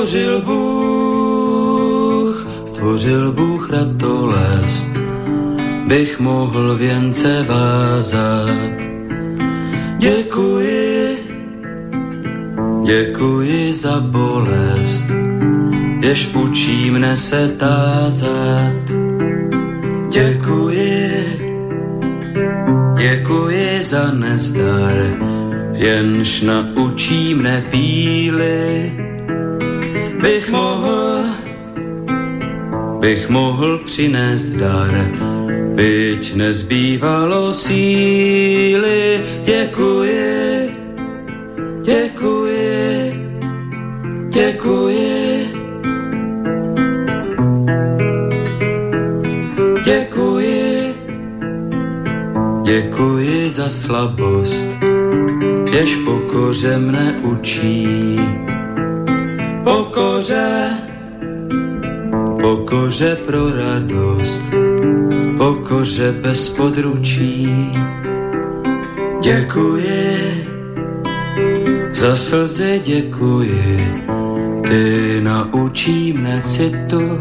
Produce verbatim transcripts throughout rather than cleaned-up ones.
Stvořil Bůh, stvořil Bůh ratolest, bych mohl věnce vázat. Děkuji, děkuji za bolest, jež učí mne se tázat. Děkuji, děkuji za nezdar, jenž naučí mne píly. Bych mohl, bych mohl přinést dar, byť nezbývalo síly. Děkuji, děkuji, děkuji, děkuji, děkuji za slabost, jež pokoře mne učí. Pokoře, pokoře pro radost, pokoře bez područí. Děkuji, za slzy děkuji, ty naučí mne citu.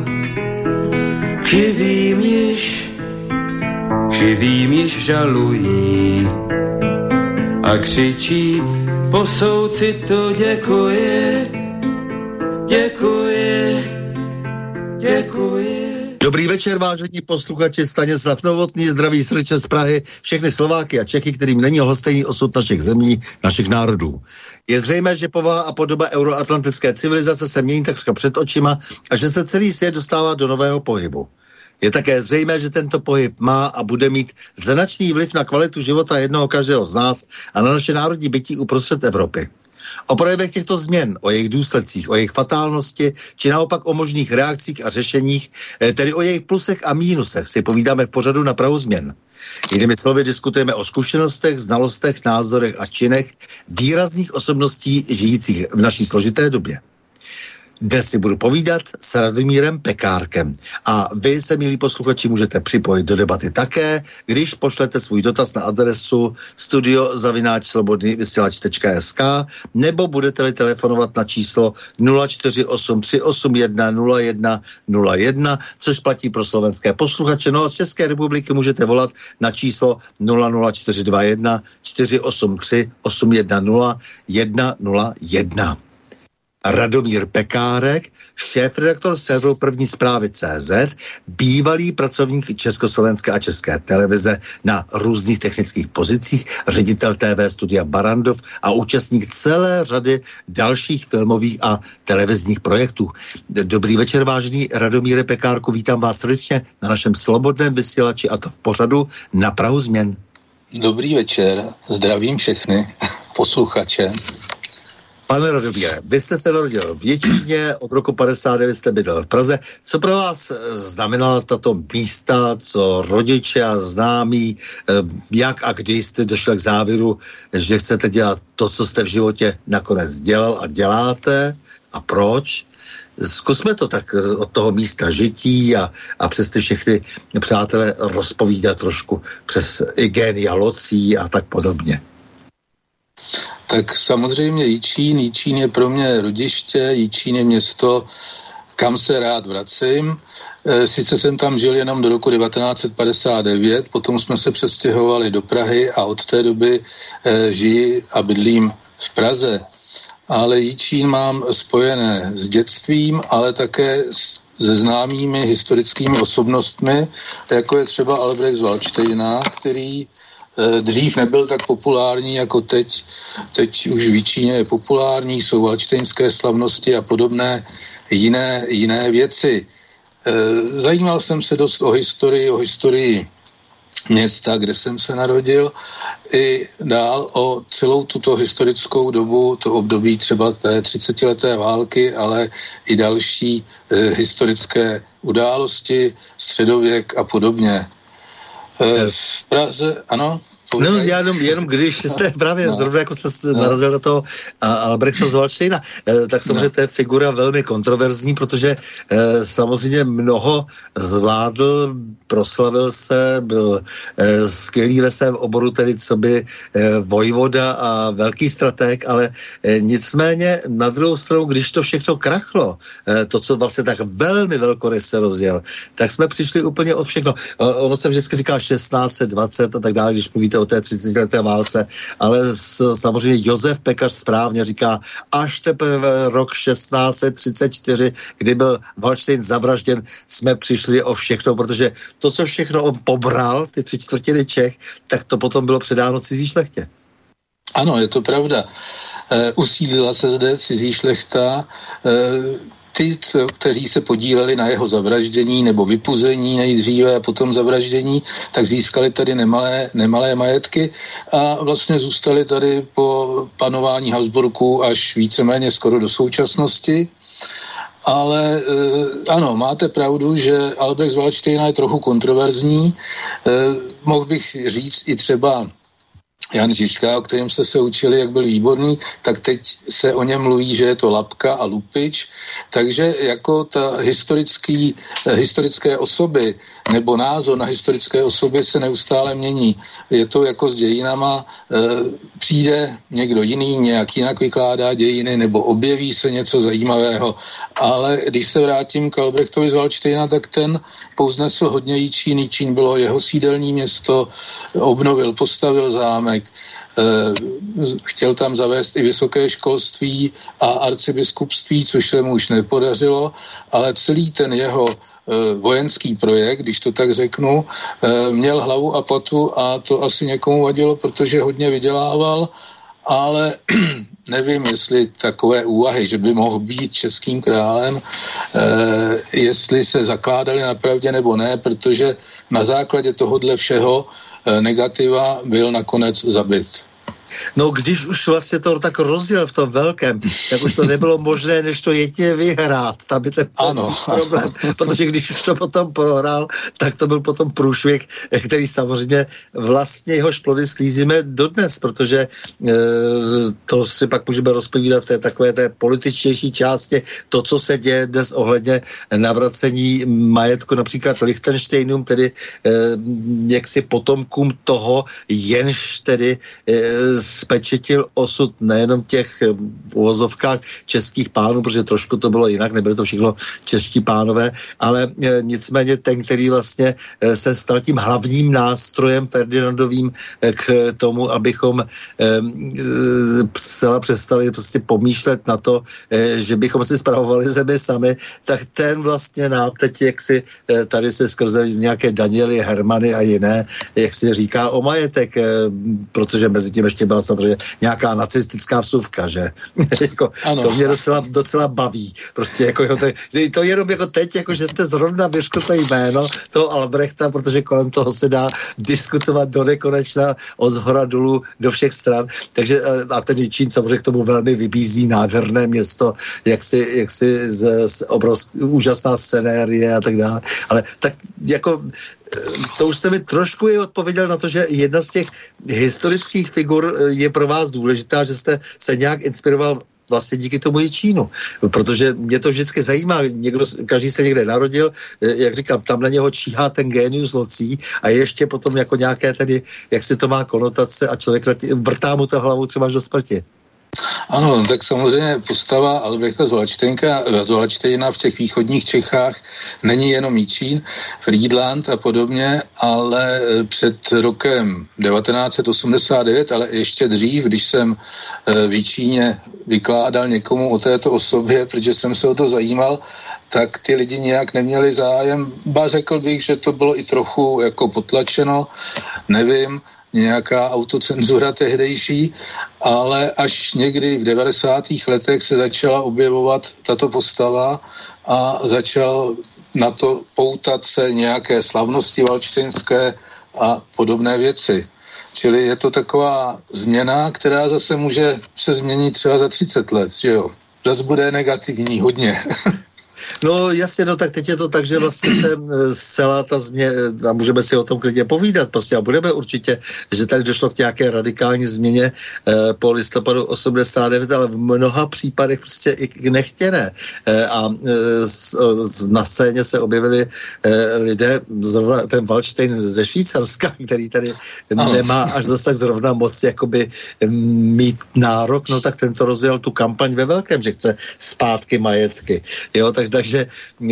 K živým již, k živým již žalují a křičí po soucitu. Děkuji, děkuji, děkuji. Dobrý večer, vážení posluchači, Stanislav Novotný, zdraví srdce z Prahy, všechny Slováky a Čechy, kterým není lhostejný osud našich zemí, našich národů. Je zřejmé, že povaha a podoba euroatlantické civilizace se mění takřka před očima a že se celý svět dostává do nového pohybu. Je také zřejmé, že tento pohyb má a bude mít značný vliv na kvalitu života jednoho každého z nás a na naše národní bytí uprostřed Evropy. O projevech těchto změn, o jejich důsledcích, o jejich fatálnosti, či naopak o možných reakcích a řešeních, tedy o jejich plusech a mínusech, si povídáme v pořadu Na prahu změn. Jinými slovy diskutujeme o zkušenostech, znalostech, názorech a činech výrazných osobností žijících v naší složité době. Dnes si budu povídat s Radomírem Pekárkem. A vy se, milí posluchači, můžete připojit do debaty také, když pošlete svůj dotaz na adresu studio zavináč slobodný vysílač tečka es ká nebo budete-li telefonovat na číslo nula čtyři osm tři osm jedna nula jedna nula jedna, což platí pro slovenské posluchače. No a z České republiky můžete volat na číslo nula nula čtyři dva jedna čtyři osm tři osm jedna nula jedna nula jedna. Radomír Pekárek, šéfredaktor serveru První zprávy tečka cé zet, bývalý pracovník Československé a České televize na různých technických pozicích, ředitel té vé studia Barrandov a účastník celé řady dalších filmových a televizních projektů. Dobrý večer, vážený Radomíre Pekárku, vítám vás srdečně na našem slobodném vysílači, a to v pořadu Na prahu změn. Dobrý večer, zdravím všechny posluchače. Pane Radomíre, vy jste se narodil v Děčíně, od roku padesát devět jste bydlel v Praze. Co pro vás znamenala tato místa, co rodiče a známí, jak a kdy jste došel k závěru, že chcete dělat to, co jste v životě nakonec dělal a děláte, a proč? Zkusme to tak od toho místa žití a, a přes ty všechny přátelé rozpovídat trošku přes i locí a tak podobně. Tak samozřejmě Jičín. Jičín je pro mě rodiště, Jičín je město, kam se rád vracím. Sice jsem tam žil jenom do roku devatenáct set padesát devět, potom jsme se přestěhovali do Prahy a od té doby žiji a bydlím v Praze. Ale Jičín mám spojené s dětstvím, ale také se známými historickými osobnostmi, jako je třeba Albrecht z Valdštejna, který dřív nebyl tak populární jako teď. Teď už v Jičíně je populární, jsou valštejnské slavnosti a podobné jiné, jiné věci. Zajímal jsem se dost o historii, o historii města, kde jsem se narodil, i dál o celou tuto historickou dobu, to období třeba té třicetileté války, ale i další eh, historické události, středověk a podobně. V Praze, ano? No, já jenom, jenom když jste právě no. zrovna jako jste no. narazil na toho Albrechta z Valdštejna, tak samozřejmě no. to je figura velmi kontroverzní, protože eh, samozřejmě mnoho zvládl, proslavil se, byl eh, skvělý ve svém oboru, tedy co by eh, vojvoda a velký stratég, ale eh, nicméně na druhou stranu, když to všechno krachlo, eh, to, co vlastně tak velmi velkoryse rozjel, tak jsme přišli úplně od všechno. Ono se vždycky říká šestnáct dvacet a tak dále, když mluvíte o té třicetileté válce, ale s, samozřejmě Josef Pekař správně říká, až teprve rok šestnáct třicet čtyři, kdy byl Valdštejn zavražděn, jsme přišli o všechno, protože to, co všechno on pobral, ty tři čtvrtiny Čech, tak to potom bylo předáno cizí šlechtě. Ano, je to pravda. E, usídlila se zde cizí šlechta, e, ty, co, kteří se podíleli na jeho zavraždění nebo vypuzení nejdříve a potom zavraždění, tak získali tady nemalé, nemalé majetky a vlastně zůstali tady po panování Habsburků až víceméně skoro do současnosti. Ale e, ano, máte pravdu, že Albrecht z Valdštejna je trochu kontroverzní. E, mohl bych říct i třeba Jan Žižka, o kterém jste se učili, jak byl výborný, tak teď se o něm mluví, že je to Lapka a Lupič, takže jako ta historický, historické osoby nebo názor na historické osoby se neustále mění. Je to jako s dějinama, e, přijde někdo jiný, nějak jinak vykládá dějiny nebo objeví se něco zajímavého, ale když se vrátím k Albrechtovi z Valdštejna, tak ten povznesl hodně Jičín. Jičín bylo jeho sídelní město, obnovil, postavil zámek, chtěl tam zavést i vysoké školství a arcibiskupství, což se mu už nepodařilo, ale celý ten jeho vojenský projekt, když to tak řeknu, měl hlavu a patu a to asi někomu vadilo, protože hodně vydělával, ale nevím, jestli takové úvahy, že by mohl být českým králem, eh, jestli se zakládali na pravdě nebo ne, protože na základě tohodle všeho eh, negativa byl nakonec zabit. No, když už vlastně to tak rozděl v tom velkém, tak už to nebylo možné, než to jedně vyhrát. Tam by ten ano. problém, protože když už to potom prohrál, tak to byl potom průšvih, který samozřejmě vlastně jehož plody sklízíme dodnes, protože e, to si pak můžeme rozpovídat v té takové té političtější části, to, co se děje dnes ohledně navracení majetku například Lichtenštejnům, tedy e, jaksi potomkům toho, jenž tedy e, spečetil osud nejenom těch v uvozovkách českých pánů, protože trošku to bylo jinak, nebyly to všechno čeští pánové, ale e, nicméně ten, který vlastně e, se stal tím hlavním nástrojem Ferdinandovým e, k tomu, abychom e, e, přestali prostě pomýšlet na to, e, že bychom si spravovali zemi sami, tak ten vlastně nám teď, jak si e, tady se skrze nějaké Daniely, Hermany a jiné, jak si říká o majetek, e, protože mezi tím ještě byla samozřejmě nějaká nacistická vsuvka, že? jako, to mě docela, docela baví. Prostě jako, to, to jenom jako teď, jako, že jste zrovna vyřkl to jméno toho Albrechta, protože kolem toho se dá diskutovat do nekonečna od zhora dolů do všech stran. Takže a ten Jičín samozřejmě k tomu velmi vybízí, nádherné město, jak si, jak si z, z obrovsk, úžasná scenérie a tak dále. Ale tak jako to už jste mi trošku i odpověděl na to, že jedna z těch historických figur je pro vás důležitá, že jste se nějak inspiroval vlastně díky tomu Jičínu, protože mě to vždycky zajímá, někdo, každý se někde narodil, jak říkám, tam na něho číhá ten génius locí a ještě potom jako nějaké tedy, jak si to má konotace a člověk vrtá mu to hlavu třeba až do smrti. Ano, tak samozřejmě postava Albrechta z Valdštejna, z Valdštejna v těch východních Čechách není jenom Jičín, Frýdlant a podobně, ale před rokem devatenáct set osmdesát devět, ale ještě dřív, když jsem v Jičíně vykládal někomu o této osobě, protože jsem se o to zajímal, tak ty lidi nějak neměli zájem. Ba řekl bych, že to bylo i trochu jako potlačeno, nevím, nějaká autocenzura tehdejší, ale až někdy v devadesátých letech se začala objevovat tato postava a začal na to poutat se nějaké slavnosti valdštejnské a podobné věci. Čili je to taková změna, která zase může se změnit třeba za třicet let, že jo? Zase bude negativní hodně. No jasně, no tak teď je to tak, že vlastně se celá ta změna, a můžeme si o tom klidně povídat prostě a budeme určitě, že tady došlo k nějaké radikální změně eh, po listopadu osmdesát devět, ale v mnoha případech prostě i nechtěné. Eh, a eh, na scéně se objevili eh, lidé, zrovna ten Waldstein ze Švýcarska, který tady ano. nemá až zase tak zrovna moc jakoby mít nárok, no tak tento rozjel tu kampaň ve velkém, že chce zpátky majetky. Jo, tak, takže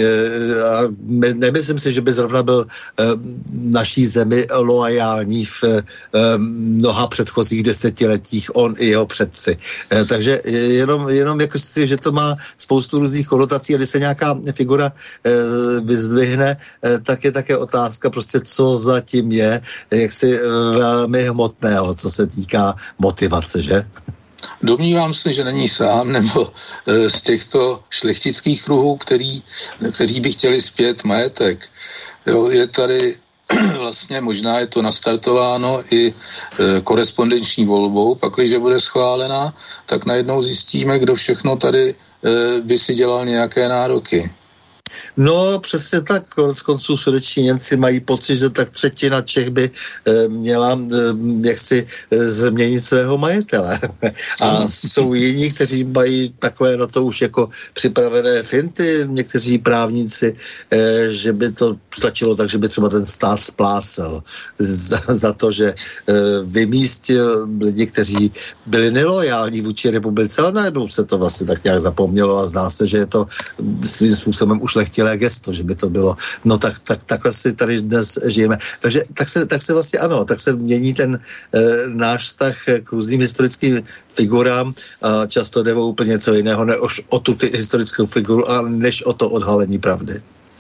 e, nemyslím si, že by zrovna byl e, naší zemi loajální v e, mnoha předchozích desetiletích, on i jeho předci. E, takže jenom, jenom jako si, že to má spoustu různých konotací a když se nějaká figura e, vyzdvihne, e, tak je také otázka prostě, co zatím je, jaksi velmi hmotného, co se týká motivace, že? Domnívám se, že není sám, nebo e, z těchto šlechtických kruhů, který, kteří by chtěli zpět majetek. Jo, je tady vlastně, možná je to nastartováno i e, korespondenční volbou, pakliže bude schválena, tak najednou zjistíme, kdo všechno tady e, by si dělal nějaké nároky. No, přesně tak, konec konců srdeční Němci mají pocit, že tak třetina Čech by e, měla e, jaksi e, změnit svého majitele. A jsou jiní, kteří mají takové na to už jako připravené finty, někteří právníci, e, že by to stačilo tak, že by třeba ten stát splácel za, za to, že e, vymístil lidi, kteří byli nelojální vůči republice, ale najednou se to vlastně tak nějak zapomnělo a zdá se, že je to svým způsobem ušlechtilé gesto, že by to bylo. No tak, tak takhle si tady dnes žijeme. Takže tak se, tak se vlastně ano, tak se mění ten e, náš vztah k různým historickým figurám a často jde o úplně něco jiného, než o tu fi- historickou figuru, a než o to odhalení pravdy.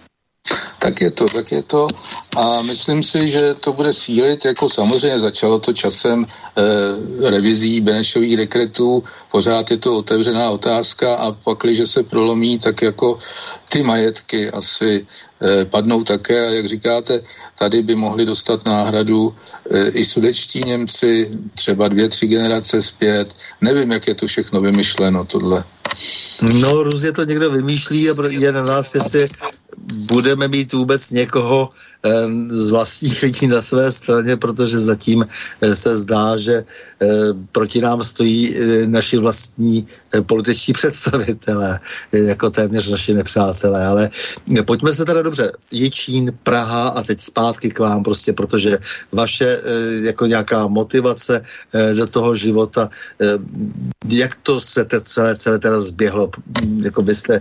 Tak je to, tak je to a myslím si, že to bude sílit, jako samozřejmě začalo to časem e, revizí Benešových dekretů, pořád je to otevřená otázka a pak, když se prolomí, tak jako ty majetky asi e, padnou také a jak říkáte, tady by mohli dostat náhradu e, i sudetští Němci, třeba dvě, tři generace zpět, nevím, jak je to všechno vymyšleno, tohle. No, různě to někdo vymýšlí a je na nás, jestli budeme mít vůbec někoho eh, z vlastních lidí na své straně, protože zatím eh, se zdá, že eh, proti nám stojí eh, naši vlastní eh, političtí představitelé, eh, jako téměř naši nepřátelé, ale eh, pojďme se teda dobře, Jičín, Praha a teď zpátky k vám prostě, protože vaše eh, jako nějaká motivace eh, do toho života, eh, jak to se te celé, celé teda zběhlo, jako vy jste,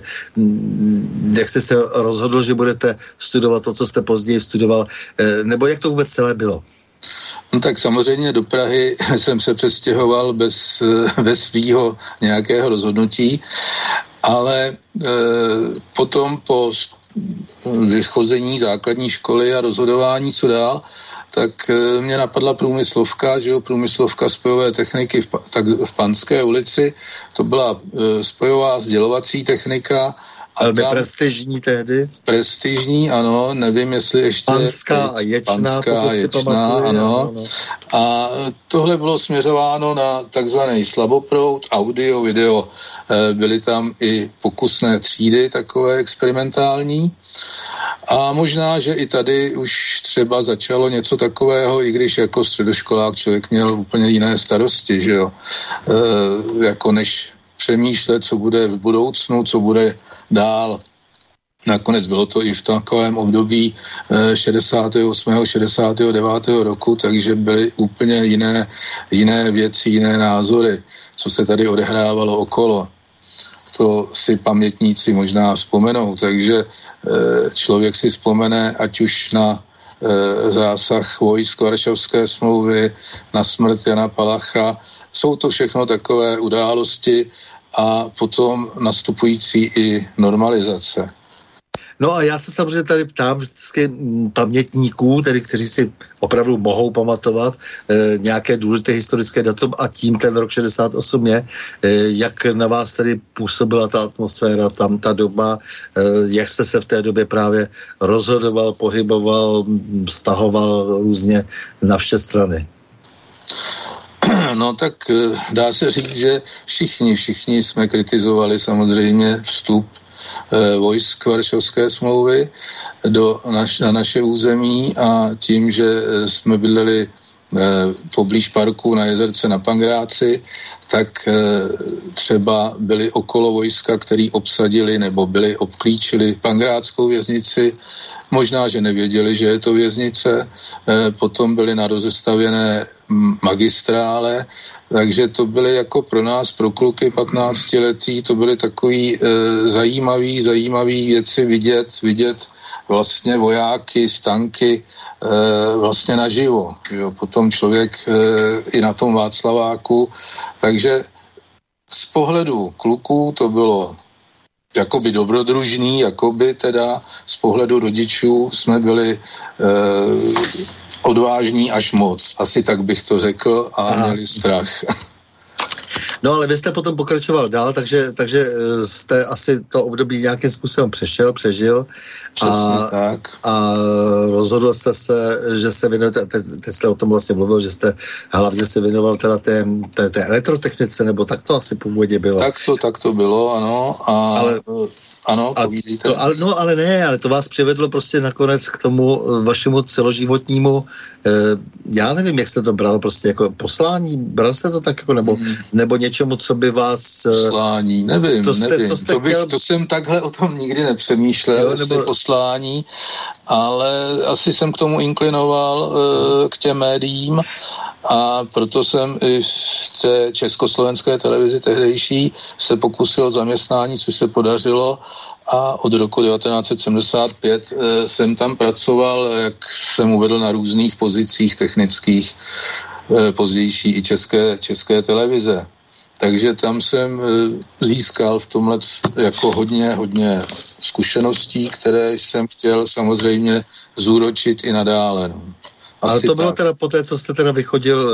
jak jste se rozhodl, že budete studovat to, co jste později studoval, nebo jak to vůbec celé bylo? No tak samozřejmě do Prahy jsem se přestěhoval bez, bez svýho nějakého rozhodnutí, ale e, potom po vychození základní školy a rozhodování, co dál, tak e, mě napadla průmyslovka, že jo, průmyslovka spojové techniky v, tak v Panské ulici, to byla e, spojová sdělovací technika. Ale by prestižní tehdy? Prestižní, ano, nevím, jestli ještě... Panská a Ječná, Panská pokud si pamatuju. Ano. ano. A tohle bylo směřováno na takzvaný slaboproud, audio, video. Byly tam i pokusné třídy, takové experimentální. A možná, že i tady už třeba začalo něco takového, i když jako středoškolák člověk měl úplně jiné starosti, že jo. E, jako než přemýšlet, co bude v budoucnu, co bude dál. Nakonec bylo to i v takovém období šedesátého osmého šedesátého devátého roku, takže byly úplně jiné, jiné věci, jiné názory, co se tady odehrávalo okolo. To si pamětníci možná vzpomenou, takže člověk si vzpomene, ať už na zásah vojsk Varšavské smlouvy, na smrt Jana Palacha. Jsou to všechno takové události a potom nastupující i normalizace. No a já se samozřejmě tady ptám vždycky pamětníků, tedy kteří si opravdu mohou pamatovat e, nějaké důležité historické datum a tím ten rok šedesát osm je, e, jak na vás tady působila ta atmosféra, tam ta doba, e, jak jste se v té době právě rozhodoval, pohyboval, vztahoval různě na vše strany. No tak dá se říct, že všichni, všichni jsme kritizovali samozřejmě vstup e, vojsk Varšavské smlouvy do naš, na naše území a tím, že jsme bydleli poblíž parku na Jezerce na Pangráci, tak třeba byli okolo vojska, který obsadili nebo byli obklíčili Pangráckou věznici. Možná, že nevěděli, že je to věznice. Potom byly na rozestavěné magistrále, takže to byly jako pro nás, pro kluky patnáctiletí, to byly takový e, zajímavý, zajímavý věci vidět, vidět vlastně vojáky, stanky e, vlastně naživo. Jo. Potom člověk e, i na tom Václaváku, takže z pohledu kluků to bylo jakoby dobrodružný, jakoby teda z pohledu rodičů jsme byli e, odvážní až moc. Asi tak bych to řekl a Aha. měli strach. No ale vy jste potom pokračoval dál, takže, takže jste asi to období nějakým způsobem přešel, přežil a, tak. a rozhodl jste se, že se věnujete, teď, teď jste o tom vlastně mluvil, že jste hlavně se věnoval teda té, té, té elektrotechnice, nebo tak to asi původně bylo. Tak to, tak to bylo, ano. A... Ale... Ano, povídejte. To, ale, no, ale ne, ale to vás přivedlo prostě nakonec k tomu vašemu celoživotnímu, eh, já nevím, jak jste to bral, prostě jako poslání, bral jste to tak jako, nebo, hmm. nebo něčemu, co by vás... Eh, poslání, nevím, co jste, nevím. Co jste to, bych, chtěl... to jsem takhle o tom nikdy nepřemýšlel, jo, nebo... poslání, ale asi jsem k tomu inklinoval eh, k těm médiím a proto jsem i v té československé televizi tehdejší se pokusil zaměstnání, což se podařilo a od roku devatenáct set sedmdesát pět e, jsem tam pracoval, jak jsem uvedl, na různých pozicích technických, e, pozdější i české, české televize. Takže tam jsem e, získal v tomhle jako hodně, hodně zkušeností, které jsem chtěl samozřejmě zúročit i nadále. No. Ale to bylo tak. Teda poté, co jste teda vychodil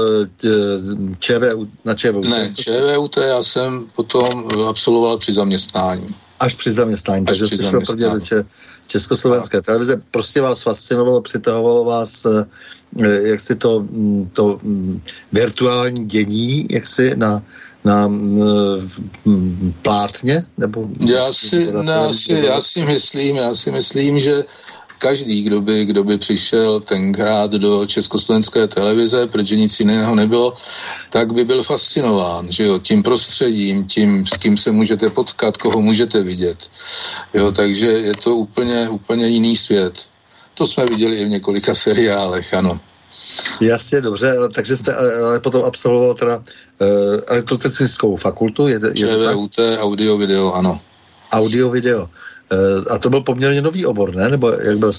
ČVU, na ČVUT? Ne, ČVUT já jsem potom absolvoval při zaměstnání. Až při zaměstnání, Až takže jste šel prvně do če- Československé tak. televize. Prostě vás fascinovalo, přitahovalo vás, jak si to, to virtuální dění, jak si na, na plátně? Nebo, já, si, ne, já, si, já si myslím, já si myslím, že každý, kdo by, kdo by přišel tenkrát do československé televize, protože nic jiného nebylo, tak by byl fascinován, že jo, tím prostředím, tím, s kým se můžete potkat, koho můžete vidět. Jo, takže je to úplně, úplně jiný svět. To jsme viděli i v několika seriálech, ano. Jasně, dobře, takže jste ale potom absolvoval teda uh, elektrotechnickou fakultu? Je, je ČVUT, audio, video, ano. Audio, video. A to byl poměrně nový obor, ne? Nebo jak byl?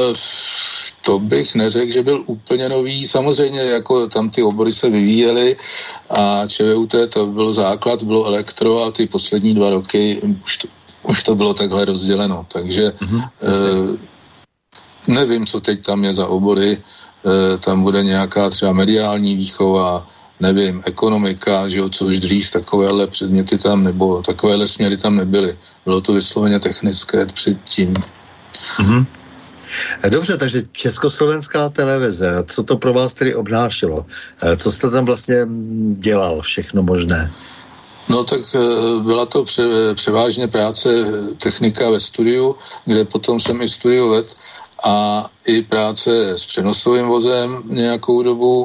To bych neřekl, že byl úplně nový. Samozřejmě jako tam ty obory se vyvíjely a ČVUT to byl základ, bylo elektro a ty poslední dva roky už to, už to bylo takhle rozděleno. Takže mm-hmm, eh, nevím, co teď tam je za obory. Eh, tam bude nějaká třeba mediální výchova, nevím, ekonomika, že jo, co už dřív takovéhle předměty tam, nebo takovéhle směry tam nebyly. Bylo to vysloveně technické předtím. Mm-hmm. Dobře, takže Československá televize, co to pro vás tedy obnášelo? Co jste tam vlastně dělal všechno možné? No tak byla to pře, převážně práce technika ve studiu, kde potom jsem i studio vedl a i práce s přenosovým vozem nějakou dobu.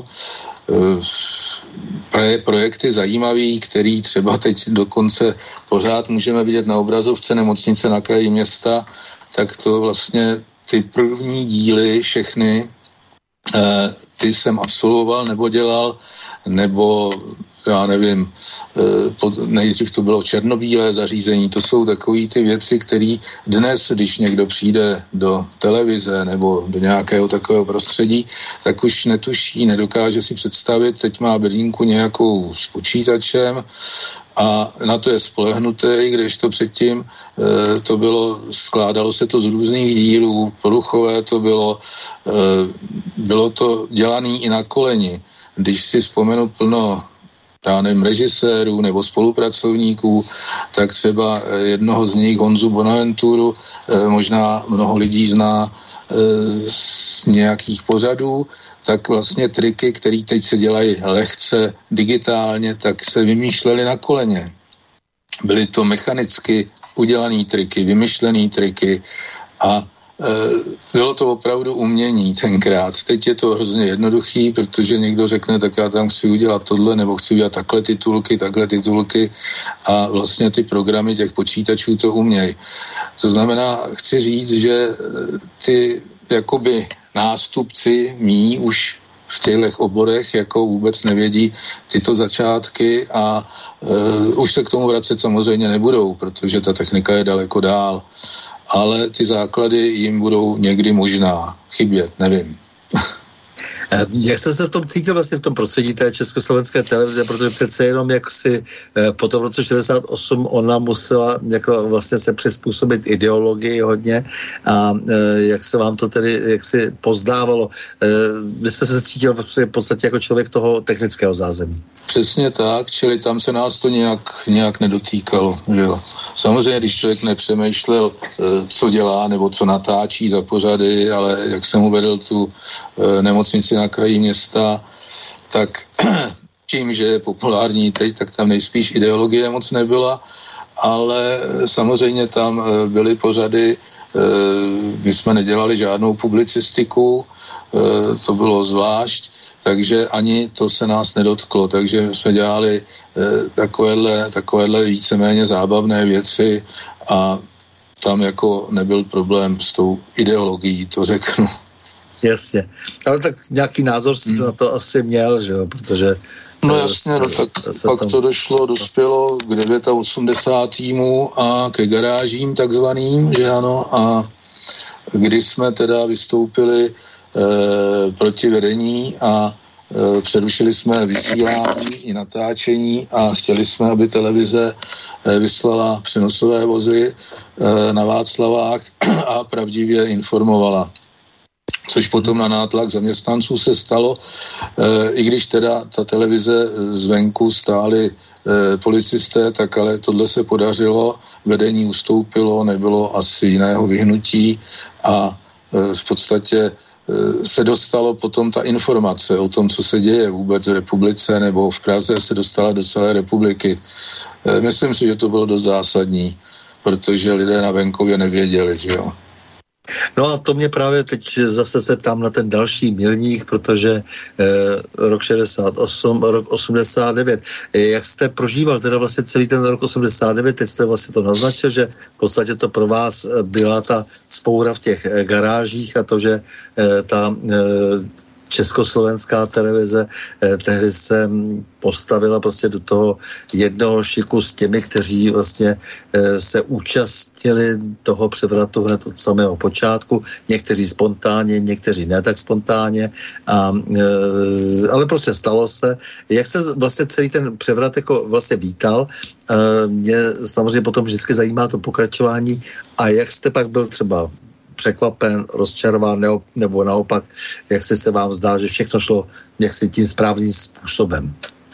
Projekty zajímavý, který třeba teď dokonce pořád můžeme vidět na obrazovce nemocnice na kraji města, tak to vlastně ty první díly všechny, eh, ty jsem absolvoval nebo dělal, nebo já nevím, eh, pod, nejdřív to bylo černobílé zařízení, to jsou takové ty věci, které dnes, když někdo přijde do televize nebo do nějakého takového prostředí, tak už netuší, nedokáže si představit, teď má bedlínku nějakou s počítačem a na to je spolehnutý, když to předtím e, to bylo, skládalo se to z různých dílů, poruchové to bylo, e, bylo to dělané i na koleni. Když si vzpomenu plno já nevím, režisérů nebo spolupracovníků, tak třeba jednoho z nich, Honzu Bonaventuru, e, možná mnoho lidí zná e, z nějakých pořadů, tak vlastně triky, které teď se dělají lehce digitálně, tak se vymýšlely na koleně. Byly to mechanicky udělaný triky, vymyšlený triky a bylo to opravdu umění tenkrát. Teď je to hrozně jednoduchý, protože někdo řekne, tak já tam chci udělat tohle, nebo chci udělat takhle titulky, takhle titulky a vlastně ty programy těch počítačů to umějí. To znamená, chci říct, že ty jakoby nástupci mí už v těchto oborech jako vůbec nevědí tyto začátky a uh, už se k tomu vracet samozřejmě nebudou, protože ta technika je daleko dál. Ale ty základy jim budou někdy možná chybět, nevím. Jak jste se v tom cítil vlastně v tom prostředí té československé televize, protože přece jenom jak si po tom roce šedesát osm ona musela jako vlastně se přizpůsobit ideologii hodně a jak se vám to tedy jak si pozdávalo. Vy jste se cítil v podstatě jako člověk toho technického zázemí. Přesně tak, čili tam se nás to nějak, nějak nedotýkalo. Že jo. Samozřejmě, když člověk nepřemýšlel, co dělá nebo co natáčí za pořady, ale jak jsem uvedl tu nemocnici na kraji města, tak tím, že je populární teď, tak tam nejspíš ideologie moc nebyla, ale samozřejmě tam byly pořady, my jsme nedělali žádnou publicistiku, to bylo zvlášť, takže ani to se nás nedotklo, takže jsme dělali takovéhle, takovéhle víceméně zábavné věci a tam jako nebyl problém s tou ideologií, to řeknu. Jasně, ale tak nějaký názor si hmm. na to asi měl, že jo, protože... No jasně, no tak pak tam... to došlo, dospělo k osmdesátému devátému a ke garážím takzvaným, že ano, a kdy jsme teda vystoupili e, proti vedení a e, přerušili jsme vysílání i natáčení a chtěli jsme, aby televize e, vyslala přenosové vozy e, na Václavách a pravdivě informovala. Což potom na nátlak zaměstnanců se stalo, e, i když teda ta televize zvenku stály e, policisté, tak ale tohle se podařilo, vedení ustoupilo, nebylo asi jiného vyhnutí a e, v podstatě e, se dostalo potom ta informace o tom, co se děje vůbec v republice nebo v Praze, se dostala do celé republiky. E, myslím si, že to bylo dost zásadní, protože lidé na venkově nevěděli, že jo. No a to mě právě teď zase se ptám na ten další milník, protože eh, rok šedesát osm, rok osmdesát devět. Eh, jak jste prožíval teda vlastně celý ten rok osmdesát devět, teď jste vlastně to naznačil, že v podstatě to pro vás byla ta spoura v těch eh, garážích a to, že eh, ta eh, československá televize eh, tehdy se postavila prostě do toho jednoho šiku s těmi, kteří vlastně eh, se účastnili toho převratu hned od samého počátku, někteří spontánně, někteří ne tak spontánně, a, eh, ale prostě stalo se. Jak se vlastně celý ten převrat jako vlastně vítal, eh, mě samozřejmě potom vždycky zajímá to pokračování a jak jste pak byl třeba překvapen, rozčarován, nebo, nebo naopak, jak se se vám zdá, že všechno šlo jaksi tím správným způsobem?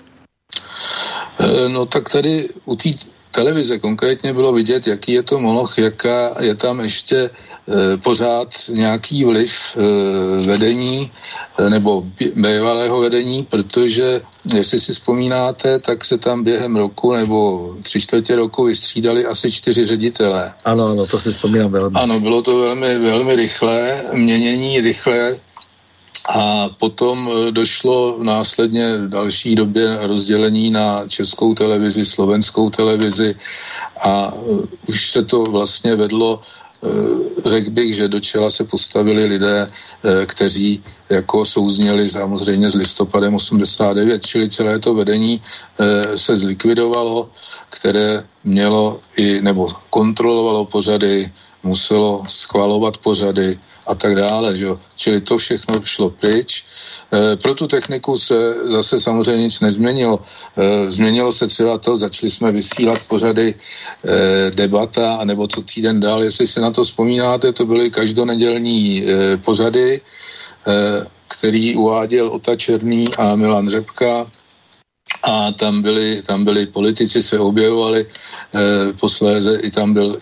No tak tady u té televize konkrétně bylo vidět, jaký je to moloch, jaká je tam ještě e, pořád nějaký vliv e, vedení e, nebo bývalého vedení, protože jestli si vzpomínáte, tak se tam během roku nebo tři čtvrtě roku vystřídali asi čtyři ředitelé. Ano, ano, to si vzpomínám velmi. Ano, bylo to velmi, velmi rychlé, měnění rychlé. A potom došlo následně v další době rozdělení na českou televizi, slovenskou televizi a už se to vlastně vedlo, řekl bych, že do čela se postavili lidé, kteří jako souzněli samozřejmě s listopadem osmdesát devět, čili celé to vedení se zlikvidovalo, které mělo i, nebo kontrolovalo pořady, muselo schvalovat pořady a tak dále, že jo. Čili to všechno šlo pryč. E, pro tu techniku se zase samozřejmě nic nezměnilo. E, změnilo se třeba to, začali jsme vysílat pořady e, debata, nebo co týden dál, jestli si na to vzpomínáte, to byly každonedělní e, pořady, e, který uváděl Ota Černý a Milan Řepka. A tam byli, tam byli politici, se objevovali, e, posléze i tam byl i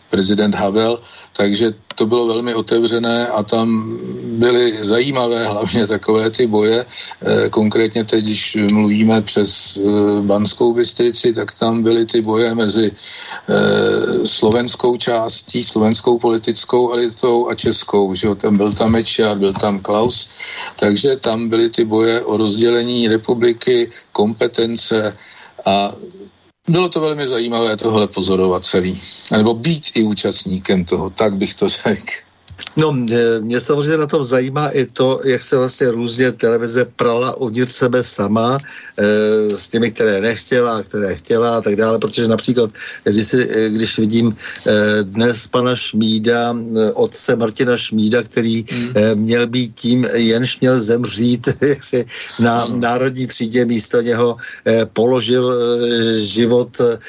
prezident Havel, takže to bylo velmi otevřené a tam byly zajímavé hlavně takové ty boje. E, konkrétně teď, když mluvíme přes e, Banskou Bystrici, tak tam byly ty boje mezi e, slovenskou částí, slovenskou politickou elitou a českou, že jo, tam byl tam Mečiar, byl tam Klaus, takže tam byly ty boje o rozdělení republiky, kompetence a bylo to velmi zajímavé tohle pozorovat celý. Nebo být i účastníkem toho, tak bych to řekl. No, mě samozřejmě na tom zajímá i to, jak se vlastně různě televize prala uvnitř sebe sama e, s těmi, které nechtěla, které chtěla a tak dále, protože například, když, si, když vidím e, dnes pana Šmída, otce Martina Šmída, který hmm. e, měl být tím, jenž měl zemřít jaksi na hmm. národní třídě, místo něho e, položil e, život e,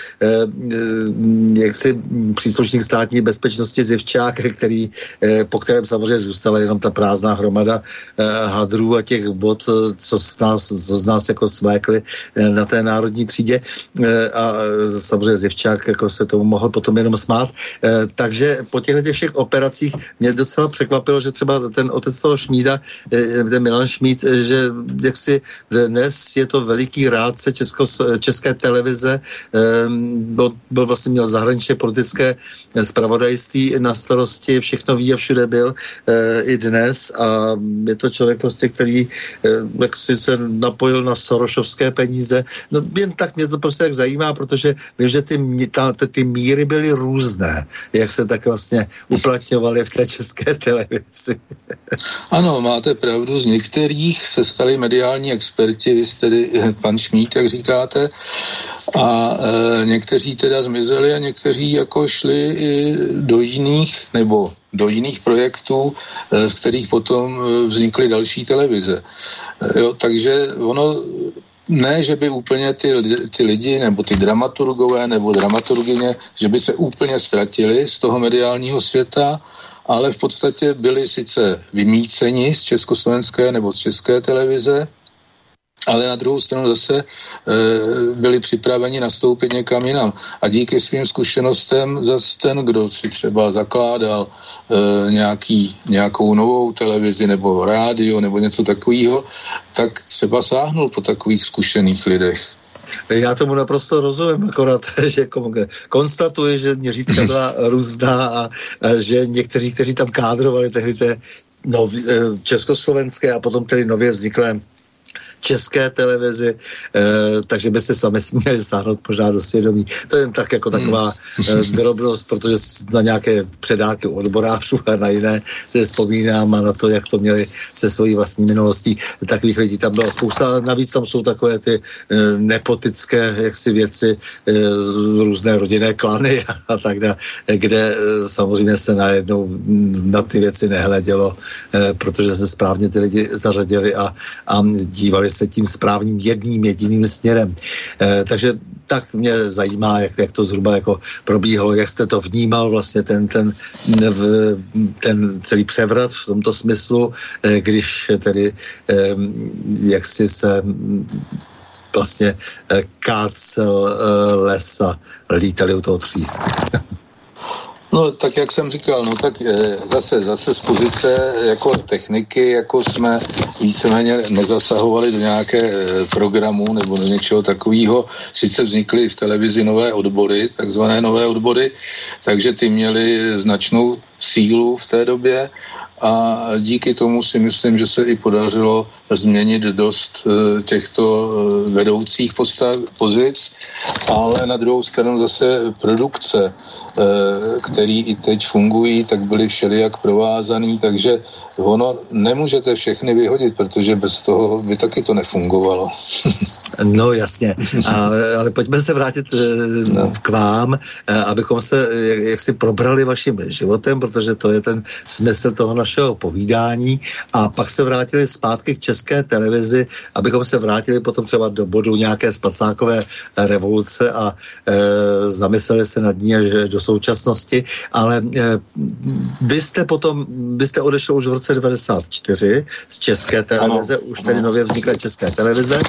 jaksi příslušník státní bezpečnosti Zivčák, který e, po kterém samozřejmě zůstala jenom ta prázdná hromada eh, hadrů a těch bod, co z nás, co z nás jako svékli eh, na té národní třídě eh, a samozřejmě Zivčák jako se tomu mohl potom jenom smát. Eh, takže po těchto těch všech operacích mě docela překvapilo, že třeba ten otec toho Šmída, eh, ten Milan Šmíd, eh, že jaksi dnes je to veliký rádce Česko, české televize, eh, byl, byl vlastně měl zahraničně politické zpravodajství na starosti, všechno ví a všude byl e, i dnes a je to člověk prostě, který e, jak si se napojil na sorošovské peníze. No jen tak mě to prostě tak zajímá, protože vím, že ty, ta, ty míry byly různé, jak se tak vlastně uplatňovaly v té české televizi. Ano, máte pravdu, z některých se stali mediální experti, vy jste tedy pan Šmíd, jak říkáte, a e, někteří teda zmizeli a někteří jako šli i do jiných, nebo do jiných projektů, z kterých potom vznikly další televize. Jo, takže ono ne, že by úplně ty, ty lidi, nebo ty dramaturgové, nebo dramaturgyně, že by se úplně ztratili z toho mediálního světa, ale v podstatě byli sice vymýceni z československé nebo z české televize, ale na druhou stranu zase e, byli připraveni nastoupit někam jinam. A díky svým zkušenostem zase ten, kdo si třeba zakládal e, nějaký, nějakou novou televizi nebo rádio nebo něco takového, tak třeba sáhnul po takových zkušených lidech. Já tomu naprosto rozumím, akorát, že konstatuji, že měřítka byla různá a, a že někteří, kteří tam kádrovali tehdy té nový, československé a potom tedy nově vzniklé české televizi, eh, takže by se sami měli sáhnout možná do svědomí. To je jen tak jako taková eh, drobnost, protože na nějaké předáky odborářů a na jiné vzpomínám a na to, jak to měli se svojí vlastní minulostí. Takových lidí tam byla spousta. Navíc tam jsou takové ty eh, nepotické jaksi věci, eh, různé rodinné klany a, a tak dále, kde eh, samozřejmě se najednou na ty věci nehledělo, eh, protože se správně ty lidi zařadili a, a dívali se tím správným jedním jediným směrem. E, takže tak mě zajímá, jak, jak to zhruba jako probíhalo, jak jste to vnímal vlastně ten, ten, ten celý převrat v tomto smyslu, e, když tedy e, jak si se vlastně e, kácel e, les a lítali u toho třísky. No, tak jak jsem říkal, no tak e, zase, zase z pozice jako techniky, jako jsme víceméně nezasahovali do nějaké e, programu nebo do něčeho takového. Sice vznikly v televizi nové odbory, takzvané nové odbory, takže ty měly značnou sílu v té době a díky tomu si myslím, že se i podařilo změnit dost e, těchto e, vedoucích postav, pozic, ale na druhou stranu zase produkce, e, který i teď fungují, tak byly všelijak provázaný, takže ono nemůžete všechny vyhodit, protože bez toho by taky to nefungovalo. No jasně, ale, ale pojďme se vrátit no. k vám, abychom se jak, jak si probrali vaším životem, protože to je ten smysl toho našeho povídání a pak se vrátili zpátky k české televizi, abychom se vrátili potom třeba do bodu nějaké spacákové revoluce a e, zamysleli se nad ní až do současnosti, ale e, vy jste potom, vy jste odešel už v roce devadesát čtyři z české televize, ano. už tedy nově vzniklé české televize.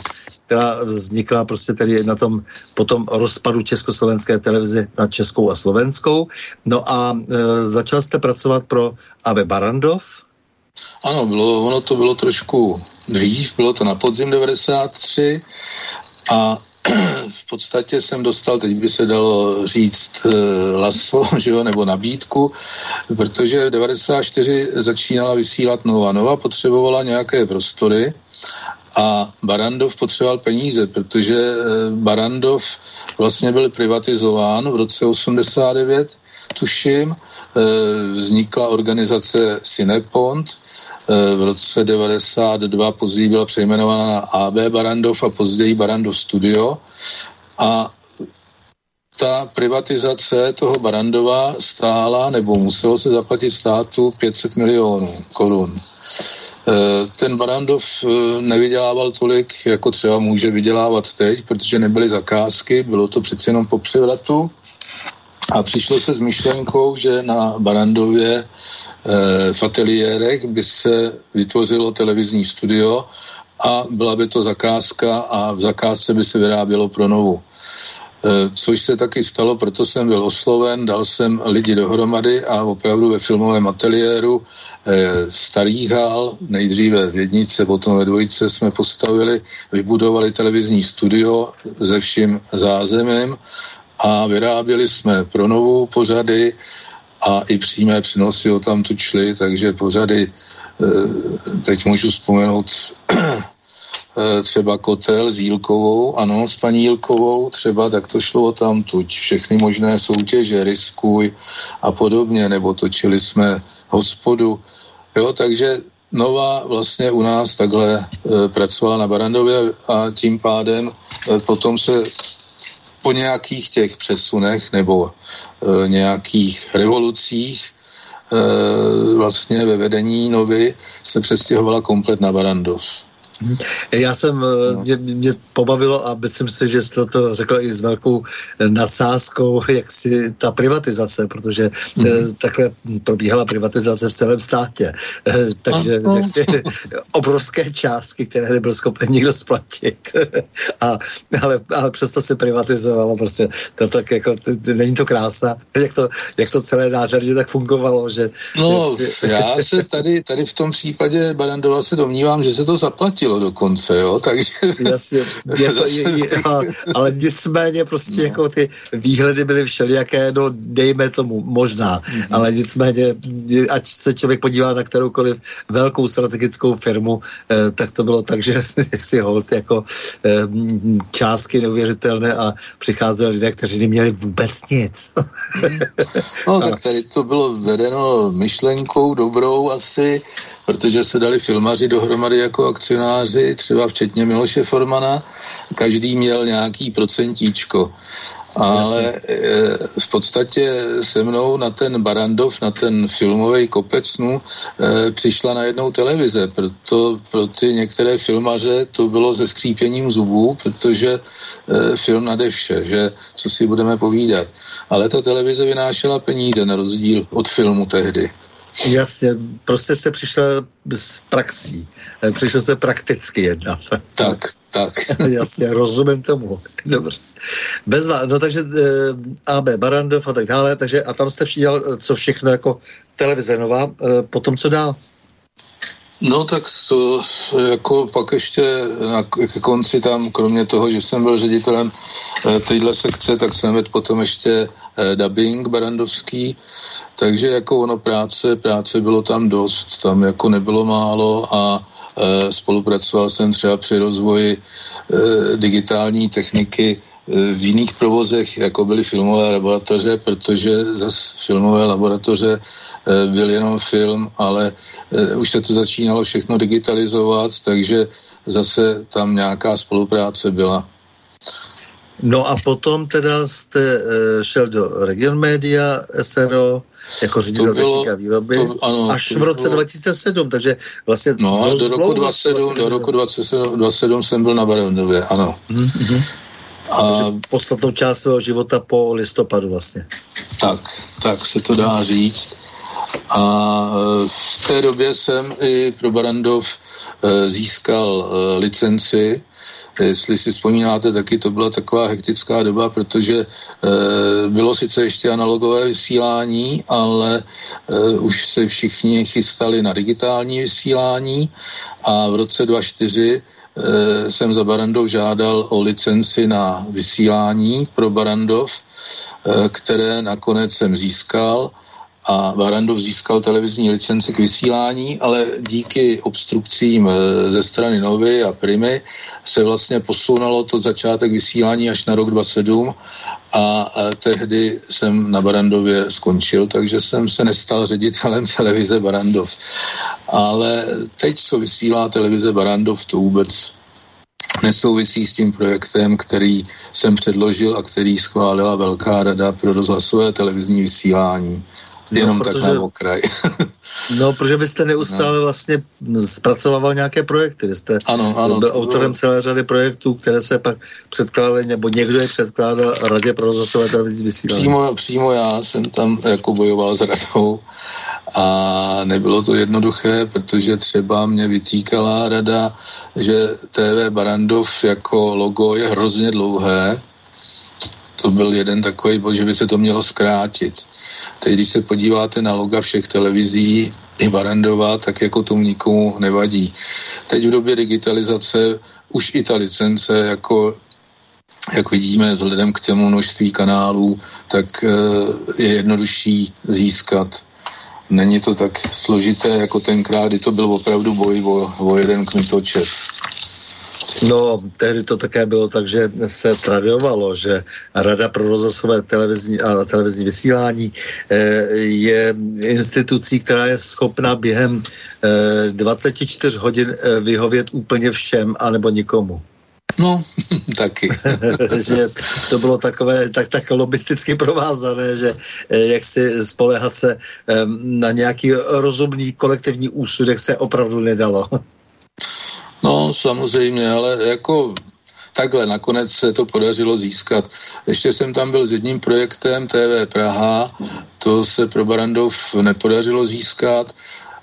která vznikla prostě tedy na tom potom rozpadu československé televize na českou a slovenskou. No a e, začal jste pracovat pro A B Barrandov? Ano, bylo, ono to bylo trošku dřív, bylo to na podzim devadesát tři a v podstatě jsem dostal, teď by se dalo říct, laso, že jo, nebo nabídku, protože v devadesát čtyři začínala vysílat Nova. Nova potřebovala nějaké prostory a Barrandov potřeboval peníze, protože Barrandov vlastně byl privatizován v roce osmdesát devět, tuším, vznikla organizace Cinepont, v roce devadesát dva později byla přejmenována na A B Barrandov a později Barrandov Studio a ta privatizace toho Barrandova stála, nebo muselo se zaplatit státu pět set milionů korun. Ten Barrandov nevydělával tolik, jako třeba může vydělávat teď, protože nebyly zakázky, bylo to přeci jenom po převratu a přišlo se s myšlenkou, že na Barrandově v ateliérech by se vytvořilo televizní studio a byla by to zakázka a v zakázce by se vyrábělo pro Novu. Což se taky stalo, proto jsem byl osloven, dal jsem lidi dohromady a opravdu ve filmovém ateliéru Starý hál, nejdříve v jednice, potom ve dvojice jsme postavili, vybudovali televizní studio se vším zázemím a vyráběli jsme pro Novu pořady a i přímé přenosy o tam tu šly, takže pořady, teď můžu vzpomenout třeba Kotel s Jílkovou, ano, s paní Jílkovou, třeba tak to šlo o tam tuď, všechny možné soutěže, Riskuj a podobně, nebo točili jsme Hospodu, jo, takže Nova vlastně u nás takhle e, pracovala na Barrandově a tím pádem e, potom se po nějakých těch přesunech nebo e, nějakých revolucích e, vlastně ve vedení Novy se přestěhovala komplet na Barrandov. Já jsem, no. mě, mě pobavilo a myslím si, že jste to řekl i s velkou nadsázkou, jak si ta privatizace, protože mm-hmm. takhle probíhala privatizace v celém státě. Takže no. jak si, obrovské částky, které nebyl schopen nikdo splatit. a, ale, ale přesto se privatizovalo prostě. To tak jako, to, není to krásná, jak to, jak to celé nádherně tak fungovalo, že... No, si... já se tady, tady v tom případě Barrandova se domnívám, že se to zaplatilo dokonce, jo, takže... Jasně, je to, je, je, a, ale nicméně prostě no. jako ty výhledy byly všelijaké, no dejme tomu, možná, mm-hmm. ale nicméně, ať se člověk podívá na kteroukoliv velkou strategickou firmu, eh, tak to bylo tak, že si holt jako eh, částky neuvěřitelné a přicházeli lidé, kteří neměli vůbec nic. No tak tady to bylo vedeno myšlenkou dobrou asi, protože se dali filmaři dohromady jako akcionáři, třeba včetně Miloše Formana, každý měl nějaký procentíčko. Ale e, v podstatě se mnou na ten Barrandov, na ten filmový kopec no, e, přišla najednou televize, proto pro ty některé filmaře to bylo se skřípěním zubů, protože e, film nade vše, že co si budeme povídat. Ale ta televize vynášela peníze na rozdíl od filmu tehdy. Jasně, prostě se přišel s praxí. Přišel se prakticky jednat. Tak, tak. Jasně, rozumím tomu. Dobře. Bezva, no takže eh, A B Barrandov a tak dále, takže a tam jste dělal co všechno jako televize Nova, eh, potom co dál? No tak to, jako pak ještě na k konci tam, kromě toho, že jsem byl ředitelem e, téhle sekce, tak jsem vedl potom ještě e, dubbing barrandovský, takže jako ono práce, práce bylo tam dost, tam jako nebylo málo a e, spolupracoval jsem třeba při rozvoji e, digitální techniky v jiných provozech, jako byly filmové laboratoře, protože zase filmové laboratoře e, byl jenom film, ale e, už se to začínalo všechno digitalizovat, takže zase tam nějaká spolupráce byla. No a potom teda jste e, šel do Region Media S R O jako ředitel technika výroby to, ano, až v roce bylo... dva tisíce sedm, takže vlastně no, do roku dvacet sedm, vlastně do roku dvacet sedm, dvacet sedm jsem byl na Barrandově, ano. Mm-hmm. A podstatnou část svého života po listopadu vlastně. Tak, tak se to dá říct. A v té době jsem i pro Barrandov získal licenci Jestli si vzpomínáte, taky to byla taková hektická doba, protože e, bylo sice ještě analogové vysílání, ale e, už se všichni chystali na digitální vysílání a v roce dva tisíce čtyři e, jsem za Barrandov žádal o licenci na vysílání pro Barrandov, e, které nakonec jsem získal. A Barrandov získal televizní licenci k vysílání, ale díky obstrukcím ze strany Novy a Primy se vlastně posunulo to začátek vysílání až na rok dva tisíce sedm a tehdy jsem na Barrandově skončil, takže jsem se nestal ředitelem televize Barrandov. Ale teď, co vysílá televize Barrandov, to vůbec nesouvisí s tím projektem, který jsem předložil a který schválila Velká rada pro rozhlasové televizní vysílání. Jenom no, protože, tak na okraj. No, protože vy jste neustále no. vlastně zpracovával nějaké projekty. Vy jste ano, ano, byl autorem celé řady projektů, které se pak předkládaly, nebo někdo je předkládal Radě pro rozhlasové televizní vysílání. Přímo, přímo já jsem tam jako bojoval s radou a nebylo to jednoduché, protože třeba mě vytýkala rada, že T V Barrandov jako logo je hrozně dlouhé. To byl jeden takový bod, že by se to mělo zkrátit. Teď, když se podíváte na loga všech televizí i Barrandova, tak jako tomu nikomu nevadí. Teď v době digitalizace už i ta licence, jako, jak vidíme, vzhledem k těmu množství kanálů, tak je jednodušší získat. Není to tak složité, jako tenkrát, kdy to byl opravdu boj o, o jeden kmitočet. No, tehdy to také bylo tak, že se tradovalo, že Rada pro rozhlasové televizní a televizní vysílání eh, je institucí, která je schopná během eh, dvacet čtyři hodin eh, vyhovět úplně všem, anebo nikomu. No, taky. Že to bylo takové, tak, tak lobisticky provázané, že eh, jak si spoléhat se eh, na nějaký rozumný kolektivní úsudek se opravdu nedalo. No, samozřejmě, ale jako takhle, nakonec se to podařilo získat. Ještě jsem tam byl s jedním projektem T V Praha, to se pro Barrandov nepodařilo získat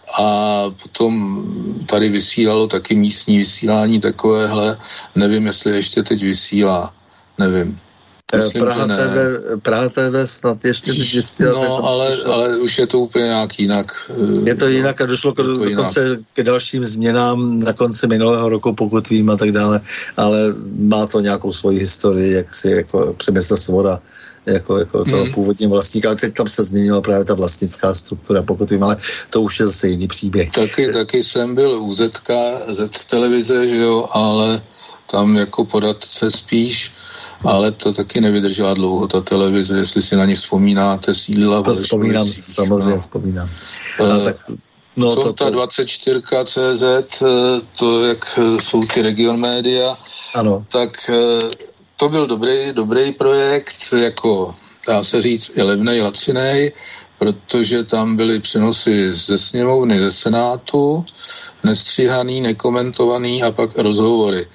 a potom tady vysílalo taky místní vysílání takovéhle, nevím, jestli ještě teď vysílá, nevím. Myslím, Praha, T V, Praha T V snad ještě teď vysílá. No, ale, ale už je to úplně nějak jinak. Je to jinak a došlo k, dokonce k dalším změnám na konci minulého roku, pokud vím a tak dále, ale má to nějakou svoji historii, jak si jako Přemysl Svoboda jako, jako toho hmm. původního vlastníka, ale teď tam se změnila právě ta vlastnická struktura, pokud vím, ale to už je zase jiný příběh. Taky, taky jsem byl u Z K, Z televize, že jo, ale tam jako poradce spíš, ale to taky nevydržela dlouho, ta televize, jestli si na ní vzpomínáte, sídlila. To vzpomínám, samozřejmě no. vzpomínám. Uh, A tak, no, to, ta to... dvacet čtyři C Z, to jak jsou ty region média, ano. tak to byl dobrý, dobrý projekt, jako dá se říct i levnej, lacinej, protože tam byly přenosy ze sněmovny, ze senátu, nestříhaný, nekomentovaný a pak rozhovory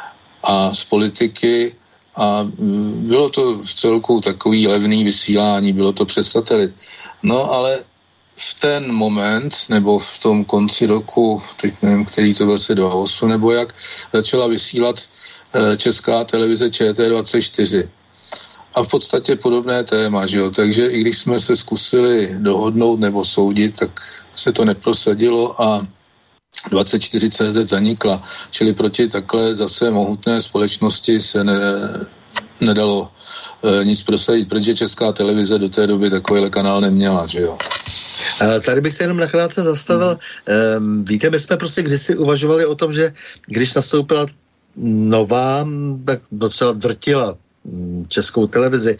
a z politiky. A bylo to v celku takový levný vysílání, bylo to přes satelit. No ale v ten moment, nebo v tom konci roku, teď nevím, který to byl se dva tisíce osm, nebo jak, začala vysílat e, Česká televize Č T dvacet čtyři. A v podstatě podobné téma, že jo. Takže i když jsme se zkusili dohodnout nebo soudit, tak se to neprosadilo a dvacet čtyři C Z zanikla, čili proti takhle zase mohutné společnosti se ne, nedalo e, nic prosadit, protože Česká televize do té doby takovýhle kanál neměla, že jo. Tady bych se jenom nakrátce zastavil. Hmm. E, víte, my jsme prostě kdysi uvažovali o tom, že když nastoupila nová, tak docela drtila Českou televizi.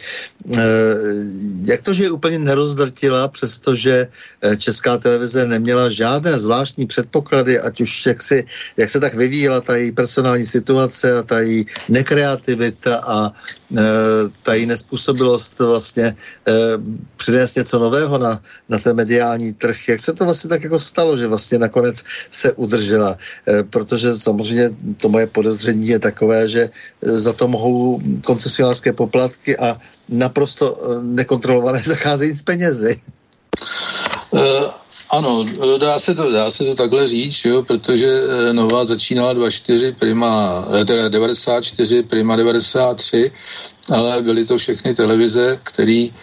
Jak to, že je úplně nerozdrtila, přestože Česká televize neměla žádné zvláštní předpoklady, ať už jak, si, jak se tak vyvíjela ta její personální situace a ta její nekreativita a ta její nespůsobilost vlastně přinést něco nového na, na ten mediální trh. Jak se to vlastně tak jako stalo, že vlastně nakonec se udržela? Protože samozřejmě to moje podezření je takové, že za to mohou koncesionářské poplatky a naprosto nekontrolované zacházení s penězi. Uh, Ano, dá se to, dá se to takhle říct, jo, protože Nova začínala dvacet čtyři, Prima, teda devadesát čtyři, Prima devadesát tři, ale byly to všechny televize, které e,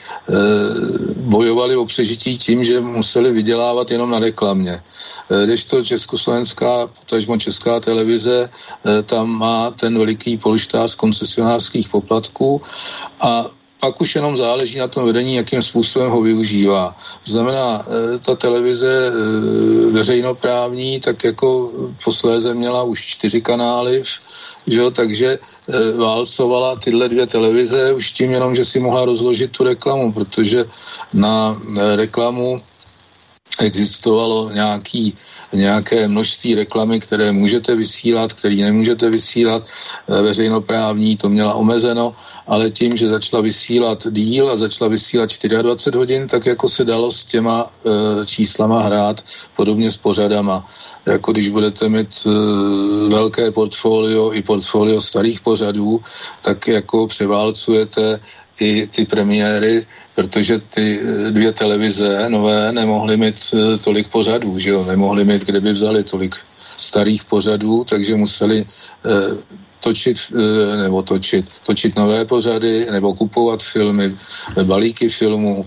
bojovaly o přežití tím, že museli vydělávat jenom na reklamě. E, kdežto československá, potažmo česká televize, e, tam má ten veliký polštář koncesionářských poplatků a pak už jenom záleží na tom vedení, jakým způsobem ho využívá. To znamená, ta televize veřejnoprávní, tak jako posléze měla už čtyři kanály, že jo, takže válcovala tyhle dvě televize už tím jenom, že si mohla rozložit tu reklamu, protože na reklamu existovalo nějaký, nějaké množství reklamy, které můžete vysílat, které nemůžete vysílat. Veřejnoprávní to měla omezeno, ale tím, že začala vysílat díl a začala vysílat dvacet čtyři hodin, tak jako se dalo s těma e, číslama hrát podobně s pořadama. Jako když budete mít e, velké portfolio i portfolio starých pořadů, tak jako převálcujete i ty premiéry, protože ty dvě televize nové nemohly mít tolik pořadů, že jo, nemohly mít, kde by vzali tolik starých pořadů, takže museli eh, točit, eh, nebo točit, točit nové pořady, nebo kupovat filmy, balíky filmů.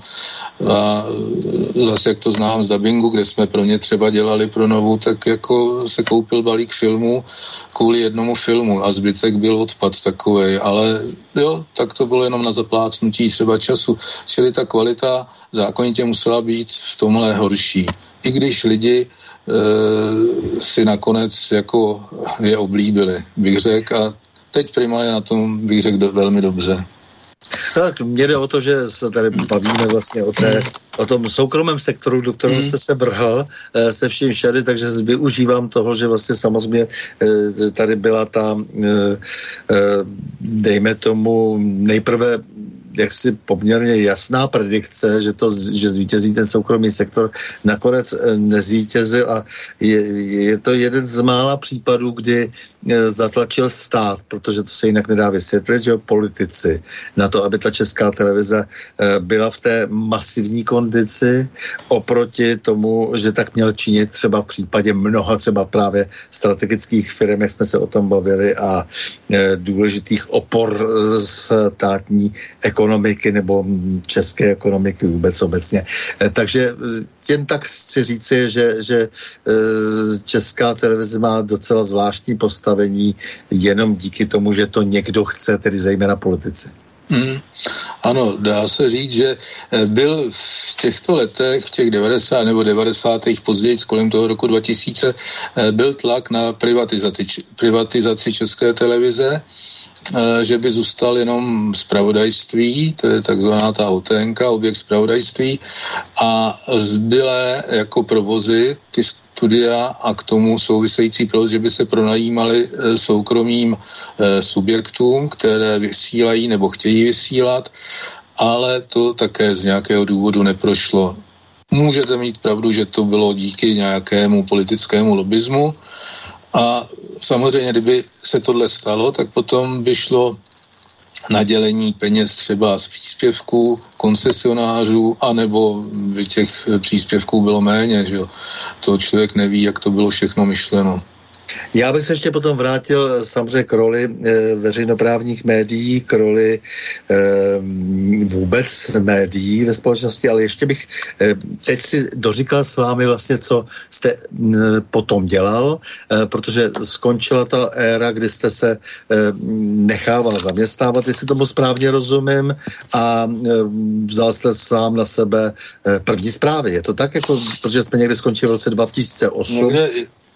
A zase, jak to znám z dabingu, kde jsme pro ně třeba dělali pro Novu, tak jako se koupil balík filmů kvůli jednomu filmu a zbytek byl odpad takovej, ale jo, tak to bylo jenom na zaplácnutí třeba času. Čili ta kvalita zákonitě musela být v tomhle horší. I když lidi e, si nakonec jako je oblíbili, bych řekl, a teď Prima je na tom, bych řekl, do, velmi dobře. Tak mně jde o to, že se tady bavíme vlastně o, té, o tom soukromém sektoru, do kterého jste se vrhl e, se vším všady, takže využívám toho, že vlastně samozřejmě e, tady byla ta, e, e, dejme tomu, nejprve jaksi poměrně jasná predikce, že to, že zvítězí ten soukromý sektor, nakonec nezvítězil a je, je to jeden z mála případů, kdy zatlačil stát, protože to se jinak nedá vysvětlit, že politici na to, aby ta česká televize byla v té masivní kondici oproti tomu, že tak měl činit třeba v případě mnoha třeba právě strategických firm, jak jsme se o tom bavili, a důležitých opor státní ekonomiky nebo české ekonomiky vůbec obecně. Takže jen tak chci říci, že, že česká televize má docela zvláštní postavení jenom díky tomu, že to někdo chce, tedy zejména politici. Hmm. Ano, dá se říct, že byl v těchto letech, v těch devadesátých nebo devadesátých později, kolem toho roku dva tisíce, byl tlak na privatizaci, privatizaci české televize, že by zůstal jenom zpravodajství, to je takzvaná ta ó té enka, objekt zpravodajství, a zbylé jako provozy, ty studia a k tomu související provoz, že by se pronajímaly soukromým subjektům, které vysílají nebo chtějí vysílat, ale to také z nějakého důvodu neprošlo. Můžete mít pravdu, že to bylo díky nějakému politickému lobismu, a samozřejmě, kdyby se tohle stalo, tak potom by šlo na dělení peněz třeba z příspěvků koncesionářů, anebo by těch příspěvků bylo méně, že jo. To člověk neví, jak to bylo všechno myšleno. Já bych se ještě potom vrátil samozřejmě k roli e, veřejnoprávních médií, k roli e, vůbec médií ve společnosti, ale ještě bych e, teď si doříkal s vámi vlastně, co jste e, potom dělal, e, protože skončila ta éra, kdy jste se e, nechával zaměstnávat, jestli tomu správně rozumím, a e, vzal jste sám na sebe e, první zprávy. Je to tak, jako, protože jsme někdy skončili v roce dva tisíce osm? Někde...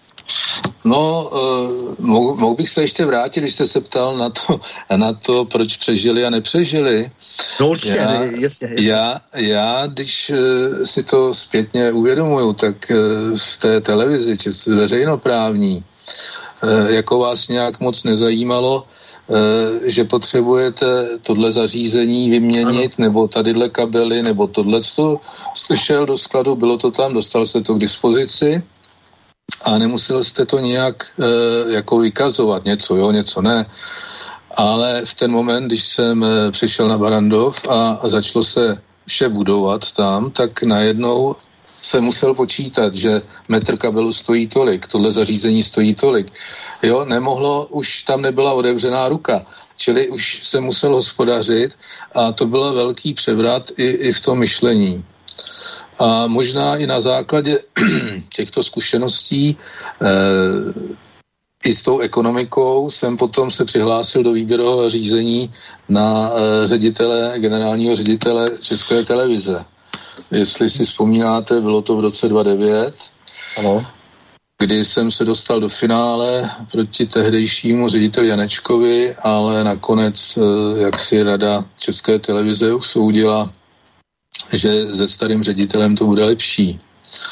No, uh, mohl, mohl bych se ještě vrátit, když jste se ptal na to, na to, proč přežili a nepřežili. No určitě, já, jasně, jasně. Já, já, když uh, si to zpětně uvědomuju, tak uh, v té televizi, čes, veřejnoprávní, uh, jako vás nějak moc nezajímalo, uh, že potřebujete tohle zařízení vyměnit, ano, nebo tadyhle kabely, nebo tohle, co šel do skladu, bylo to tam, dostal se to k dispozici, a nemusel jste to nějak e, jako vykazovat, něco jo, něco ne. Ale v ten moment, když jsem e, přišel na Barrandov a, a začalo se vše budovat tam, tak najednou se musel počítat, že metr kabelu stojí tolik, tohle zařízení stojí tolik. Jo, nemohlo, už tam nebyla otevřená ruka, čili už se musel hospodařit a to byl velký převrat i, i v tom myšlení. A možná i na základě těchto zkušeností eh, i s tou ekonomikou jsem potom se přihlásil do výběrového řízení na eh, ředitele, generálního ředitele České televize. Jestli si vzpomínáte, bylo to v roce dva tisíce devět, ano, kdy jsem se dostal do finále proti tehdejšímu řediteli Janečkovi, ale nakonec eh, jaksi rada České televize usoudila, že se starým ředitelem to bude lepší.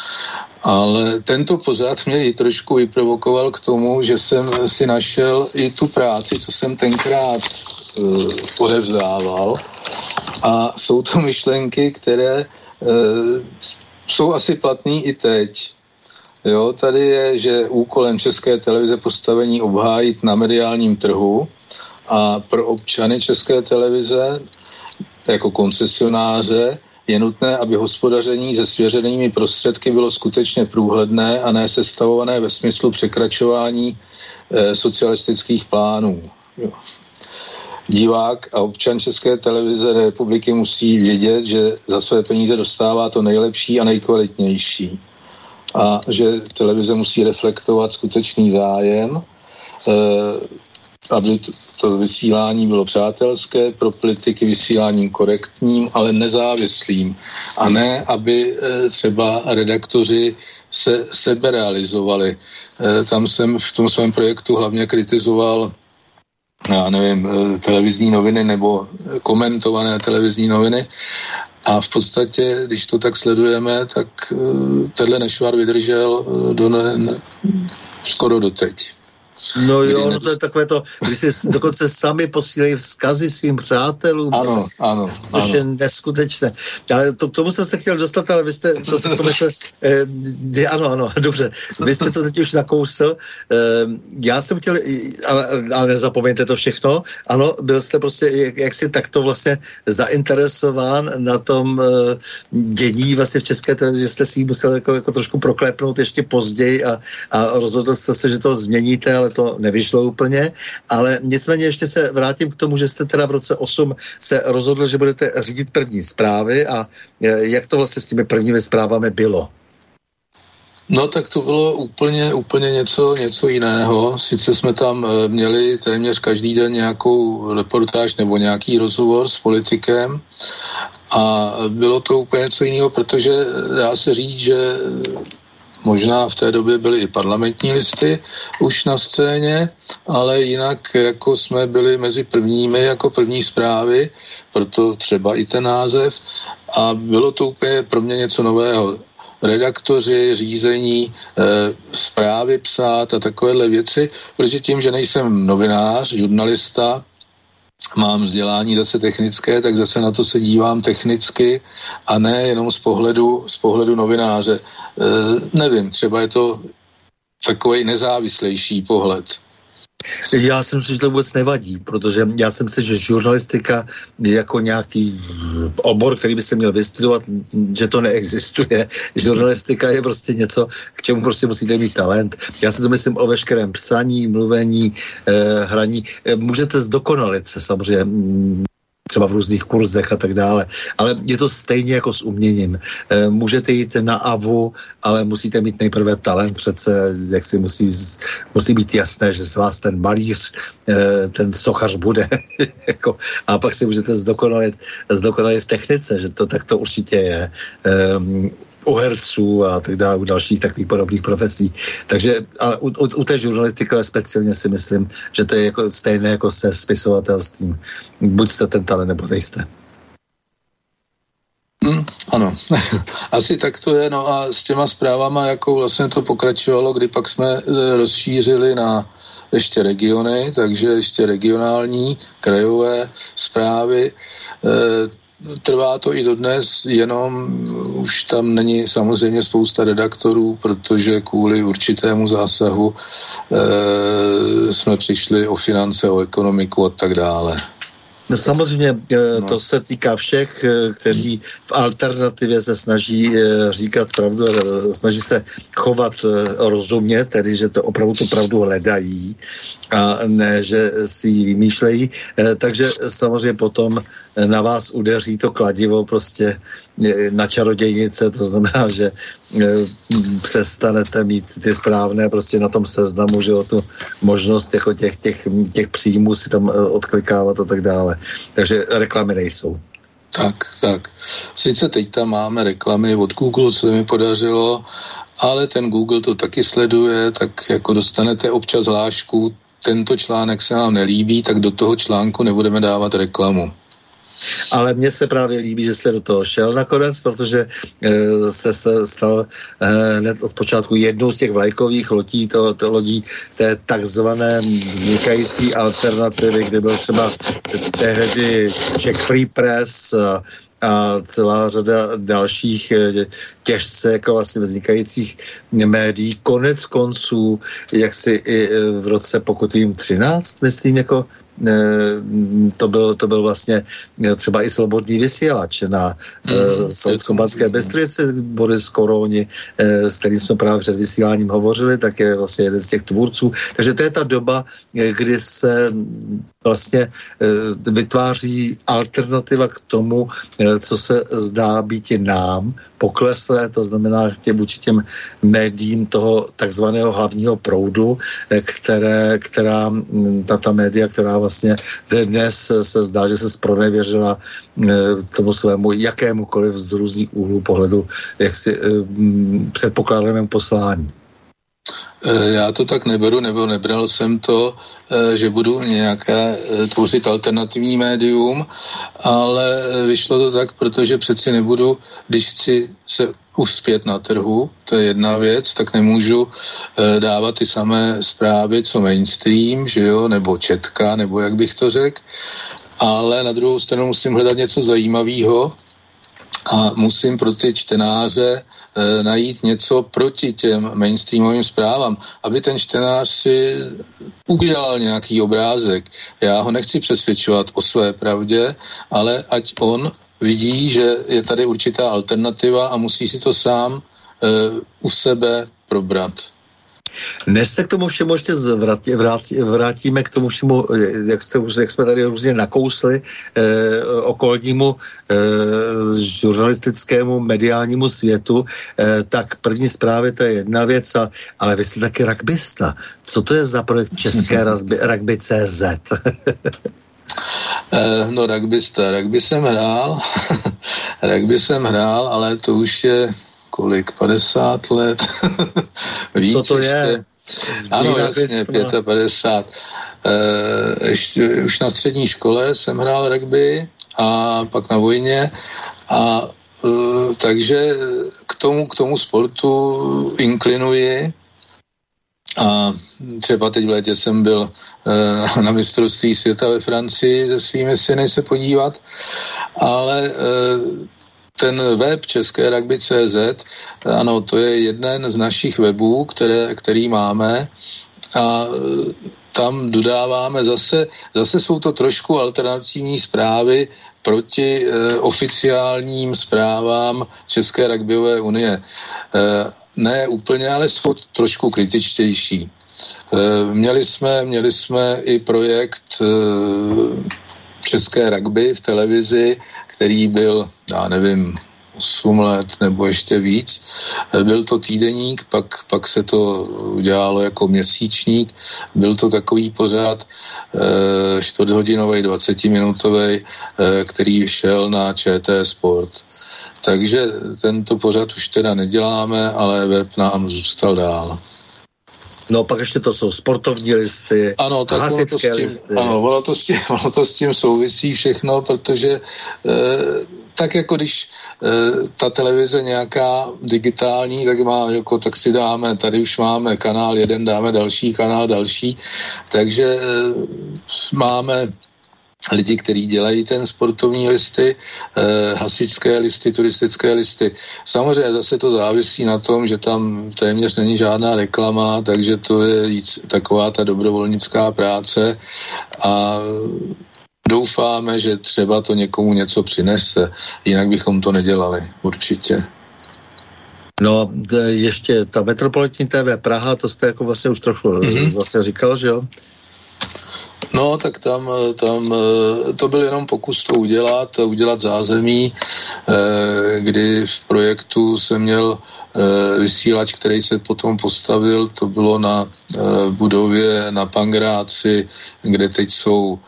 Ale tento pořad mě i trošku vyprovokoval k tomu, že jsem si našel i tu práci, co jsem tenkrát uh, odevzdával. A jsou to myšlenky, které uh, jsou asi platný i teď. Jo, tady je, že úkolem České televize postavení obhájit na mediálním trhu a pro občany České televize jako koncesionáře je nutné, aby hospodaření se svěřenými prostředky bylo skutečně průhledné a ne sestavované ve smyslu překračování e, socialistických plánů. Jo. Divák a občan České televize republiky musí vědět, že za své peníze dostává to nejlepší a nejkvalitnější. A že televize musí reflektovat skutečný zájem, e, aby to vysílání bylo přátelské, pro politiky vysíláním korektním, ale nezávislým. A ne, aby e, třeba redaktoři se seberealizovali. E, tam jsem v tom svém projektu hlavně kritizoval, já nevím, e, televizní noviny nebo komentované televizní noviny. A v podstatě, když to tak sledujeme, tak e, tenhle nešvar vydržel do ne, ne, skoro doteď. No jo, no to je takové to, když si dokonce sami posílají vzkazy svým přátelům. Ano, ano. To je neskutečné. Ale to, k tomu jsem se chtěl dostat, ale vy jste to teď pomyslel, eh, ano, ano, dobře, vy jste to teď už nakousl. Eh, já jsem chtěl, ale, ale nezapomeňte to všechno, ano, byl jste prostě jak, jak si takto vlastně zainteresován na tom eh, dění vlastně v České televizi, že jste si ji musel jako, jako trošku proklepnout ještě později a, a rozhodl jste se, že to změníte, ale to nevyšlo úplně, ale nicméně ještě se vrátím k tomu, že jste teda v roce osm se rozhodl, že budete řídit první zprávy a jak to vlastně s těmi prvními zprávami bylo? No tak to bylo úplně, úplně něco, něco jiného. Sice jsme tam měli téměř každý den nějakou reportáž nebo nějaký rozhovor s politikem a bylo to úplně něco jiného, protože dá se říct, že možná v té době byly i parlamentní listy už na scéně, ale jinak jako jsme byli mezi prvními jako první zprávy, proto třeba i ten název a bylo to úplně pro mě něco nového. Redaktoři, řízení, e, zprávy psát a takovéhle věci, protože tím, že nejsem novinář, žurnalista, mám vzdělání zase technické, tak zase na to se dívám technicky a ne jenom z pohledu, z pohledu novináře. E, nevím, třeba je to takový nezávislejší pohled. Já si myslím, že to vůbec nevadí, protože já si myslím, že žurnalistika je jako nějaký obor, který by se měl vystudovat, že to neexistuje. Žurnalistika je prostě něco, k čemu prostě musíte mít talent. Já si to myslím o veškerém psaní, mluvení, eh, hraní. Eh, můžete zdokonalit se samozřejmě třeba v různých kurzech a tak dále. Ale je to stejně jako s uměním. E, můžete jít na avu, ale musíte mít nejprve talent, přece jak si musí, musí být jasné, že z vás ten malíř, e, ten sochař bude. jako, a pak si můžete zdokonalit, zdokonalit v technice, že to tak to určitě je. E, u herců a tak dále, u dalších takových podobných profesí. Takže ale u, u, u té žurnalistiky speciálně si myslím, že to je jako stejné jako se spisovatelstvím. Buď jste ten talent, nebo nejste. Mm, ano, asi tak to je. No a s těma zprávama, jako vlastně to pokračovalo, kdy pak jsme e, rozšířili na ještě regiony, takže ještě regionální, krajové zprávy. E, Trvá to i dodnes, jenom už tam není samozřejmě spousta redaktorů, protože kvůli určitému zásahu e, jsme přišli o finance, o ekonomiku a tak dále. No, samozřejmě no. To se týká všech, kteří v alternativě se snaží říkat pravdu, snaží se chovat rozumně, tedy že to opravdu tu pravdu hledají a ne, že si ji vymýšlejí. Takže samozřejmě potom na vás udeří to kladivo prostě na čarodějnice, to znamená, že přestanete mít ty správné prostě na tom seznamu, že o tu možnost jako těch, těch, těch příjmů si tam odklikávat a tak dále. Takže reklamy nejsou. Tak, tak. Sice teď tam máme reklamy od Google, co mi podařilo, ale ten Google to taky sleduje, tak jako dostanete občas hlášku, tento článek se nám nelíbí, tak do toho článku nebudeme dávat reklamu. Ale mně se právě líbí, že jste do toho šel nakonec, protože e, jste se stal e, hned od počátku jednou z těch vlajkových lodí, to, to lodí té takzvané vznikající alternativy, kde byl třeba tehdy Czech Free Press a, a celá řada dalších těžce jako vlastně vznikajících médií. Konec konců, jak si i v roce, pokud jim třináct, myslím, jako to byl, to byl vlastně třeba i slobodný vysílač na mm, Slezsko-Banské Bystrici, Boris Koroni, s kterým jsme právě před vysíláním hovořili, tak je vlastně jeden z těch tvůrců. Takže to je ta doba, kdy se vlastně vytváří alternativa k tomu, co se zdá být i nám pokleslé, to znamená tě vůči těm médiím toho takzvaného hlavního proudu, které, která, ta, ta média, která vlastně dnes se zdá, že se zpronevěřila tomu svému jakémukoliv z různých úhlů pohledu, jak si předpokládanému poslání. Já to tak neberu, nebo nebral jsem to, že budu nějaké tvořit alternativní médium, ale vyšlo to tak, protože přeci nebudu, když chci se uspět na trhu, to je jedna věc, tak nemůžu dávat ty samé zprávy, co mainstream, že jo, nebo četka, nebo jak bych to řekl, ale na druhou stranu musím hledat něco zajímavého a musím pro ty čtenáře e, najít něco proti těm mainstreamovým zprávám, aby ten čtenář si udělal nějaký obrázek. Já ho nechci přesvědčovat o své pravdě, ale ať on vidí, že je tady určitá alternativa a musí si to sám e, u sebe probrat. Než se k tomu všemu ještě vrátí, vrátí, vrátíme k tomu všemu, jak, jste, jak jsme tady různě nakousli, eh, okolnímu eh, žurnalistickému mediálnímu světu, eh, tak první zprávy to je jedna věc, a, ale vy jste taky rugbysta. Co to je za projekt České rugby, rugby tečka cé zet? eh, no rugbysta, rugby jsem hrál, rugby jsem hrál, ale to už je kolik, padesát let. Víc, co to je? Ano, jasně, padesát pět. E, ještě, už na střední škole jsem hrál rugby a pak na vojně a e, takže k tomu, k tomu sportu inklinuji a třeba teď v létě jsem byl e, na mistrovství světa ve Francii se svými syny se podívat, ale e, ten web České rugby tečka cé zet, ano, to je jeden z našich webů, které, který máme a tam dodáváme zase, zase jsou to trošku alternativní zprávy proti eh, oficiálním zprávám České rugbyové unie. Eh, ne úplně, ale jsou trošku kritičtější. Eh, měli jsme, měli jsme i projekt eh, České rugby v televizi, který byl, já nevím, osm let nebo ještě víc. Byl to týdeník, pak, pak se to udělalo jako měsíčník. Byl to takový pořad e, čtvrthodinovej, dvacetiminutovej, e, který šel na ČT Sport. Takže tento pořad už teda neděláme, ale web nám zůstal dál. No pak ještě to jsou sportovní listy, ano, tak hasičské listy. Ano, ono to, s tím, ono to s tím souvisí všechno, protože e, tak jako když e, ta televize nějaká digitální, tak má, jako, tak si dáme, tady už máme kanál jeden, dáme další kanál, další, takže e, máme lidi, kteří dělají ten sportovní listy, eh, hasičské listy, turistické listy. Samozřejmě zase to závisí na tom, že tam téměř není žádná reklama, takže to je víc taková ta dobrovolnická práce a doufáme, že třeba to někomu něco přinese, jinak bychom to nedělali, určitě. No, ještě ta Metropolitní T V Praha, to jste jako vlastně už trochu mm-hmm. vlastně říkal, že jo? No, tak tam, tam to byl jenom pokus to udělat, udělat zázemí, kdy v projektu jsem měl vysílač, který se potom postavil, to bylo na budově na Pangráci, kde teď jsou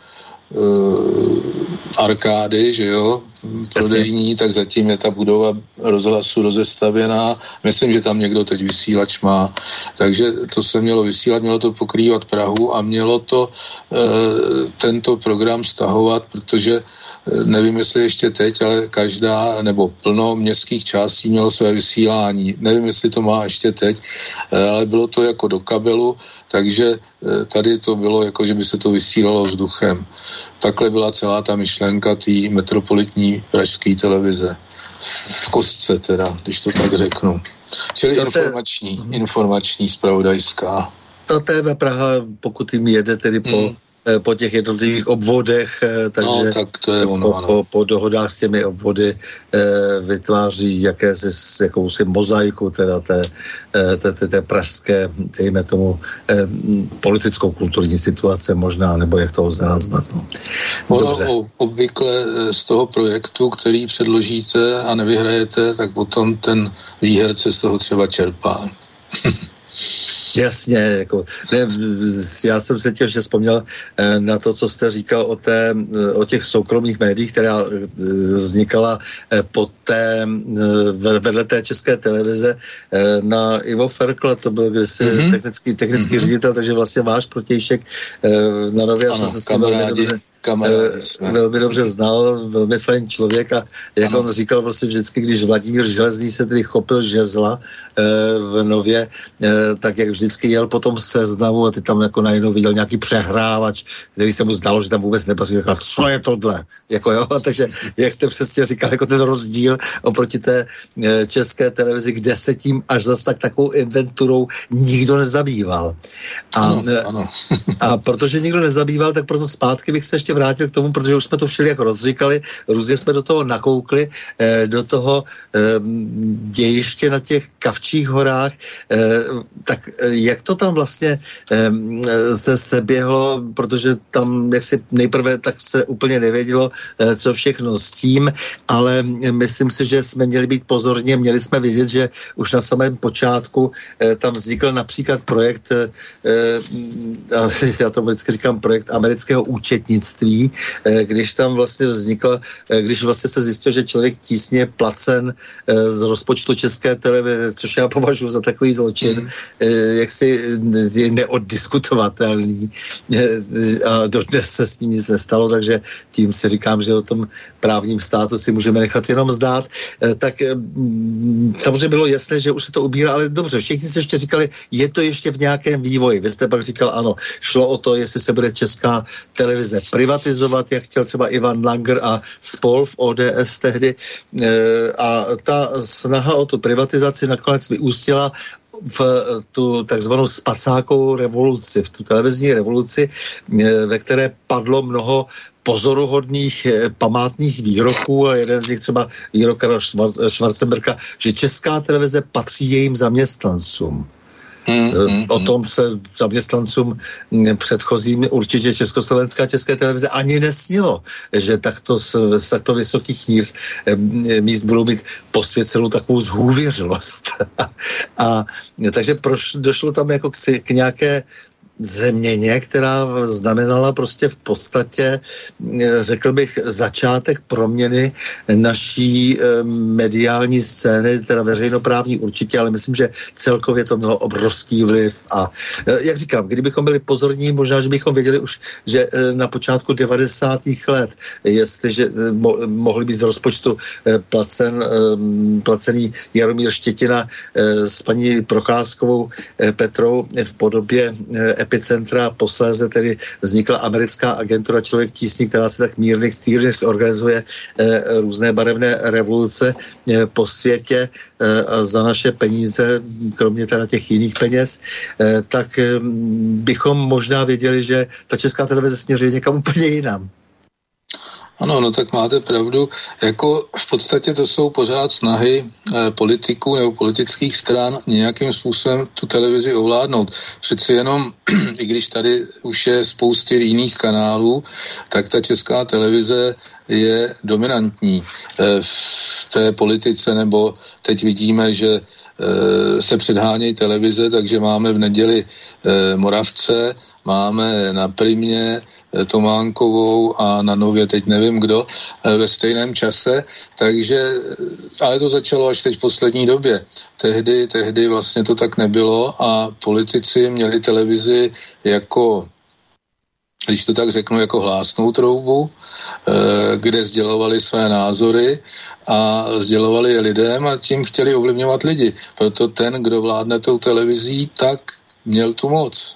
arkády, že jo, prodejní, tak zatím je ta budova rozhlasu rozestavěná. Myslím, že tam někdo teď vysílač má. Takže to se mělo vysílat, mělo to pokrývat Prahu a mělo to e, tento program stahovat, protože nevím, jestli ještě teď, ale každá nebo plno městských částí mělo své vysílání. Nevím, jestli to má ještě teď, ale bylo to jako do kabelu, takže tady to bylo jako, že by se to vysílalo vzduchem. Takhle byla celá ta myšlenka té metropolitní pražské televize. V kostce teda, když to tak řeknu. Čili to informační, te... informační, zpravodajská. To T V Praha, pokud jim jede tedy po, hmm. po těch jednotlivých obvodech, takže no, tak to je ono, po, po, po dohodách s těmi obvody eh, vytváří jakési jakousi mozaiku teda té, té, té, té pražské, dejme tomu, eh, politickou kulturní situace možná, nebo jak to lze nazvat. No. Ono obvykle z toho projektu, který předložíte a nevyhrajete, tak potom ten výherce z toho třeba čerpá. Jasně, jako, ne, já jsem se těžce vzpomněl eh, na to, co jste říkal o, té, o těch soukromých médiích, která eh, vznikala eh, po té, eh, vedle té české televize eh, na Ivo Ferkla, to byl kdysi mm-hmm. technický, technický mm-hmm. ředitel, takže vlastně váš protějšek eh, na Nově, já jsem se s tím velmi dobře Kamarádi, velmi dobře znal, velmi fajn člověk a jak ano. on říkal vlastně vždycky, když Vladimír Železný se tedy chopil žezla e, v Nově, e, tak jak vždycky jel po tom Seznamu a ty tam jako najednou viděl nějaký přehrávač, který se mu zdalo, že tam vůbec nepasí, říkal, co je tohle? Jako jo, takže jak jste přesně říkal, jako ten rozdíl oproti té e, české televizi, kde se tím až zase tak takovou inventurou nikdo nezabýval. A, ano, ano. a protože nikdo nezabýval, tak proto zpátky bych se ještě vrátil k tomu, protože už jsme to všelijak rozříkali, různě jsme do toho nakoukli, eh, do toho eh, dějiště na těch Kavčích horách, eh, tak eh, jak to tam vlastně eh, se seběhlo, protože tam jaksi nejprve tak se úplně nevědělo, eh, co všechno s tím, ale myslím si, že jsme měli být pozorně, měli jsme vědět, že už na samém počátku eh, tam vznikl například projekt, eh, já to vždycky říkám, projekt amerického účetnictví, když tam vlastně vznikl, když vlastně se zjistil, že člověk tísně je placen z rozpočtu České televize, což já považuji za takový zločin, mm. jaksi je neoddiskutovatelný a dodnes se s ním nic nestalo, takže tím si říkám, že o tom právním státu si můžeme nechat jenom zdát. Tak samozřejmě bylo jasné, že už se to ubírá, ale dobře, všichni se ještě říkali, je to ještě v nějakém vývoji. Vy jste pak říkal, ano, šlo o to, jestli se bude Česká televize privatizovat, jak chtěl třeba Ivan Langer a spol v O D S tehdy. A ta snaha o tu privatizaci nakonec vyústila v tu takzvanou spacákovou revoluci, v tu televizní revoluci, ve které padlo mnoho pozoruhodných památných výroků a jeden z nich třeba výrok Karla Schwarzenberga, že Česká televize patří jejím zaměstnancům. Hmm, hmm, o tom se zaměstnancům předchozím určitě Československá České televize ani nesnilo, že takto z, z takto vysokých míst, míst budou mít posvěcenou takovou zhůvěřilost. a takže proš, došlo tam jako k, k nějaké změně, která znamenala prostě v podstatě, řekl bych, začátek proměny naší mediální scény, teda veřejnoprávní určitě, ale myslím, že celkově to mělo obrovský vliv a jak říkám, kdybychom byli pozorní, možná, že bychom věděli už, že na počátku devadesátých let, jestliže mo- mohli být z rozpočtu placen, placený Jaromír Štětina s paní Procházkovou Petrou v podobě Epicentra, posléze tedy vznikla americká agentura Člověk tísní, která se tak mírných stýrných organizuje eh, různé barevné revoluce eh, po světě eh, a za naše peníze, kromě teda těch jiných peněz, eh, tak eh, bychom možná věděli, že ta Česká televize směřuje někam úplně jinam. Ano, no tak máte pravdu. Jako v podstatě to jsou pořád snahy eh, politiků nebo politických stran nějakým způsobem tu televizi ovládnout. Přeci jenom, i když tady už je spousty jiných kanálů, tak ta Česká televize je dominantní eh, v té politice, nebo teď vidíme, že eh, se předhánějí televize, takže máme v neděli eh, Moravce, máme na Primě Tománkovou a na Nově teď nevím kdo ve stejném čase, takže, ale to začalo až teď v poslední době. Tehdy, tehdy vlastně to tak nebylo a politici měli televizi jako, když to tak řeknu, jako hlásnou troubu, kde sdělovali své názory a sdělovali je lidem a tím chtěli ovlivňovat lidi. Proto ten, kdo vládne tou televizí, tak měl tu moc.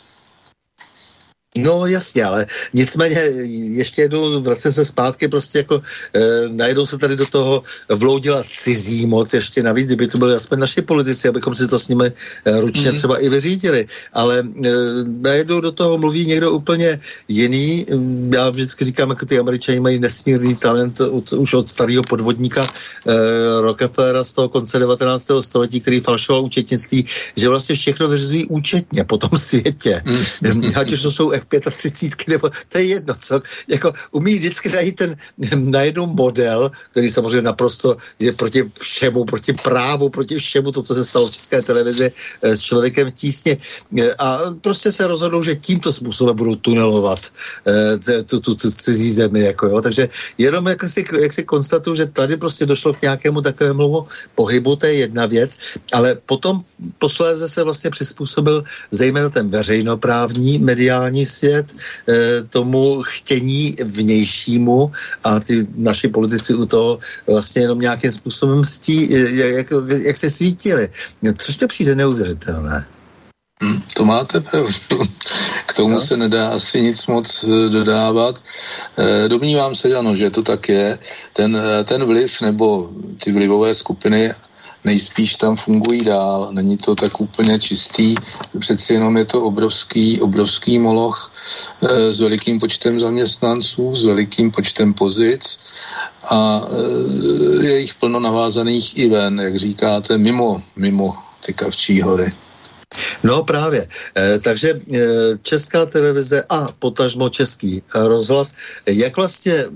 No jasně, ale nicméně ještě jednou vracím se zpátky, prostě jako e, najednou se tady do toho vloudila cizí moc, ještě navíc, kdyby to byly aspoň naši politici, abychom si to s nimi e, ručně mm. třeba i vyřídili, ale e, najednou do toho mluví někdo úplně jiný. Já vždycky říkám, jako ty Američani mají nesmírný talent od, už od starého podvodníka e, Rockefellera z toho konce devatenáctého století, který falšoval účetnictví, že vlastně všechno vyřizují účetně po tom světě. Mm. Ať už to jsou třicet pět, nebo to je jedno, co, jako umí vždycky najít ten najednou model, který samozřejmě naprosto je proti všemu, proti právu, proti všemu, to, co se stalo v České televizi s Člověkem v tísni a prostě se rozhodnou, že tímto způsobem budou tunelovat tu, tu, tu cizí zemi, jako jo, takže jenom jak si, jak si konstatuju, že tady prostě došlo k nějakému takovému pohybu, to je jedna věc, ale potom posléze se vlastně přizpůsobil zejména ten veřejnoprávní mediální svět tomu chtění vnějšímu a ty naši politici u toho vlastně jenom nějakým způsobem mstí, jak, jak se svítili. Což to přijde neuvěřitelné. Hmm, to máte pravdu. K tomu no. se nedá asi nic moc dodávat. Domnívám se, ano, že to tak je. Ten, ten vliv nebo ty vlivové skupiny nejspíš tam fungují dál, není to tak úplně čistý, přeci jenom je to obrovský, obrovský moloch e, s velikým počtem zaměstnanců, s velikým počtem pozic a e, je jich plno navázaných i ven, jak říkáte, mimo, mimo ty Kavčí hory. No právě, e, takže e, Česká televize a potažmo Český rozhlas, jak vlastně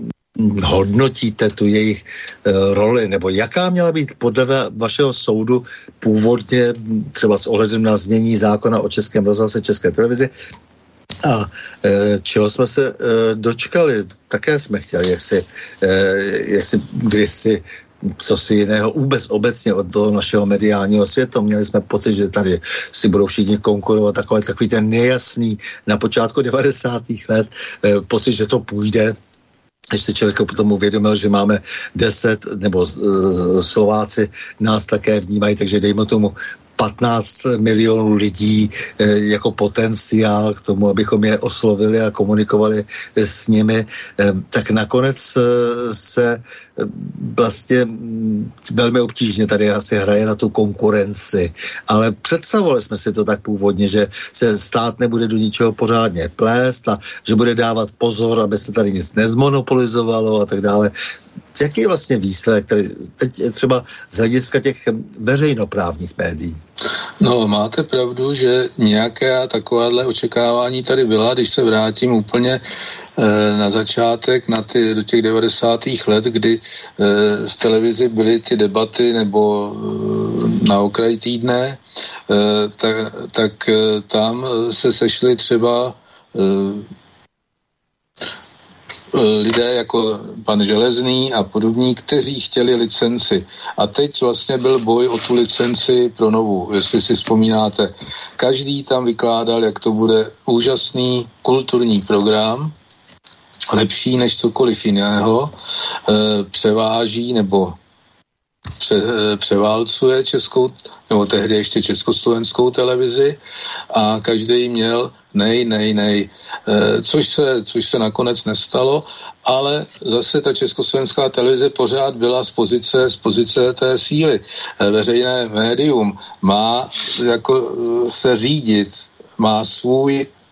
hodnotíte tu jejich e, roli, nebo jaká měla být podle vašeho soudu původně třeba s ohledem na znění zákona o Českém rozhlase, České televizi a e, čeho jsme se e, dočkali, také jsme chtěli, jak si, e, jak si kdysi co si jiného vůbec obecně od toho našeho mediálního světa. Měli jsme pocit, že tady si budou všichni konkurovat, takové, takový ten nejasný na počátku devadesátých let, e, pocit, že to půjde. Když se člověk potom uvědomil, že máme deset, nebo Slováci nás také vnímají, takže dejme tomu patnáct milionů lidí e, jako potenciál k tomu, abychom je oslovili a komunikovali s nimi, e, tak nakonec e, se e, vlastně m, velmi obtížně tady asi hraje na tu konkurenci. Ale představovali jsme si to tak původně, že se stát nebude do ničeho pořádně plést a že bude dávat pozor, aby se tady nic nezmonopolizovalo a tak dále. Jaký je vlastně výsledek, který teď třeba z hlediska těch veřejnoprávních médií? No, máte pravdu, že nějaká takováhle očekávání tady byla, když se vrátím úplně e, na začátek, na ty, do těch devadesátých let, kdy e, v televizi byly ty debaty nebo e, na okraji týdne, e, tak, tak e, tam se sešli třeba e, lidé jako pan Železný a podobní, kteří chtěli licenci. A teď vlastně byl boj o tu licenci pro Novu, jestli si vzpomínáte. Každý tam vykládal, jak to bude úžasný kulturní program, lepší než cokoliv jiného, převáží nebo pře, převálcuje českou, nebo tehdy ještě československou televizi a každý měl nej, nej, nej, e, což se, což se nakonec nestalo, ale zase ta československá televize pořád byla z pozice, z pozice té síly. E, veřejné médium má jako se řídit, má svůj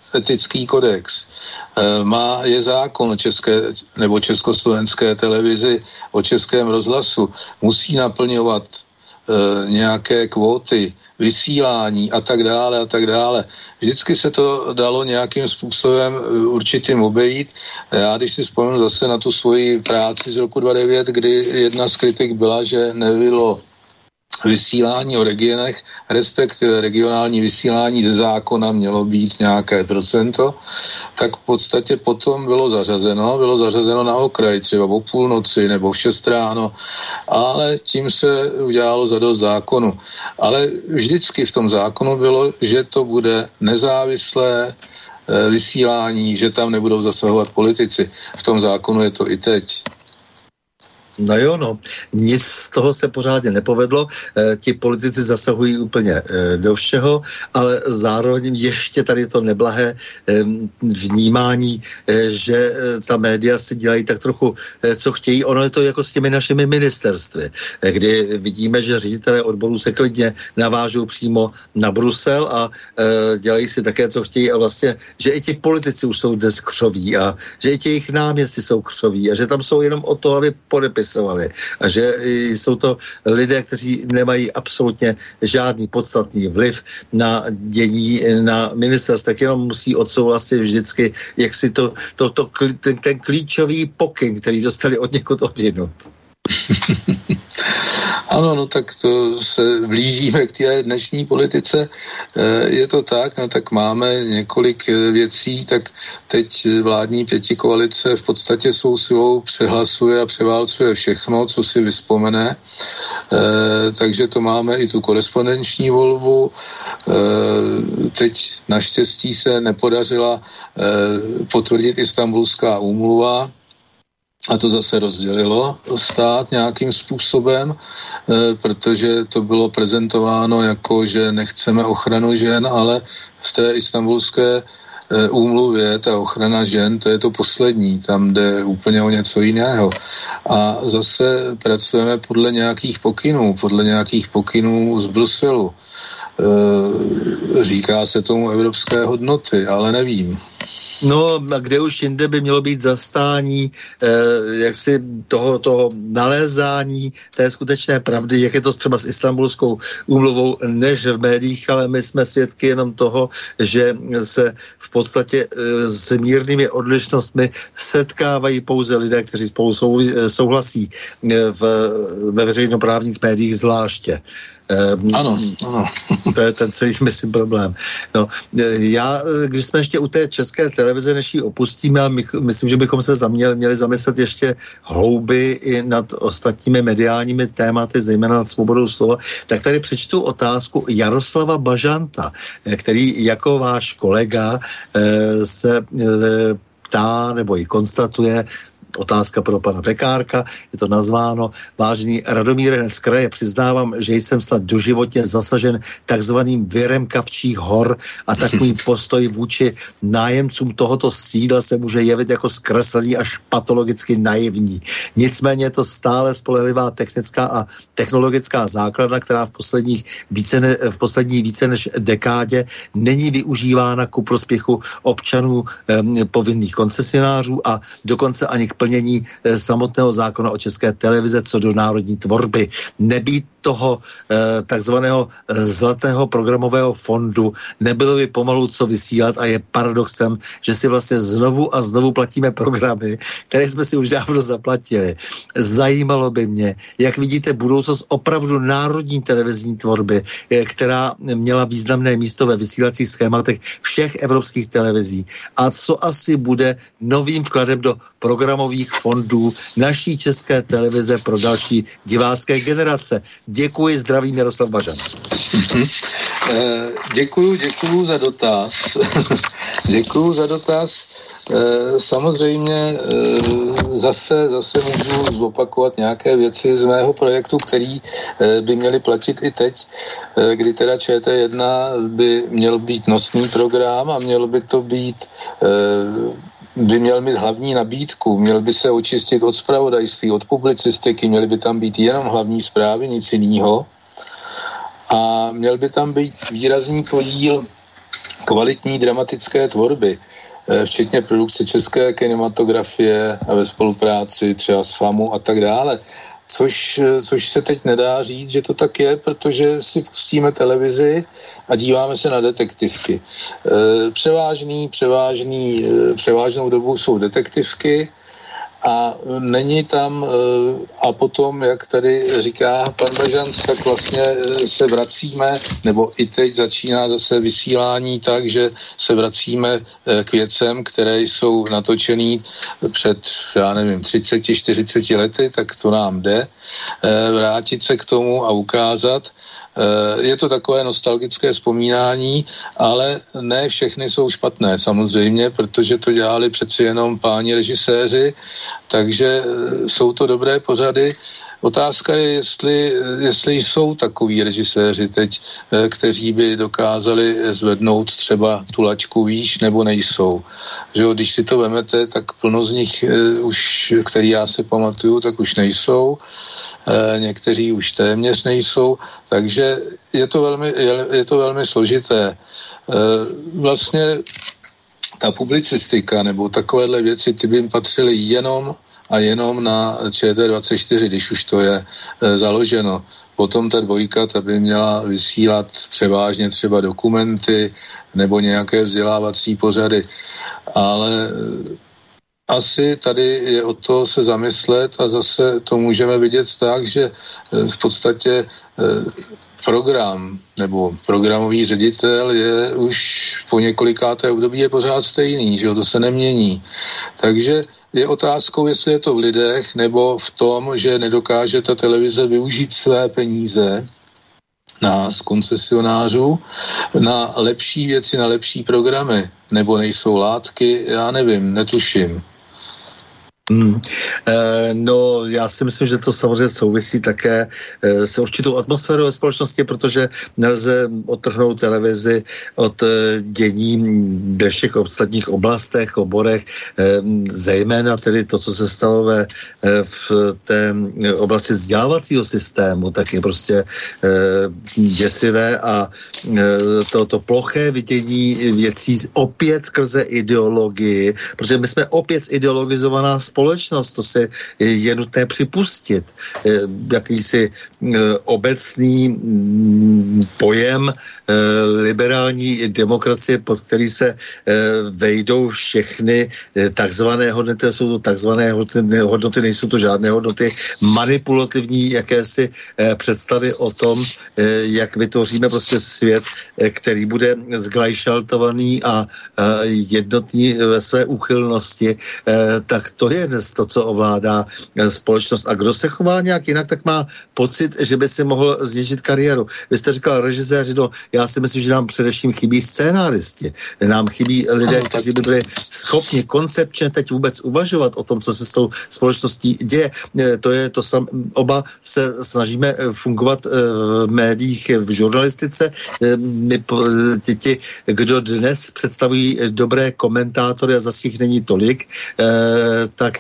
etický kodex, má, je zákon o české nebo československé televizi, o českém rozhlasu, musí naplňovat e, nějaké kvóty, vysílání a tak dále a tak dále. Vždycky se to dalo nějakým způsobem určitým obejít. Já když si vzpomínám zase na tu svoji práci z roku dvacet devět, kdy jedna z kritik byla, že nebylo vysílání o regionech, respektive regionální vysílání ze zákona mělo být nějaké procento, tak v podstatě potom bylo zařazeno, bylo zařazeno na okraj, třeba o půlnoci nebo v šest ráno, ale tím se udělalo zadost zákonu. Ale vždycky v tom zákonu bylo, že to bude nezávislé vysílání, že tam nebudou zasahovat politici. V tom zákonu je to i teď. No jo, no. Nic z toho se pořádně nepovedlo. E, ti politici zasahují úplně e, do všeho, ale zároveň ještě tady to neblahé e, vnímání, e, že e, ta média si dělají tak trochu, e, co chtějí. Ono je to jako s těmi našimi ministerstvy, e, kdy vidíme, že ředitelé odborů se klidně navážou přímo na Brusel a e, dělají si také, co chtějí, a vlastně, že i ti politici už jsou dnes křoví a že i ti jejich náměstci jsou křoví a že tam jsou jenom o to, aby podepisovali. A že jsou to lidé, kteří nemají absolutně žádný podstatný vliv na dění na ministerstvech, jenom musí odsouhlasit vždycky, jak si to, to, to ten, ten klíčový pokyn, který dostali od někud odjednout. Ano, no tak to se blížíme k té dnešní politice. Je to tak, no tak máme několik věcí, tak teď vládní pětikoalice v podstatě svou silou přehlasuje a převálcuje všechno, co si vyspomene. Takže to máme i tu korespondenční volbu. Teď naštěstí se nepodařila potvrdit Istanbulská úmluva, a to zase rozdělilo stát nějakým způsobem, e, protože to bylo prezentováno jako, že nechceme ochranu žen, ale v té istanbulské e, úmluvě ta ochrana žen, to je to poslední, tam jde úplně o něco jiného. A zase pracujeme podle nějakých pokynů, podle nějakých pokynů z Bruselu. E, říká se tomu evropské hodnoty, ale nevím. No a kde už jinde by mělo být zastání eh, jaksi toho, toho nalézání té skutečné pravdy, jak je to třeba s Istanbulskou úmluvou, než v médiích, ale my jsme svědky jenom toho, že se v podstatě eh, s mírnými odlišnostmi setkávají pouze lidé, kteří spolu sou, souhlasí eh, v, ve veřejnoprávních médiích zvláště. Um, ano, ano. To je ten celý, myslím, problém. No, já, když jsme ještě u té české televize, než ji opustíme, a my, myslím, že bychom se zaměli, měli zamyslet ještě hlouby i nad ostatními mediálními tématy, zejména nad svobodou slova, tak tady přečtu otázku Jaroslava Bažanta, který jako váš kolega eh, se eh, ptá nebo ji konstatuje. Otázka pro pana Pekárka, je to nazváno: vážený Radomíre z kraje, přiznávám, že jsem snad doživotně zasažen takzvaným virem Kavčích hor a tak můj postoj vůči nájemcům tohoto sídla se může jevit jako zkreslený až patologicky naivní. Nicméně je to stále spolehlivá technická a technologická základna, která v posledních více ne, v poslední více než dekádě není využívána ku prospěchu občanů eh, povinných koncesionářů a dokonce ani k plnění eh, samotného zákona o České televize co do národní tvorby. Nebýt toho eh, takzvaného eh, zlatého programového fondu, nebylo by pomalu co vysílat a je paradoxem, že si vlastně znovu a znovu platíme programy, které jsme si už dávno zaplatili. Zajímalo by mě, jak vidíte budoucnost opravdu národní televizní tvorby, eh, která měla významné místo ve vysílacích schématech všech evropských televizí. A co asi bude novým vkladem do programových fondů naší České televize pro další divácké generace. Děkuji, zdravím, Jaroslav Bažan. Děkuju, děkuju za dotaz. Děkuju za dotaz. Samozřejmě zase, zase můžu zopakovat nějaké věci z mého projektu, který by měly platit i teď, kdy teda Č T jedna by měl být nosný program a mělo by to být by měl mít hlavní nabídku, měl by se očistit od zpravodajství, od publicistiky, měly by tam být jenom hlavní zprávy, nic jiného. A měl by tam být výrazný podíl kvalitní dramatické tvorby, včetně produkce české kinematografie a ve spolupráci třeba s FAMu a tak dále. Což, což se teď nedá říct, že to tak je, protože si pustíme televizi a díváme se na detektivky. Převážný, převážný, převážnou dobu jsou detektivky a není tam, a potom, jak tady říká pan Bažant, tak vlastně se vracíme, nebo i teď začíná zase vysílání tak, že se vracíme k věcem, které jsou natočený před, já nevím, třicet čtyřicet lety, tak to nám jde vrátit se k tomu a ukázat. Je to takové nostalgické vzpomínání, ale ne všechny jsou špatné samozřejmě, protože to dělali přeci jenom páni režiséři, takže jsou to dobré pořady. Otázka je, jestli, jestli jsou takoví režiséři teď, kteří by dokázali zvednout třeba tu laťku výš, nebo nejsou. Že jo, když si to vemete, tak plno z nich už, který já si pamatuju, tak už nejsou. Někteří už téměř nejsou, takže je to velmi, je, je to velmi složité. Vlastně ta publicistika nebo takovéhle věci, ty by patřily jenom a jenom na Č T dvacet čtyři, když už to je založeno. Potom ta dvojka, ta by měla vysílat převážně třeba dokumenty nebo nějaké vzdělávací pořady, ale asi tady je o to se zamyslet a zase to můžeme vidět tak, že v podstatě program nebo programový ředitel je už po několikáté období je pořád stejný, že jo, to se nemění. Takže je otázkou, jestli je to v lidech nebo v tom, že nedokáže ta televize využít své peníze nás, koncesionářů, na lepší věci, na lepší programy, nebo nejsou látky, já nevím, netuším. Hmm. E, no, já si myslím, že to samozřejmě souvisí také e, s určitou atmosférou ve společnosti, protože nelze odtrhnout televizi od e, dění ve všech ostatních oblastech, oborech, e, zejména tedy to, co se stalo ve, e, v té oblasti vzdělávacího systému, tak je prostě e, děsivé a e, to, to ploché vidění věcí opět skrze ideologii, protože my jsme opět zideologizovaná společnost, to se je nutné připustit. Jakýsi obecný pojem liberální demokracie, pod který se vejdou všechny takzvané hodnoty, jsou to takzvané hodnoty, nejsou to žádné hodnoty, manipulativní jakési představy o tom, jak vytvoříme prostě svět, který bude zglajšaltovaný a jednotný ve své úchylnosti, tak to je dnes to, co ovládá společnost. A kdo se chová nějak jinak, tak má pocit, že by si mohl zničit kariéru. Vy jste říkal režiséři, no já si myslím, že nám především chybí scénáristi. Nám chybí lidé, kteří by byli schopni koncepčně teď vůbec uvažovat o tom, co se s tou společností děje. To je to sam, oba se snažíme fungovat v médiích, v žurnalistice. My, ti, kdo dnes představují dobré komentátory a zase jich není tolik, tak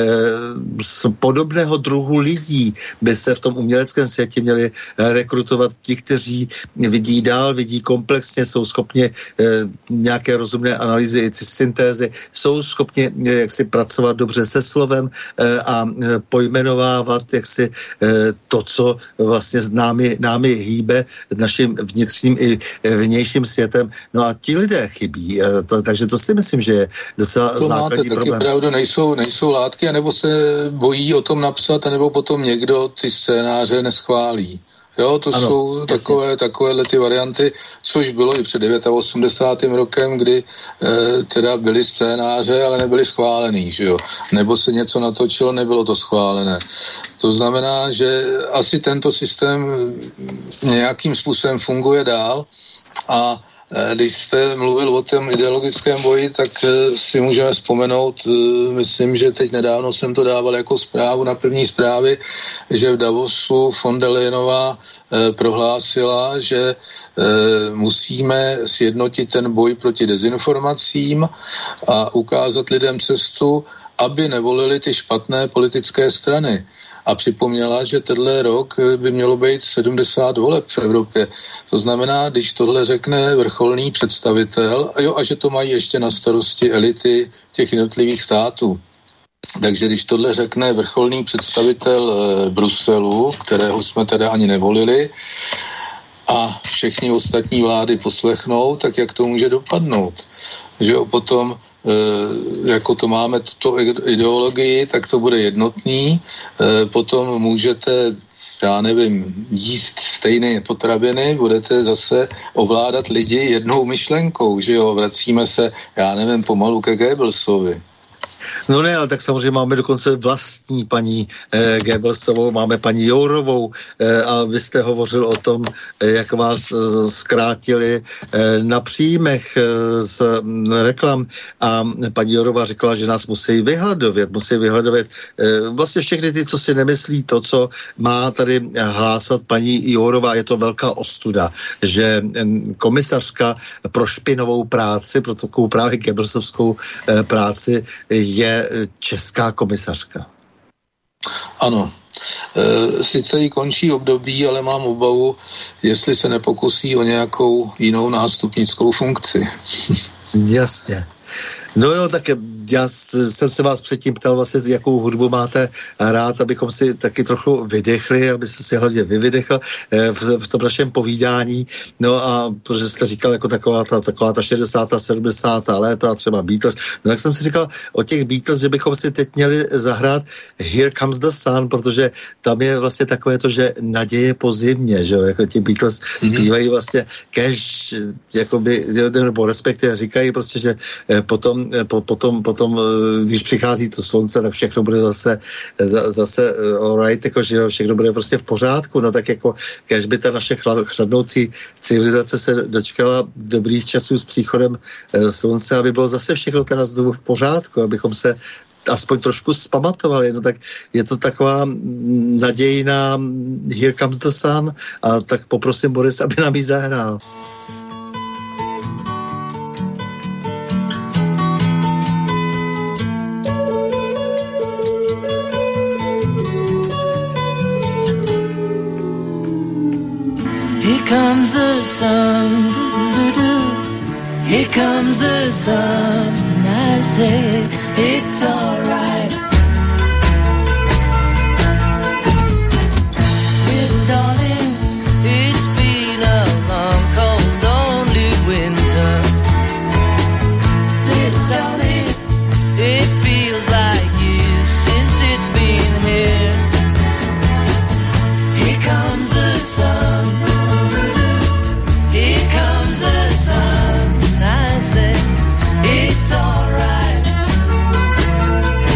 z podobného druhu lidí by se v tom uměleckém světě měli rekrutovat ti, kteří vidí dál, vidí komplexně, jsou schopni nějaké rozumné analýzy, syntézy, jsou schopni jaksi pracovat dobře se slovem a pojmenovávat jaksi to, co vlastně s námi, námi hýbe naším vnitřním i vnějším světem. No a ti lidé chybí. To, takže to si myslím, že je docela to základní máte problém. Taky pravdu, nejsou, nejsou látky, anebo se bojí o tom napsat, anebo potom někdo ty scénáře neschválí. Jo, to ano, jsou takové, takovéhle ty varianty, což bylo i před osmdesátým devátým rokem, kdy e, teda byly scénáře, ale nebyly schválený, že jo. Nebo se něco natočilo, nebylo to schválené. To znamená, že asi tento systém nějakým způsobem funguje dál a když jste mluvil o tom ideologickém boji, tak si můžeme vzpomenout, myslím, že teď nedávno jsem to dával jako zprávu na první zprávy, že v Davosu von der Leyenová prohlásila, že musíme sjednotit ten boj proti dezinformacím a ukázat lidem cestu aby nevolili ty špatné politické strany. A připomněla, že tenhle rok by mělo být sedmdesát voleb v Evropě. To znamená, když tohle řekne vrcholný představitel, a, jo, a že to mají ještě na starosti elity těch jednotlivých států. Takže když tohle řekne vrcholný představitel e, Bruselu, kterého jsme teda ani nevolili, a všechny ostatní vlády poslechnou, tak jak to může dopadnout? Že jo, potom, e, jako to máme tuto ideologii, tak to bude jednotný, e, potom můžete, já nevím, jíst stejné potraviny, budete zase ovládat lidi jednou myšlenkou, že jo, vracíme se, já nevím, pomalu ke Goebbelsovi. No ne, ale tak samozřejmě máme dokonce vlastní paní eh, Goebbelsovou, máme paní Jourovou eh, a vy jste hovořil o tom, eh, jak vás eh, zkrátili eh, na příjmech eh, z m, reklam a paní Jourová řekla, že nás musí vyhladovět, musí vyhladovět eh, vlastně všechny ty, co si nemyslí to, co má tady hlásat paní Jourová. Je to velká ostuda, že eh, komisařka pro špinovou práci, pro takovou právě Goebbelsovskou eh, práci je česká komisařka. Ano. E, sice jí končí období, ale mám obavu, jestli se nepokusí o nějakou jinou nástupnickou funkci. Jasně. No jo, tak já jsem se vás předtím ptal vlastně, jakou hudbu máte rád, abychom si taky trochu vydechli, aby se si hlavně vydechl v, v tom našem povídání. No a protože jste říkal jako taková ta, taková ta šedesátá, sedmdesátá léta, třeba Beatles. No tak jsem si říkal o těch Beatles, že bychom si teď měli zahrát Here Comes the Sun, protože tam je vlastně takové to, že naděje po zimě, že jo, jako ti Beatles mm-hmm. zpívají vlastně cash, jakoby, nebo respektive říkají prostě, že potom, po, potom, potom, když přichází to slunce, tak všechno bude zase, zase alright, jako, že všechno bude prostě v pořádku, no tak jako, když by ta naše chřadnoucí civilizace se dočkala dobrých časů s příchodem slunce, aby bylo zase všechno teda znovu v pořádku, abychom se aspoň trošku zpamatovali, no tak je to taková nadějná Here Comes the Sun a tak poprosím Boris, aby nám ji zahrál. Here comes the sun, here comes the sun, I say it's alright. Little darling, it's been a long, cold, lonely winter. Little darling, it feels like years since it's been here. Here comes the sun. Here comes the sun, I say, it's alright.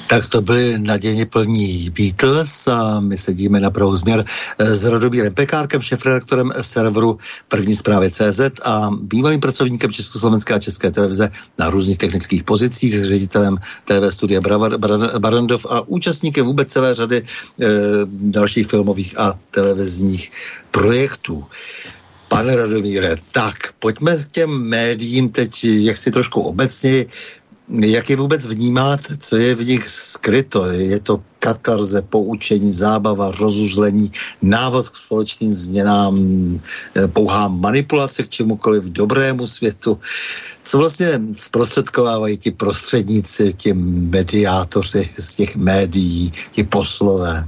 Tak to byly nadějně plní Beatles a my sedíme na pravou směr s Radomírem Pekárkem, šéfredaktorem serveru První zprávy C Z a bývalým pracovníkem Československé a České televize na různých technických pozicích, ředitelem T V studia Barrandov a účastníkem vůbec celé řady e, dalších filmových a televizních projektů. Pane Radomíre, tak pojďme k těm médiím teď, jak si trošku obecně, jak je vůbec vnímáte, co je v nich skryto? Je to katarze, poučení, zábava, rozuzlení, návod k společným změnám, pouhá manipulace k čemukoliv dobrému světu? Co vlastně zprostředkovávají ti prostředníci, ti mediátoři z těch médií, ti poslové?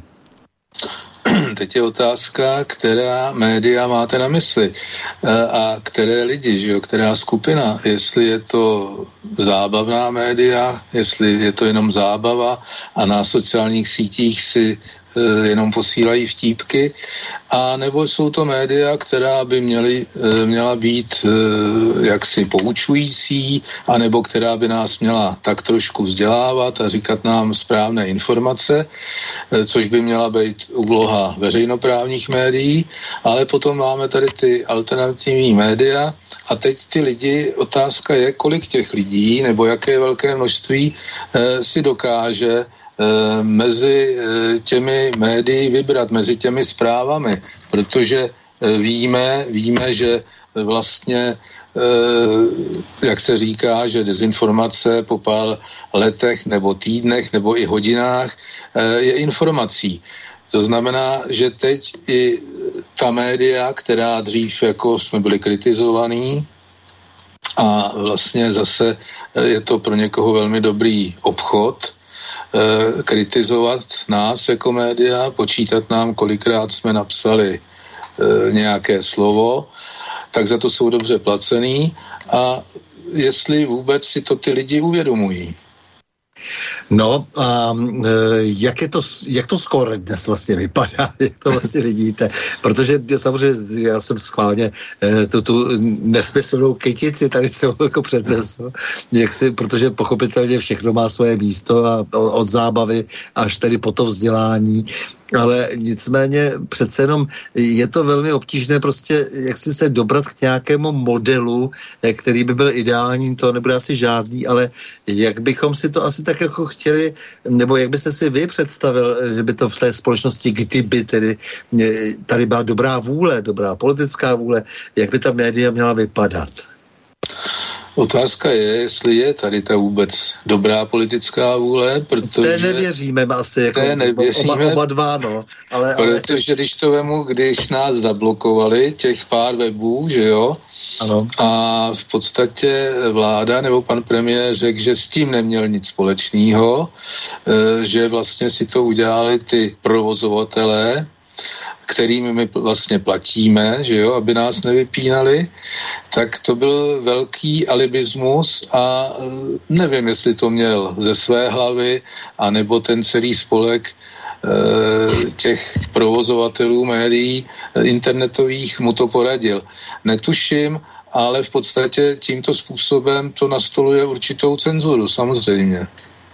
Teď je otázka, která média máte na mysli a které lidi, že jo, která skupina, jestli je to zábavná média, jestli je to jenom zábava a na sociálních sítích si jenom posílají vtípky, a nebo jsou to média, která by měly, měla být jaksi poučující, anebo která by nás měla tak trošku vzdělávat a říkat nám správné informace, což by měla být úloha veřejnoprávních médií, ale potom máme tady ty alternativní média a teď ty lidi, otázka je, kolik těch lidí, nebo jaké velké množství si dokáže mezi těmi médii vybrat, mezi těmi zprávami, protože víme, víme, že vlastně, jak se říká, že dezinformace po pár letech nebo týdnech nebo i hodinách je informací. To znamená, že teď i ta média, která dřív jako jsme byli kritizovaní, a vlastně zase je to pro někoho velmi dobrý obchod, kritizovat nás jako média, počítat nám, kolikrát jsme napsali e, nějaké slovo, tak za to jsou dobře placený a jestli vůbec si to ty lidi uvědomují. No a e, jak je to, jak to skoro dnes vlastně vypadá, jak to vlastně vidíte, protože samozřejmě já jsem schválně e, tu, tu nesmyslnou kytici tady celou jako přednesl, jak si, protože pochopitelně všechno má svoje místo a od zábavy až tedy po to vzdělání, ale nicméně přece jenom je to velmi obtížné prostě, jak si se dobrat k nějakému modelu, který by byl ideální, to nebude asi žádný, ale jak bychom si to asi tak jako chtěli, nebo jak byste si vy představil, že by to v té společnosti, kdyby tedy tady byla dobrá vůle, dobrá politická vůle, jak by ta média měla vypadat? Otázka je, jestli je tady ta vůbec dobrá politická vůle, protože... Té nevěříme asi, jako nevěříme, oba, oba dva, no. Ale, protože ale... když to vemu, když nás zablokovali, těch pár webů, že jo, ano. A v podstatě vláda nebo pan premiér řekl, že s tím neměl nic společného, že vlastně si to udělali ty provozovatelé, kterými my vlastně platíme, že jo, aby nás nevypínali, tak to byl velký alibismus a nevím, jestli to měl ze své hlavy, anebo ten celý spolek e, těch provozovatelů médií internetových mu to poradil. Netuším, ale v podstatě tímto způsobem to nastoluje určitou cenzuru, samozřejmě.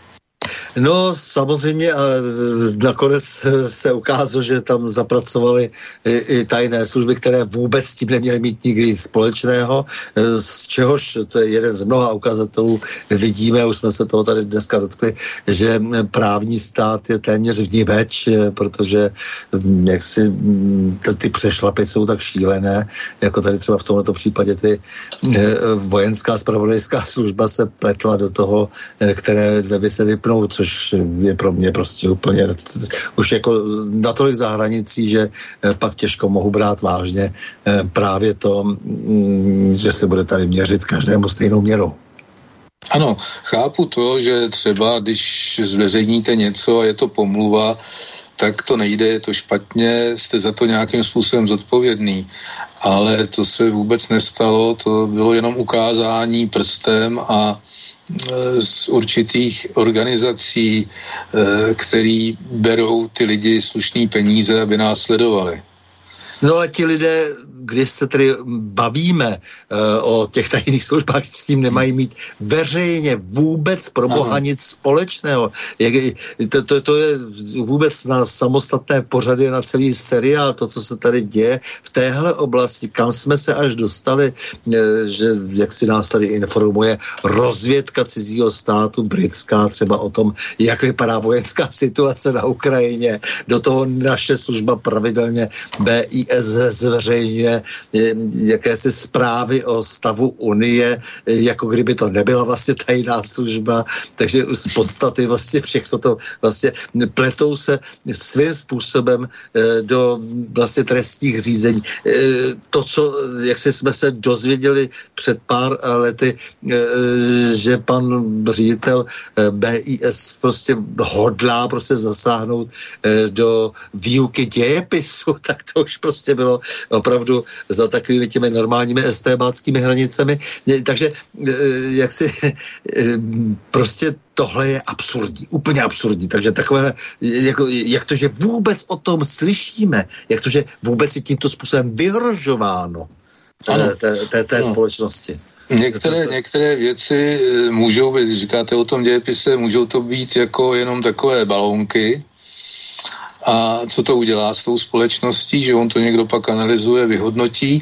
No samozřejmě a nakonec se ukázalo, že tam zapracovali i, i tajné služby, které vůbec s tím neměly mít nikdy nic společného, z čehož, to je jeden z mnoha ukazatelů, vidíme, už jsme se toho tady dneska dotkli, že právní stát je téměř vniveč, protože jak si ty přešlapy jsou tak šílené, jako tady třeba v tomto případě ty vojenská zpravodajská služba se pletla do toho, které weby se vypnou, což je pro mě prostě úplně už jako natolik za hranicí, že pak těžko mohu brát vážně právě to, že se bude tady měřit každému stejnou měrou. Ano, chápu to, že třeba když zveřejníte něco a je to pomluva, tak to nejde, je to špatně, jste za to nějakým způsobem zodpovědný. Ale to se vůbec nestalo, to bylo jenom ukázání prstem a z určitých organizací, který berou ty lidi slušný peníze, aby nás sledovali. No ale ti lidé když se tedy bavíme uh, o těch tajných službách, s tím nemají mít veřejně vůbec pro boha nic společného. Jak, to, to, to je vůbec na samostatné pořady, na celý seriál, to, co se tady děje v téhle oblasti, kam jsme se až dostali, že jak si nás tady informuje rozvědka cizího státu, britská, třeba o tom, jak vypadá vojenská situace na Ukrajině. Do toho naše služba pravidelně B I S zveřejňuje jakési zprávy o stavu Unie, jako kdyby to nebyla vlastně tajná služba, takže z podstaty vlastně všechno to vlastně pletou se svým způsobem do vlastně trestních řízení. To, co, jak si jsme se dozvěděli před pár lety, že pan ředitel B I S prostě hodlá prostě zasáhnout do výuky dějepisu, tak to už prostě bylo opravdu za takovými těmi normálními estébáckými hranicemi. Takže jak si prostě tohle je absurdní, úplně absurdní. Takže takové, jako, jak to, že vůbec o tom slyšíme, jak to, že vůbec je tímto způsobem vyhrožováno té, té, té, té společnosti. Některé, některé věci můžou být, říkáte o tom dějepise, můžou to být jako jenom takové balónky. A co to udělá s tou společností, že on to někdo pak analyzuje, vyhodnotí.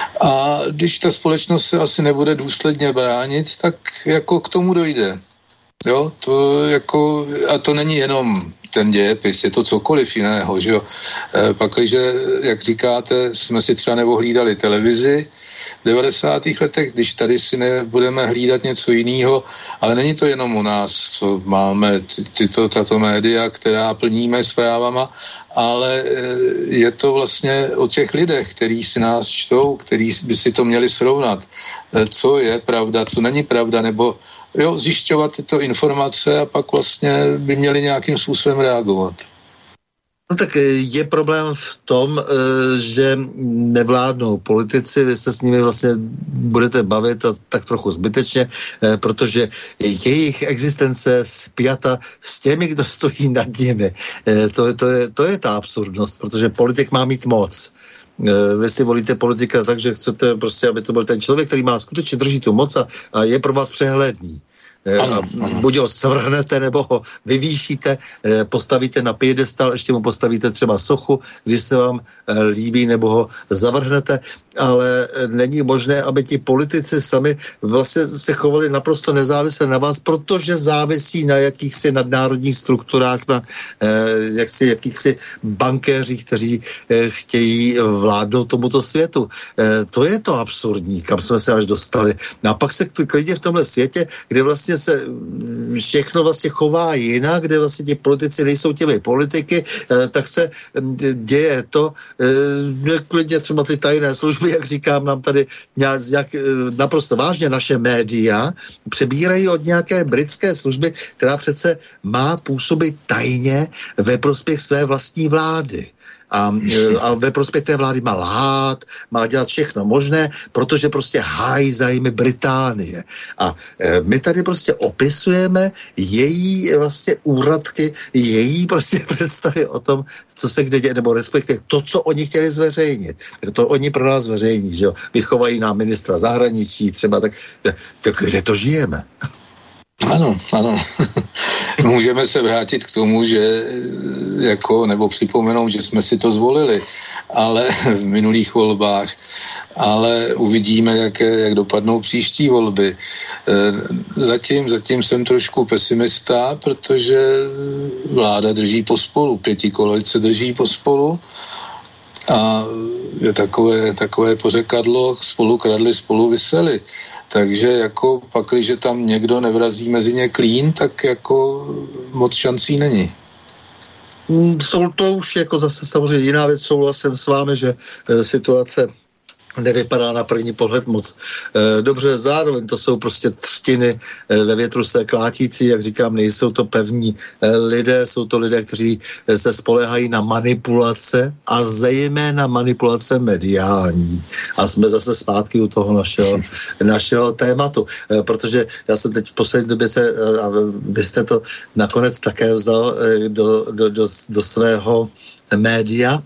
A když ta společnost se asi nebude důsledně bránit, tak jako k tomu dojde. Jo, to jako, a to není jenom ten dějepis, je to cokoliv jiného, že jo. E, pakliže, jak říkáte, jsme si třeba neohlídali televizi v devadesátých letech, když tady si nebudeme hlídat něco jiného, ale není to jenom u nás, co máme ty, tyto, tato média, která plníme zprávama, ale je to vlastně o těch lidech, kteří si nás čtou, kteří by si to měli srovnat, co je pravda, co není pravda, nebo jo, zjišťovat tyto informace a pak vlastně by měli nějakým způsobem reagovat. No tak je problém v tom, že nevládnou politici, vy se s nimi vlastně budete bavit a tak trochu zbytečně, protože jejich existence spjata s těmi, kdo stojí nad nimi. To, to, je, to je ta absurdnost, protože politik má mít moc. Vy si volíte politika tak, že chcete prostě, aby to byl ten člověk, který má skutečně drží tu moc a, a je pro vás přehledný. Ano, ano. Buď ho svrhnete, nebo ho vyvýšíte, postavíte na piedestal, ještě mu postavíte třeba sochu, když se vám líbí, nebo ho zavrhnete, ale není možné, aby ti politici sami vlastně se chovali naprosto nezávisle na vás, protože závisí na jakýchsi nadnárodních strukturách, na jaksi, jakýchsi bankéřích, kteří chtějí vládnout tomuto světu. To je to absurdní, kam jsme se až dostali. A pak se klidně v tomhle světě, kde vlastně se všechno vlastně chová jinak, kde vlastně ti politici nejsou těmi politiky, tak se děje to, že klidně třeba ty tajné služby, jak říkám, nám tady nějak, naprosto vážně naše média přebírají od nějaké britské služby, která přece má působit tajně ve prospěch své vlastní vlády. A, a ve prospěch té vlády má lhát, má dělat všechno možné, protože prostě hájí zájmy Británie. A e, my tady prostě opisujeme její vlastně úradky, její prostě představy o tom, co se kde děje, nebo respektive to, co oni chtěli zveřejnit. To oni pro nás zveřejní, že jo. Vychovají nám ministra zahraničí třeba, tak, tak kde to žijeme? Ano, ano. Můžeme se vrátit k tomu, že jako, nebo připomenout, že jsme si to zvolili, ale v minulých volbách, ale uvidíme, jak, jak dopadnou příští volby. Zatím, zatím jsem trošku pesimista, protože vláda drží pospolu, pětikoalice drží pospolu a je takové, takové pořekadlo, spolu kradli, spolu viseli. Takže jako pakliže tam někdo nevrazí mezi ně klín, tak jako moc šancí není. Jsou to už jako zase samozřejmě jiná věc, souhlasím s vámi, že e, situace nevypadá na první pohled moc e, dobře, zároveň to jsou prostě třtiny e, ve větru se klátící, jak říkám, nejsou to pevní e, lidé, jsou to lidé, kteří e, se spoléhají na manipulace a zejména manipulace mediální. A jsme zase zpátky u toho našeho, našeho tématu, e, protože já jsem teď v poslední době se, e, a vy jste to nakonec také vzal e, do, do, do, do svého média,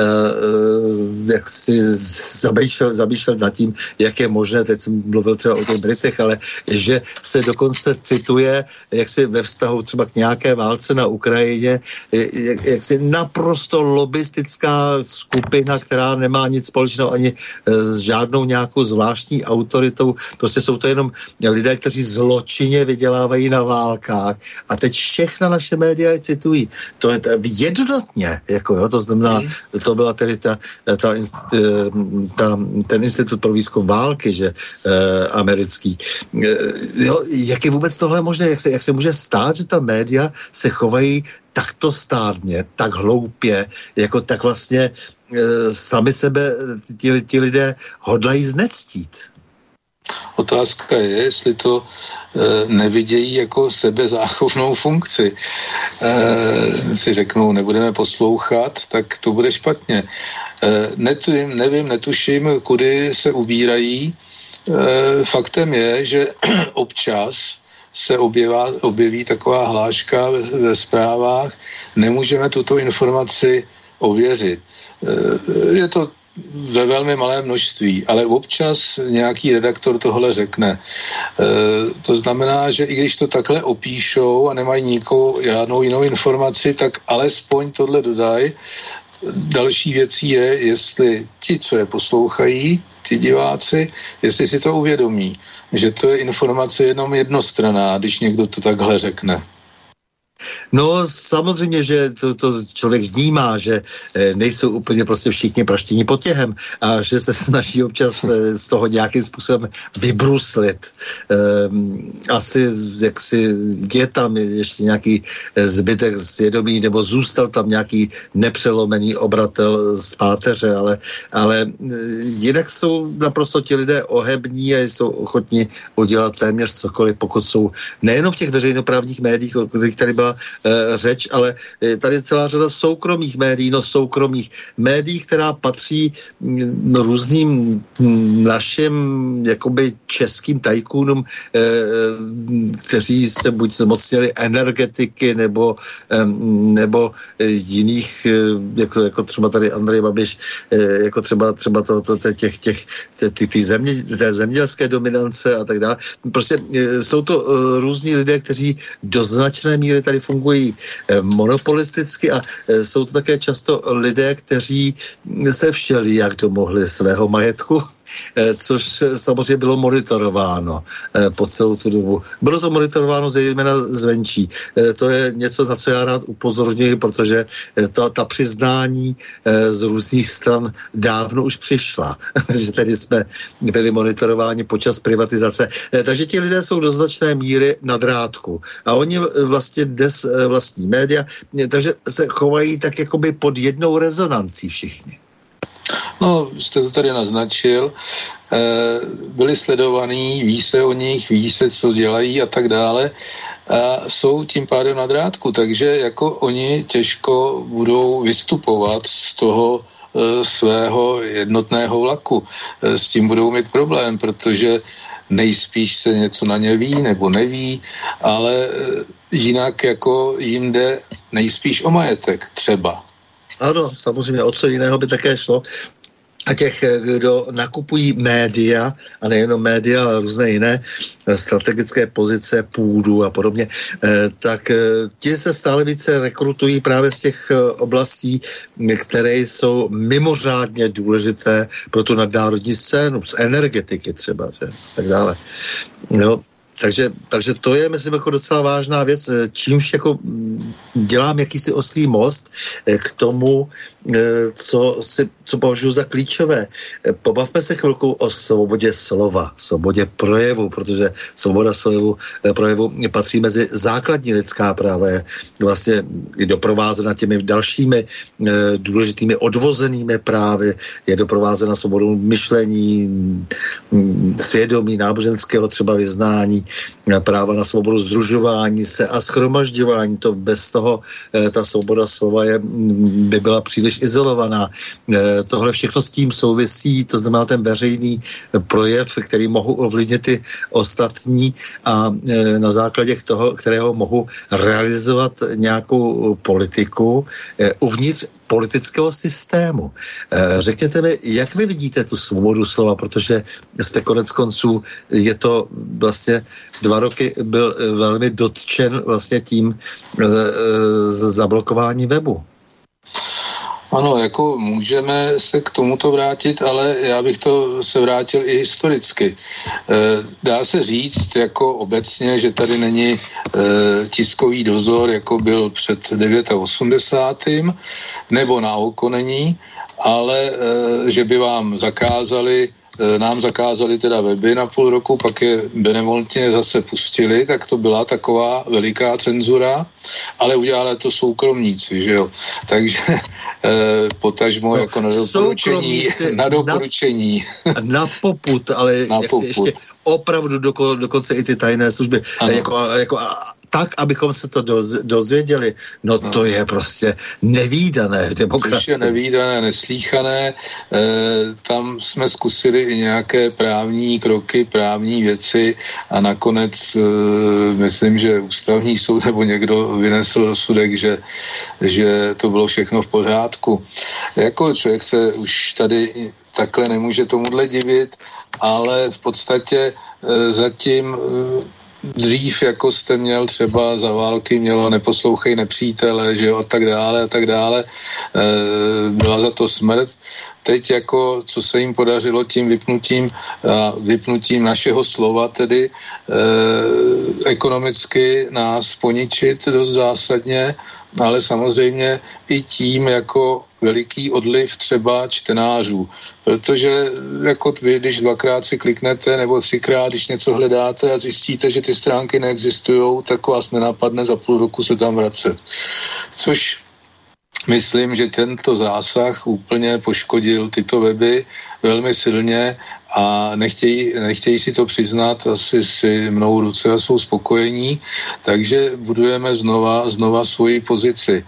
jak si zamýšlel, zamýšlel nad tím, jak je možné, teď jsem mluvil třeba o těch Britech, ale že se dokonce cituje, jak si ve vztahu třeba k nějaké válce na Ukrajině, jak, jak si naprosto lobistická skupina, která nemá nic společného ani s žádnou nějakou zvláštní autoritou, prostě jsou to jenom lidé, kteří zločině vydělávají na válkách a teď všechna naše média je citují. To je jednotně, jako jo, to znamená, mm. to byla tedy ta, ta, ta, ten institut pro výzkum války, že eh, americký. Eh, jo, jak je vůbec tohle možné? Jak se, jak se může stát, že ta média se chovají takto stádně, tak hloupě, jako tak vlastně eh, sami sebe ti, ti lidé hodlají znectít? Otázka je, jestli to e, nevidějí jako sebezáchovnou funkci. E, si řeknou, nebudeme poslouchat, tak to bude špatně. E, netujím, nevím, netuším, kudy se ubírají. E, faktem je, že občas se objevá, objeví taková hláška ve, ve zprávách, nemůžeme tuto informaci ověřit. E, je to ve velmi malé množství, ale občas nějaký redaktor tohle řekne. E, to znamená, že i když to takhle opíšou a nemají nikou žádnou jinou informaci, tak alespoň tohle dodají. Další věcí je, jestli ti, co je poslouchají, ty diváci, jestli si to uvědomí, že to je informace jenom jednostranná, když někdo to takhle řekne. No samozřejmě, že to, to člověk vnímá, že e, nejsou úplně prostě všichni praštění potěhem a že se snaží občas e, z toho nějakým způsobem vybruslit. E, asi jaksi je tam ještě nějaký zbytek svědomí nebo zůstal tam nějaký nepřelomený obratel z páteře, ale, ale e, jinak jsou naprosto ti lidé ohební a jsou ochotni udělat téměř cokoliv, pokud jsou nejenom v těch veřejnoprávních médiích, o kterých tady byla e, řeč, ale e, tady je celá řada soukromých médií, no soukromých médií, která patří m, různým m, našim jakoby českým tajkůnům, e, kteří se buď zmocnili energetiky nebo, e, nebo e, jiných, e, jako, jako třeba tady Andrej Babiš, e, jako třeba, třeba to, to, těch, těch, ty, ty země, té zemědělské dominance a tak dále. Prostě e, jsou to e, různí lidé, kteří do značné míry tady fungují e, monopolisticky a e, jsou to také často lidé, kteří se všeli, jak domohli svého majetku, což samozřejmě bylo monitorováno po celou tu dobu. Bylo to monitorováno zejména zvenčí. To je něco, na co já rád upozorňuji, protože ta, ta přiznání z různých stran dávno už přišla, že tedy jsme byli monitorováni počas privatizace. Takže ti lidé jsou do značné míry na drátku. A oni vlastně dnes vlastní média, takže se chovají tak jakoby pod jednou rezonancí všichni. No, jste to tady naznačil, e, byli sledovaní, ví se o nich, ví se, co dělají a tak dále a jsou tím pádem na drátku, takže jako oni těžko budou vystupovat z toho e, svého jednotného vlaku. E, s tím budou mít problém, protože nejspíš se něco na ně ví nebo neví, ale e, jinak jako jim jde nejspíš o majetek třeba. Ano, samozřejmě, o co jiného by také šlo. A těch, kdo nakupují média, a nejenom média, ale různé jiné strategické pozice, půdu a podobně, tak ti se stále více rekrutují právě z těch oblastí, které jsou mimořádně důležité pro tu nadnárodní scénu, z energetiky třeba, že? A tak dále. Jo. Takže, takže to je, myslím, jako docela vážná věc, čímž jako dělám jakýsi oslý most k tomu, co, si, co považuji za klíčové. Pobavme se chvilku o svobodě slova, svobodě projevu, protože svoboda slovu, projevu patří mezi základní lidská práva, je vlastně i doprovázena těmi dalšími důležitými odvozenými právy, je doprovázena svobodou myšlení, svědomí, náboženského třeba vyznání, práva na svobodu sdružování se a shromažďování. To bez toho ta svoboda slova je, by byla příliš izolovaná. Tohle všechno s tím souvisí, to znamená ten veřejný projev, který mohu ovlivnit ty ostatní a na základě toho, kterého mohu realizovat nějakou politiku uvnitř politického systému. E, řekněte mi, jak vy vidíte tu svobodu slova, protože jste konec konců, je to vlastně dva roky byl velmi dotčen vlastně tím e, e, zablokování webu. Ano, jako můžeme se k tomuto vrátit, ale já bych to se vrátil i historicky. Dá se říct jako obecně, že tady není tiskový dozor, jako byl před osmdesátým devátým nebo na oko není, ale že by vám zakázali nám zakázali teda weby na půl roku, pak je benevolentně zase pustili, tak to byla taková veliká cenzura, ale udělali to soukromníci, že jo. Takže eh, potažmo no, jako na doporučení. Na doporučení. Na, na popud, ale na jak popud. ještě opravdu doko, dokonce i ty tajné služby. Jako, jako, tak, abychom se to doz, dozvěděli, no to je prostě nevídané v demokracii. Což je nevídané, neslíchané. E, tam jsme zkusili i nějaké právní kroky, právní věci a nakonec e, myslím, že ústavní soud nebo někdo vynesl rozsudek, že, že to bylo všechno v pořádku. Jako člověk se už tady takhle nemůže tomuhle divit, ale v podstatě e, zatím e, dřív, jako jste měl třeba za války, mělo neposlouchej nepřítele, že jo, a tak dále, a tak dále, e, byla za to smrt. Teď jako, co se jim podařilo tím vypnutím, a vypnutím našeho slova, tedy e, ekonomicky nás poničit dost zásadně, ale samozřejmě i tím jako veliký odliv třeba čtenářů, protože jako vy, když dvakrát si kliknete nebo třikrát, když něco hledáte a zjistíte, že ty stránky neexistujou, tak vás nenapadne za půl roku se tam vracet. Což myslím, že tento zásah úplně poškodil tyto weby velmi silně a nechtějí, nechtějí si to přiznat, asi si mnou ruce a jsou spokojení, takže budujeme znova, znova svoji pozici. E,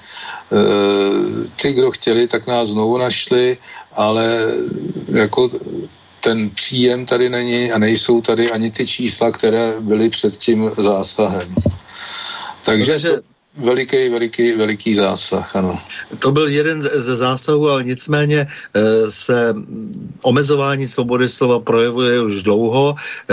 ty, kdo chtěli, tak nás znovu našli, ale jako ten příjem tady není a nejsou tady ani ty čísla, které byly před tím zásahem. Takže... Takže... Veliký, veliký, veliký zásah, ano. To byl jeden ze zásahů, ale nicméně e, se omezování svobody slova projevuje už dlouho. E,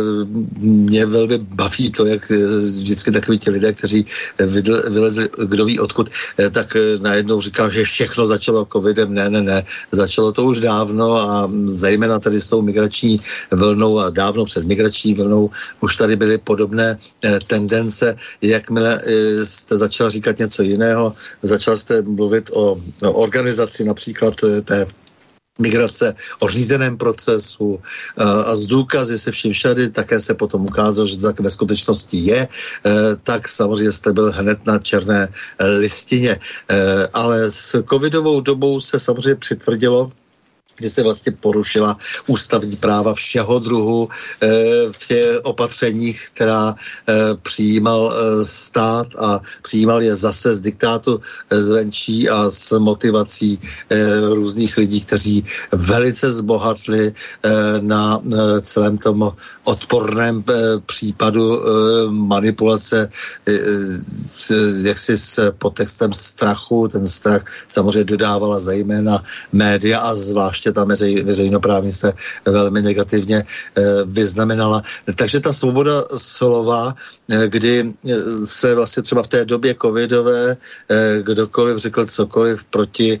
mě velmi baví to, jak vždycky takoví ti lidé, kteří vylezli kdo ví odkud, e, tak najednou říká, že všechno začalo covidem. Ne, ne, ne. Začalo to už dávno a zejména tady s tou migrační vlnou a dávno před migrační vlnou už tady byly podobné e, tendence, jakmile e, jste začal říkat něco jiného, začal jste mluvit o, o organizaci například té migrace, o řízeném procesu a, a z důkazy se vším všady, také se potom ukázalo, že to tak ve skutečnosti je, e, tak samozřejmě jste byl hned na černé listině. E, ale s covidovou dobou se samozřejmě přitvrdilo, kdy se vlastně porušila ústavní práva všeho druhu e, v těch opatřeních, která e, přijímal e, stát a přijímal je zase z diktátu e, zvenčí a s motivací e, různých lidí, kteří velice zbohatli e, na e, celém tom odporném e, případu e, manipulace e, e, jaksi s podtextem strachu. Ten strach samozřejmě dodávala zejména média a zvláště ta veřejnoprávní se velmi negativně e, vyznamenala. Takže ta svoboda slova, e, kdy se vlastně třeba v té době covidové e, kdokoliv řekl cokoliv proti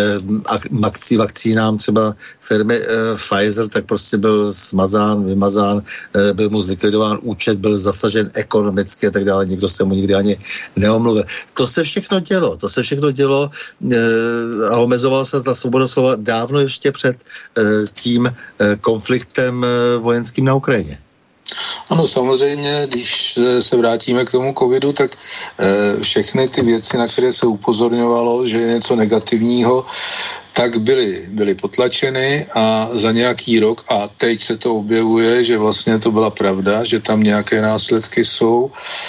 e, akcí, vakcínám třeba firmy e, Pfizer, tak prostě byl smazán, vymazán, e, byl mu zlikvidován účet, byl zasažen ekonomicky a tak dále. Nikdo se mu nikdy ani neomluvil. To se všechno dělo. To se všechno dělo e, a omezovala se ta svoboda slova dávno ještě před tím konfliktem vojenským na Ukrajině. Ano, samozřejmě, když se vrátíme k tomu covidu, tak všechny ty věci, na které se upozorňovalo, že je něco negativního, tak byly, byly potlačeny a za nějaký rok, a teď se to objevuje, že vlastně to byla pravda, že tam nějaké následky jsou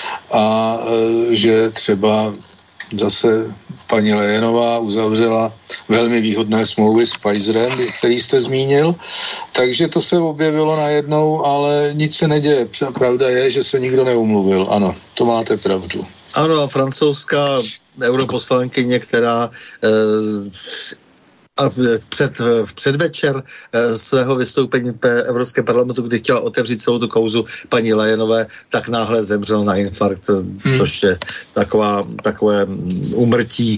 a že třeba zase paní Lejenová uzavřela velmi výhodné smlouvy s Pfizerem, který jste zmínil, takže to se objevilo najednou, ale nic se neděje. Pravda je, že se nikdo neumluvil. Ano, to máte pravdu. Ano, francouzská europoslankyně, která eh, a před, v předvečer svého vystoupení v Evropském parlamentu, kdy chtěla otevřít celou tu kauzu paní Leyenové, tak náhle zemřel na infarkt, hmm. což je taková, takové úmrtí,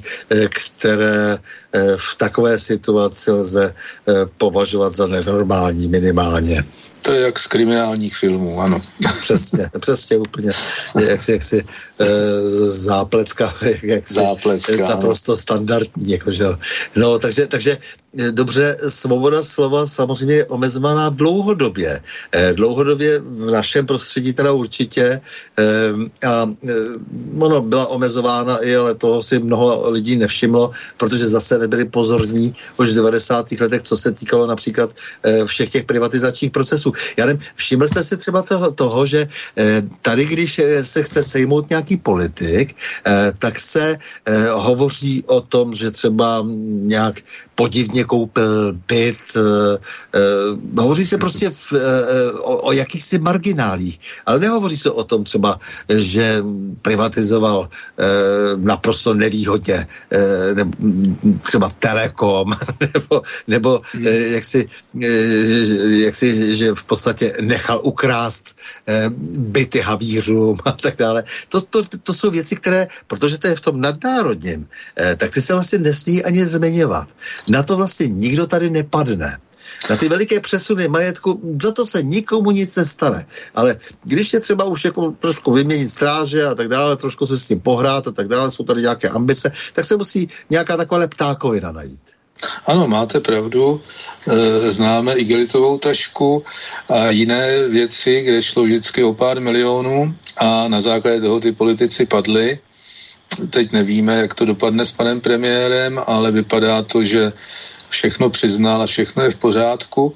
které v takové situaci lze považovat za nenormální minimálně. To je jak z kriminálních filmů, ano. Přesně, přesně úplně. Jak, jak si e, zápletka, jak si, zápletka, naprosto ano. Standardní. Jakože. No, takže, takže dobře, svoboda slova samozřejmě je omezovaná dlouhodobě. E, dlouhodobě v našem prostředí teda určitě e, a e, ono byla omezována i, ale toho si mnoho lidí nevšimlo, protože zase nebyli pozorní už v devadesátých letech, co se týkalo například e, všech těch privatizačních procesů. Já nevím, všiml jste si třeba toho, toho že eh, tady, když se chce sejmout nějaký politik, eh, tak se eh, hovoří o tom, že třeba nějak podivně koupil byt. Eh, eh, hovoří se prostě v, eh, o, o jakýchsi marginálích, ale nehovoří se o tom třeba, že privatizoval eh, naprosto nevýhodně eh, nebo třeba Telekom, nebo, nebo eh, jak si, eh, jak si, že v podstatě nechal ukrást eh, byty havířům a tak dále. To, to, to jsou věci, které, protože to je v tom nadnárodním, eh, tak ty se vlastně nesmí ani zmiňovat. Na to vlastně nikdo tady nepadne. Na ty veliké přesuny majetku, za to se nikomu nic nestane. Ale když je třeba už jako trošku vyměnit stráže a tak dále, trošku se s tím pohrát a tak dále, jsou tady nějaké ambice, tak se musí nějaká taková ptákovina najít. Ano, máte pravdu, známe igelitovou tašku a jiné věci, kde šlo vždycky o pár milionů a na základě toho ty politici padli. Teď nevíme, jak to dopadne s panem premiérem, ale vypadá to, že všechno přiznal a všechno je v pořádku.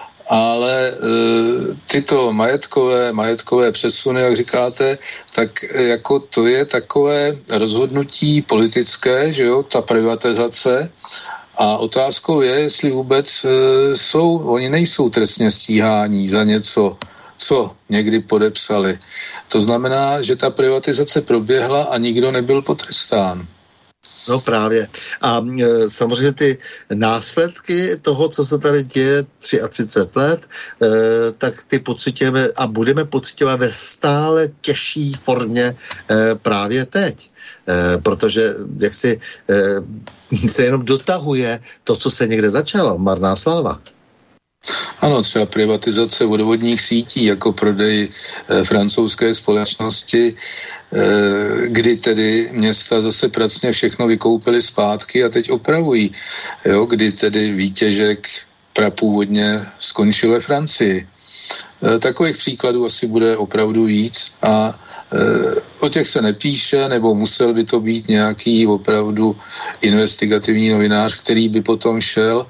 Ale e, tyto majetkové, majetkové přesuny, jak říkáte, tak jako to je takové rozhodnutí politické, že jo, ta privatizace. A otázkou je, jestli vůbec e, jsou, oni nejsou trestně stíhání za něco, co někdy podepsali. To znamená, že ta privatizace proběhla a nikdo nebyl potrestán. No právě. A e, samozřejmě ty následky toho, co se tady děje třicet tři let, e, tak ty pocitujeme a budeme pocitovat ve stále těžší formě e, právě teď. E, protože jak si e, se jenom dotahuje to, co se někde začalo, marná sláva. Ano, třeba privatizace vodovodních sítí jako prodej e, francouzské společnosti, e, kdy tedy města zase pracně všechno vykoupily zpátky a teď opravují, jo, kdy tedy výtěžek prapůvodně skončil ve Francii. E, takových příkladů asi bude opravdu víc a e, o těch se nepíše, nebo musel by to být nějaký opravdu investigativní novinář, který by potom šel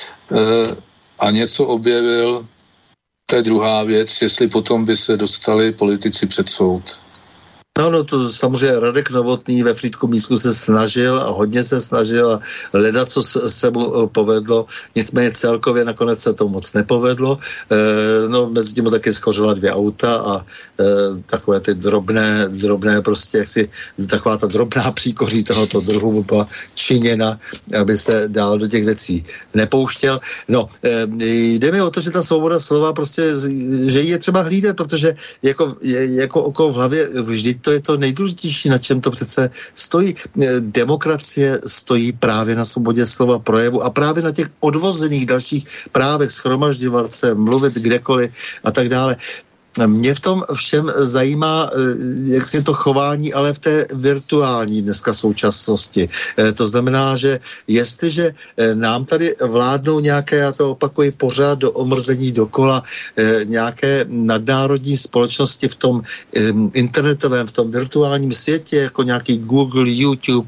e, a něco objevil, to je druhá věc, jestli potom by se dostali politici před soud. No, no, to samozřejmě Radek Novotný ve Frýdku Místku se snažil a hodně se snažil a hledat, co se mu povedlo, nicméně celkově nakonec se to moc nepovedlo. E, no, mezi tím taky skořila dvě auta a e, takové ty drobné, drobné prostě, jak si taková ta drobná příkoří tohoto druhu byla činěna, aby se dál do těch věcí nepouštěl. No, e, jde mi o to, že ta svoboda slova prostě, že ji je třeba hlídat, protože jako, je, jako oko v hlavě vždy to je to nejdůležitější, na čem to přece stojí. Demokracie stojí právě na svobodě slova, projevu a právě na těch odvozených dalších právech, shromažďovat se, mluvit kdekoliv a tak dále. Mě v tom všem zajímá, jak se to chování, ale v té virtuální dneska současnosti. To znamená, že jestliže nám tady vládnou nějaké, já to opakuji pořád do omrzení dokola, nějaké nadnárodní společnosti v tom internetovém, v tom virtuálním světě, jako nějaký Google, YouTube,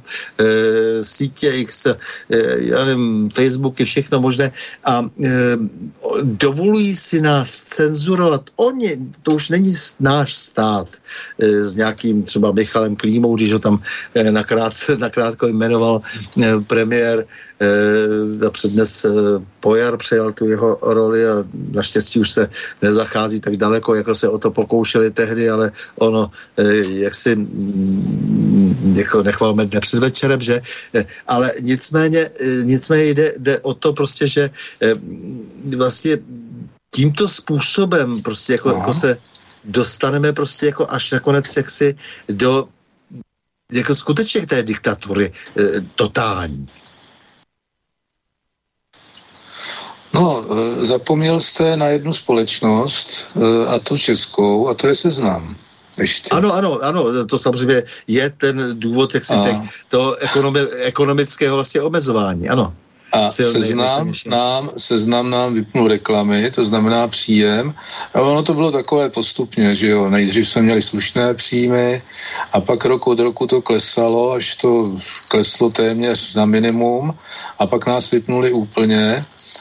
sítě X, já nevím, Facebook je všechno možné a dovolují si nás cenzurovat. Oni to už není náš stát e, s nějakým třeba Michalem Klímou, když ho tam e, nakrát, nakrátko jmenoval e, premiér e, a přednes e, Pojar přejal tu jeho roli a naštěstí už se nezachází tak daleko, jako se o to pokoušeli tehdy, ale ono e, jaksi m, jako nechvalme dne před večerem, že? Ale nicméně, nicméně jde, jde o to prostě, že vlastně tímto způsobem prostě jako, jako se dostaneme prostě jako až nakonec jaksi do jako skutečně té diktatury e, totální. No, e, zapomněl jste na jednu společnost, e, a to českou, a to je Seznam. Ještě. Ano, ano, ano, to samozřejmě je ten důvod, jak si teď, to ekonomi, ekonomického vlastně omezování, ano. A seznam nám, seznam nám vypnul reklamy, to znamená příjem. A ono to bylo takové postupně, že jo. Nejdřív jsme měli slušné příjmy a pak rok od roku to klesalo, až to kleslo téměř na minimum a pak nás vypnuli úplně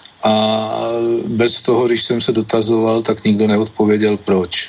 a bez toho, když jsem se dotazoval, tak nikdo neodpověděl proč.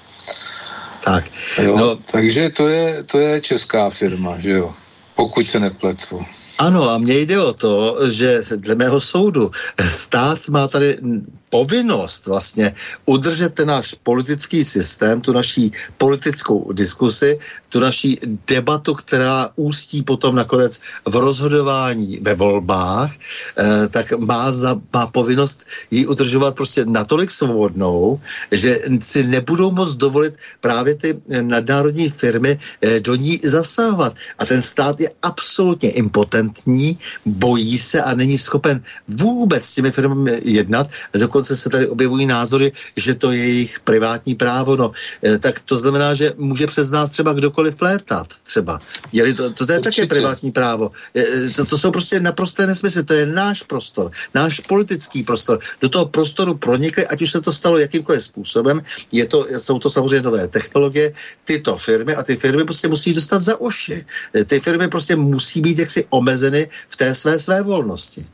Tak. Jo, no. Takže to je, to je česká firma, že jo. Pokud se nepletu. Ano, a mně jde o to, že dle mého soudu stát má tady povinnost vlastně udržet ten náš politický systém, tu naší politickou diskusi, tu naší debatu, která ústí potom nakonec v rozhodování ve volbách, eh, tak má, za, má povinnost ji udržovat prostě natolik svobodnou, že si nebudou moct dovolit právě ty nadnárodní firmy eh, do ní zasahovat. A ten stát je absolutně impotentní, bojí se a není schopen vůbec s těmi firmami jednat. Dokonce se tady objevují názory, že to je jejich privátní právo. No, tak to znamená, že může přes nás třeba kdokoliv létat. Třeba. Jeli to, to, to je také privátní právo. To, to jsou prostě naprosté nesmysly. To je náš prostor, náš politický prostor. Do toho prostoru pronikly, ať už se to stalo jakýmkoliv způsobem. Je to, jsou to samozřejmě nové technologie, tyto firmy a ty firmy prostě musí dostat za uši. Ty firmy prostě musí být jaksi omezeny v té své své volnosti.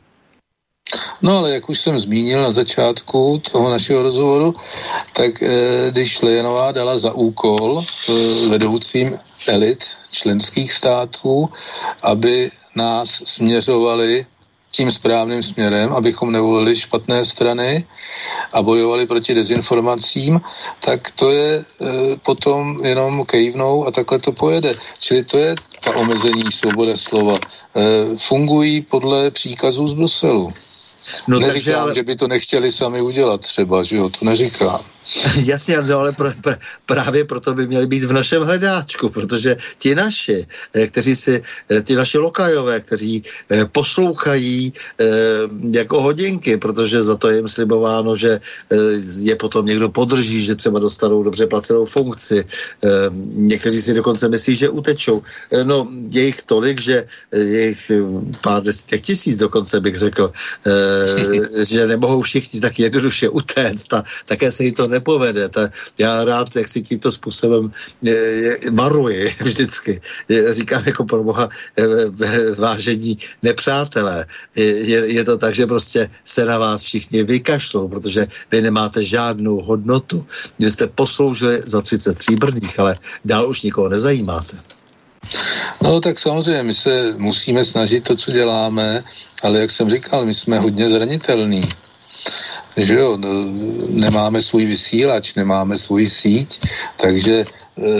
No ale jak už jsem zmínil na začátku toho našeho rozhovoru, tak eh, když Lejenová dala za úkol eh, vedoucím elit členských států, aby nás směřovali tím správným směrem, abychom nevolili špatné strany a bojovali proti dezinformacím, tak to je e, potom jenom kejvnou a takhle to pojede. Čili to je ta omezení svobody slova. E, fungují podle příkazů z Bruselu. No, neříkám, takže, ale... že by to nechtěli sami udělat třeba, že jo, to neříkám. Jasně, ale pr- pr- právě proto by měli být v našem hledáčku, protože ti naši, kteří si, ti naši lokajové, kteří eh, poslouchají eh, jako hodinky, protože za to je jim slibováno, že eh, je potom někdo podrží, že třeba dostanou dobře placenou funkci. Eh, někteří si dokonce myslí, že utečou. Eh, no, je jich tolik, že je jich pár desítek tisíc dokonce bych řekl, eh, že nemohou všichni tak jednoduše utéct a také se jim to nepovede. Ta, já rád, jak si tímto způsobem je, je, varuji vždycky. Je, říkám jako pro Boha je, vážení nepřátelé. Je, je to tak, že prostě se na vás všichni vykašlou, protože vy nemáte žádnou hodnotu. Vy jste posloužili za třicet stříbrných, ale dál už nikoho nezajímáte. No tak samozřejmě, my se musíme snažit to, co děláme, ale jak jsem říkal, my jsme hodně zranitelní. Že jo, no, nemáme svůj vysílač, nemáme svůj síť, takže e,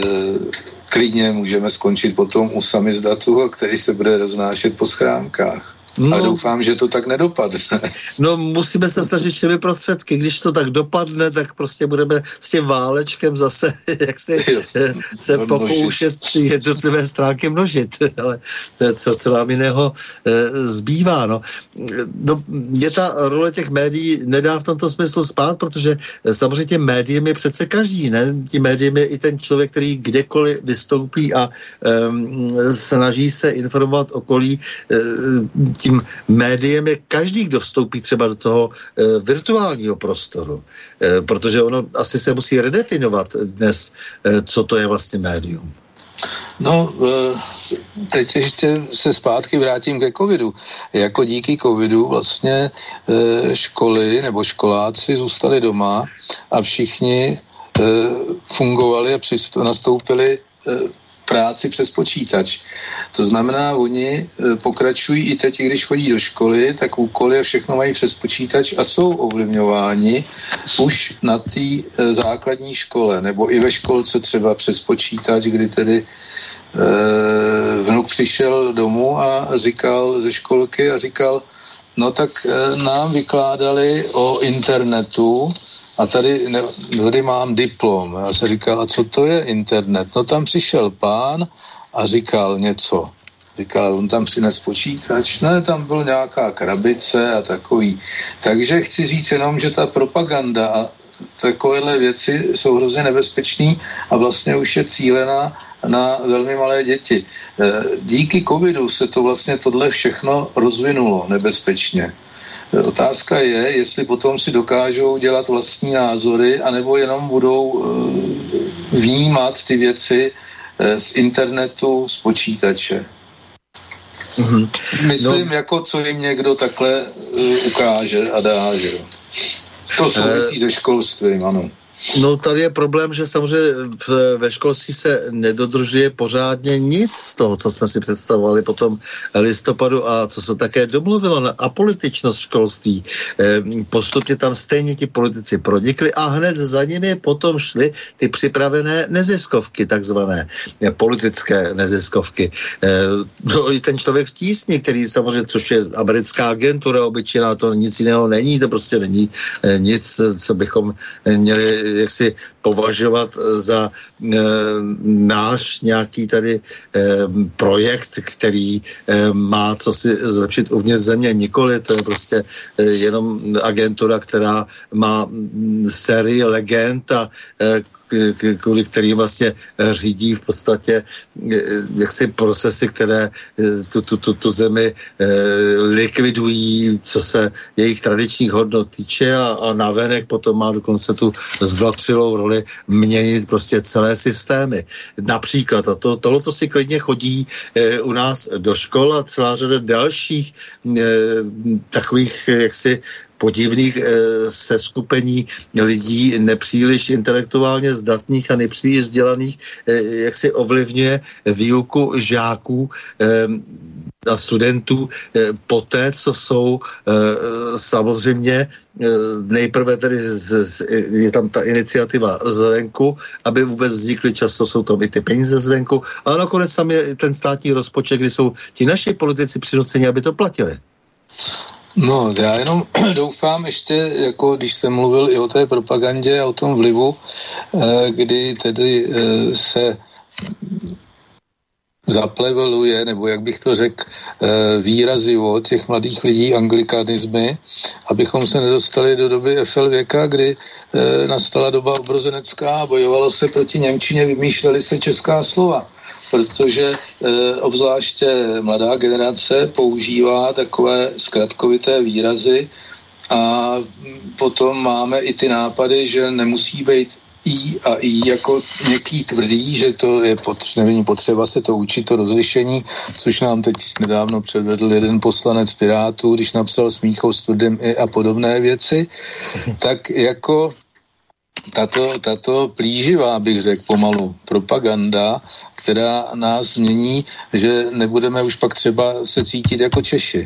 klidně můžeme skončit potom u samizdatu, který se bude roznášet po schránkách. No, a doufám, že to tak nedopadne. No, musíme se snažit všemi prostředky. Když to tak dopadne, tak prostě budeme s tím válečkem zase jak si jo, se no, pokoušet jednotlivé stránky množit. Ale co, co nám jiného e, zbývá. No. No, mě ta role těch médií nedá v tomto smyslu spát, protože samozřejmě tím médiem je přece každý. Ne? Tím médiem je i ten člověk, který kdekoliv vystoupí a e, snaží se informovat okolí. E, tím médiem je každý, kdo vstoupí třeba do toho e, virtuálního prostoru. E, protože ono asi se musí redefinovat dnes, e, co to je vlastně médium. No, teď ještě se zpátky vrátím ke covidu. Jako díky covidu vlastně školy nebo školáci zůstali doma a všichni fungovali a nastoupili práci přes počítač. To znamená, oni pokračují i teď, když chodí do školy, tak úkoly a všechno mají přes počítač a jsou ovlivňováni už na té základní škole, nebo i ve školce třeba přes počítač, kdy tedy e, vnuk přišel domů a říkal ze školky a říkal, no tak e, nám vykládali o internetu, a tady, ne, tady mám diplom. Já jsem říkal, a co to je internet? No tam přišel pán a říkal něco. Říkal, on tam přines počítač, ne, tam byl nějaká krabice a takový. Takže chci říct jenom, že ta propaganda a takovéhle věci jsou hrozně nebezpečný a vlastně už je cílená na velmi malé děti. Díky covidu se to vlastně tohle všechno rozvinulo nebezpečně. Otázka je, jestli potom si dokážou dělat vlastní názory, anebo jenom budou vnímat ty věci z internetu, z počítače. Mm-hmm. Myslím, no, jako co jim někdo takhle ukáže a dá, že jo. To souvisí se školstvím, ano. No tady je problém, že samozřejmě v, ve školství se nedodržuje pořádně nic z toho, co jsme si představovali po tom listopadu a co se také domluvilo na apolitičnost školství. E, postupně tam stejně ti politici pronikli a hned za nimi potom šly ty připravené neziskovky, takzvané politické neziskovky. E, no, i ten člověk v tísni, který samozřejmě, což je americká agentura, obyčejná, to nic jiného není, to prostě není e, nic, co bychom měli jak si považovat za e, náš nějaký tady e, projekt, který e, má co si zlepšit uvnitř země. Nikoli, to je prostě e, jenom agentura, která má m, sérii legend a e, kvůli kterým vlastně řídí v podstatě jaksi procesy, které tu, tu, tu, tu zemi likvidují, co se jejich tradičních hodnot týče a, a navenek potom má dokonce tu zvlatřilou roli měnit prostě celé systémy. Například, a to, tohleto si klidně chodí u nás do škol a celá řada dalších takových jaksi podivných e, seskupení lidí nepříliš intelektuálně zdatných a nepříliš vzdělaných, e, jak si ovlivňuje výuku žáků e, a studentů e, poté, co jsou e, samozřejmě e, nejprve tedy z, z, je tam ta iniciativa zvenku, aby vůbec vznikly, často jsou to i ty peníze zvenku, ale nakonec tam je ten státní rozpočet, kdy jsou ti naši politici přinuceni, aby to platili. No, já jenom doufám ještě, jako když jsem mluvil i o té propagandě a o tom vlivu, kdy tedy se zapleveluje, nebo jak bych to řekl, výrazivo těch mladých lidí anglikanismy, abychom se nedostali do doby F L věka, kdy nastala doba obrozenecká a bojovalo se proti němčině, vymýšleli se česká slova. Protože e, obzvláště mladá generace používá takové zkratkovité výrazy a potom máme i ty nápady, že nemusí být i a i jako něký tvrdý, že to je potřeba, není potřeba se to učit, to rozlišení, což nám teď nedávno předvedl jeden poslanec Pirátů, když napsal Smíchov studem i a podobné věci, tak jako tato, tato plíživá, bych řekl pomalu, propaganda, která nás změní, že nebudeme už pak třeba se cítit jako Češi.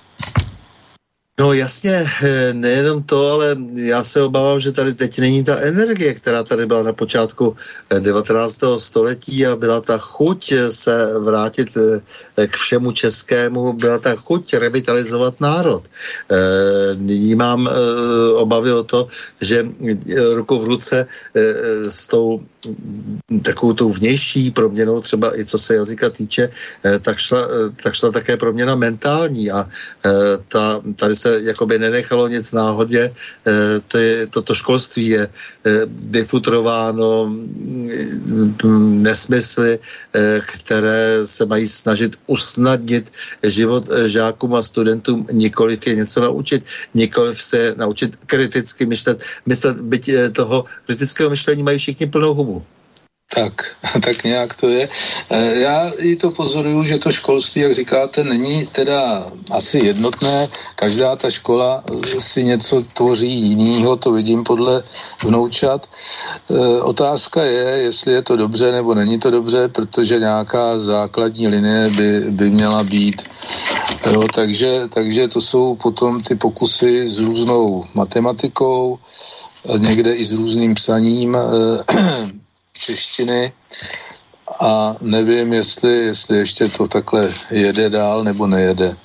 No jasně, nejenom to, ale já se obávám, že tady teď není ta energie, která tady byla na počátku devatenáctého století a byla ta chuť se vrátit k všemu českému, byla ta chuť revitalizovat národ. Nyní mám obavy o to, že ruku v ruce s tou takovou tou vnější proměnou, třeba i co se jazyka týče, tak šla, tak šla také proměna mentální a ta, tady se jakoby nenechalo nic náhodě. Toto školství je difutrováno nesmysly, které se mají snažit usnadnit život žákům a studentům, nikoliv je něco naučit, nikoliv se naučit kriticky myšlet. Myslet, byť toho kritického myšlení mají všichni plnou hubu. Tak, tak nějak to je. Já i to pozoruju, že to školství, jak říkáte, není teda asi jednotné. Každá ta škola si něco tvoří jinýho, to vidím podle vnoučat. Otázka je, jestli je to dobře nebo není to dobře, protože nějaká základní linie by, by měla být. Jo, takže, takže to jsou potom ty pokusy s různou matematikou, někde i s různým psaním češtiny a nevím, jestli, jestli ještě to takhle jede dál nebo nejede.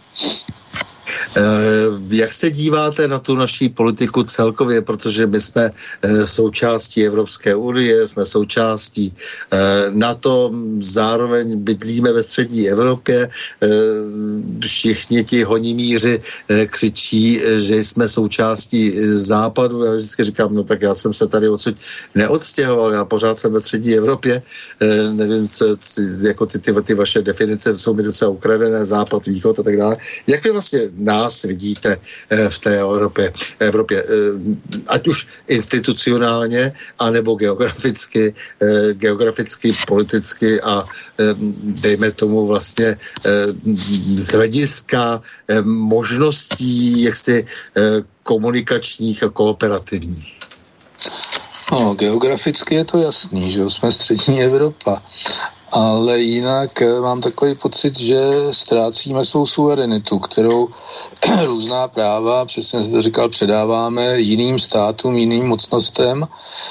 Jak se díváte na tu naší politiku celkově, protože my jsme součástí Evropské unie, jsme součástí NATO, zároveň bydlíme ve střední Evropě, všichni ti honimíři křičí, že jsme součástí západu. Já vždycky říkám, no tak já jsem se tady odsud neodstěhoval, já pořád jsem ve střední Evropě, nevím, co, jako ty, ty, ty vaše definice jsou mi docela ukradené, západ, východ a tak dále. Jak vy vlastně nás vidíte v té Evropě, Evropě, ať už institucionálně, anebo geograficky, geograficky, politicky a dejme tomu vlastně z hlediska možností jaksi komunikačních a kooperativních? No, geograficky je to jasný, že jsme střední Evropa. Ale jinak mám takový pocit, že ztrácíme svou suverenitu, kterou různá práva, přesně jsem to říkal, předáváme jiným státům, jiným mocnostem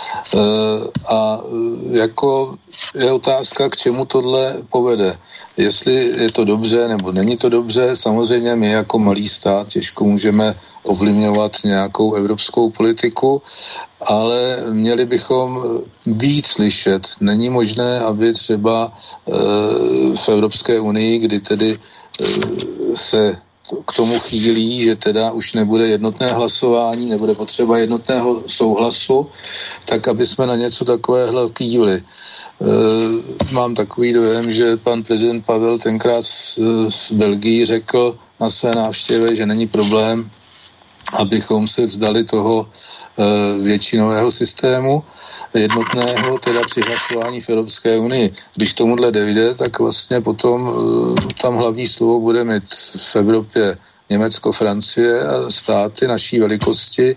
a jako je otázka, k čemu tohle povede. Jestli je to dobře, nebo není to dobře, samozřejmě my jako malý stát těžko můžeme ovlivňovat nějakou evropskou politiku, ale měli bychom víc slyšet. Není možné, aby třeba e, v Evropské unii, kdy tedy e, se k tomu chýlí, že teda už nebude jednotné hlasování, nebude potřeba jednotného souhlasu, tak aby jsme na něco takového kývli. E, mám takový dojem, že pan prezident Pavel tenkrát v, v Belgii řekl na své návštěvě, že není problém, abychom se vzdali toho e, většinového systému jednotného, teda při hlasování v Evropské unii. Když tomuhle dojde, tak vlastně potom e, tam hlavní slovo bude mít v Evropě Německo, Francie a státy naší velikosti e,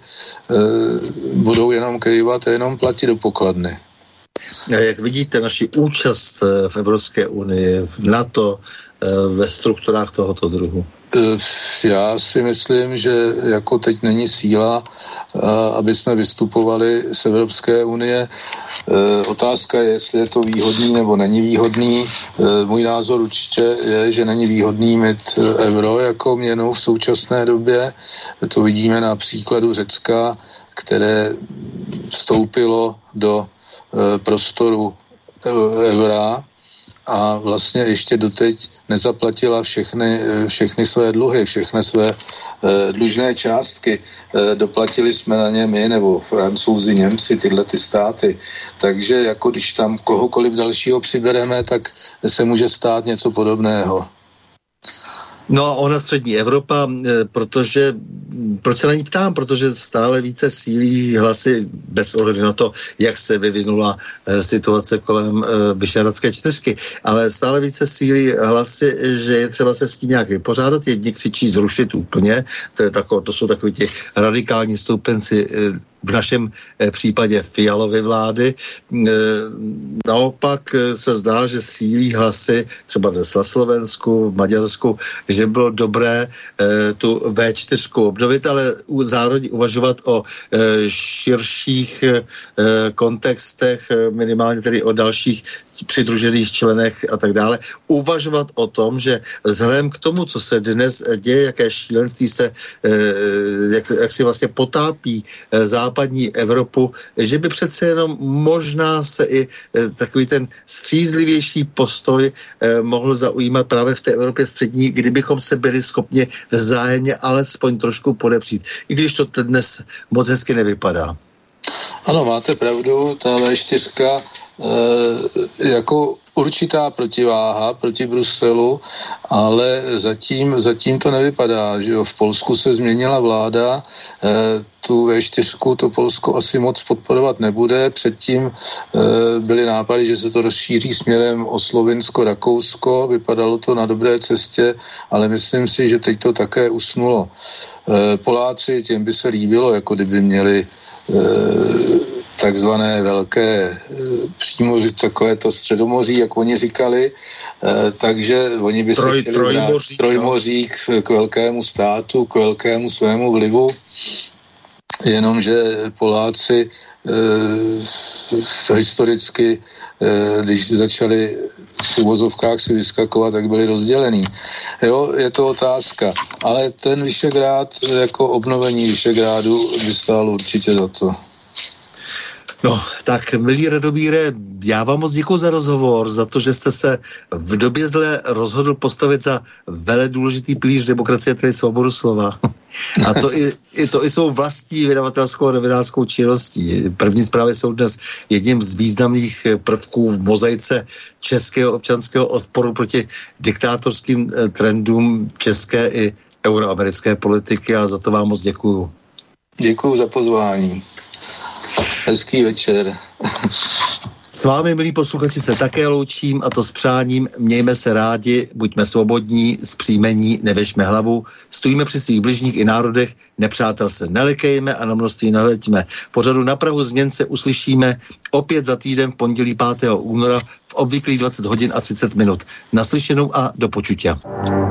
budou jenom kejvat a jenom platit do pokladny. A jak vidíte naši účast v Evropské unii, v NATO, ve strukturách tohoto druhu? Já si myslím, že jako teď není síla, aby jsme vystupovali z Evropské unie. Otázka je, jestli je to výhodný nebo není výhodný. Můj názor určitě je, že není výhodný mít euro jako měnu v současné době. To vidíme na příkladu Řecka, které vstoupilo do prostoru eura a vlastně ještě doteď nezaplatila všechny, všechny své dluhy, všechny své eh, dlužné částky. Eh, doplatili jsme na ně my, nebo Francouzi, Němci, tyhle ty státy. Takže jako když tam kohokoliv dalšího přibereme, tak se může stát něco podobného. No a ona střední Evropa, protože, proč se na ní ptám, protože stále více sílí hlasy bez ohledu na to, jak se vyvinula situace kolem Vyšehradské čtyřky, ale stále více sílí hlasy, že je třeba se s tím nějak vypořádat. Jedni křičí zrušit úplně, to, je tako, to jsou takový ti radikální stoupenci v našem případě Fialovy vlády. Naopak se zdá, že sílí hlasy třeba dnes na Slovensku, v Maďarsku, že bylo dobré tu vé čtyři obnovit, ale zároveň uvažovat o širších kontextech, minimálně tedy o dalších přidružených členech a tak dále. Uvažovat o tom, že vzhledem k tomu, co se dnes děje, jaké šílenství se, jak, jak si vlastně potápí západní Evropu, že by přece jenom možná se i takový ten střízlivější postoj mohl zaujímat právě v té Evropě střední, kdybychom se byli schopni vzájemně alespoň trošku podepřít. I když to dnes moc hezky nevypadá. Ano, máte pravdu, ta vé čtyři e, jako určitá protiváha proti Bruselu, ale zatím, zatím to nevypadá, že jo. V Polsku se změnila vláda, e, tu vé čtyři to Polsko asi moc podporovat nebude, předtím e, byly nápady, že se to rozšíří směrem o Slovinsko, Rakousko, vypadalo to na dobré cestě, ale myslím si, že teď to také usnulo. E, Poláci, těm by se líbilo, jako kdyby měli e, takzvané velké přímoři, takové to středomoří, jak oni říkali, eh, takže oni by Troj, se chtěli trojmoří, trojmoří k, k velkému státu, k velkému svému vlivu, jenomže Poláci eh, historicky, eh, když začali v uvozovkách si vyskakovat, tak byli rozdělený. Jo, je to otázka. Ale ten Vyšegrád, jako obnovení Vyšegrádu, by stálo určitě za to. No, tak milí Radomíre, já vám moc děkuji za rozhovor, za to, že jste se v době zle rozhodl postavit za vele důležitý pilíř demokracie, tedy svobodu slova. A to i, i, to i svou vlastní vydavatelskou a novinářskou činností. První zprávy jsou dnes jedním z významných prvků v mozaice českého občanského odporu proti diktátorským trendům české i euroamerické politiky a za to vám moc děkuju. Děkuju za pozvání. Hezký večer. S vámi, milí posluchači, se také loučím, a to s přáním: mějme se rádi, buďme svobodní, zpříjmení, nevěšme hlavu, stojíme při svých bližních i národech, nepřátel se nelekejme a na množství nehleďme. Pořadu Na prahu změn se uslyšíme opět za týden v pondělí pátého února v obvyklých dvacet hodin a třicet minut. Naslyšenou a do počutia.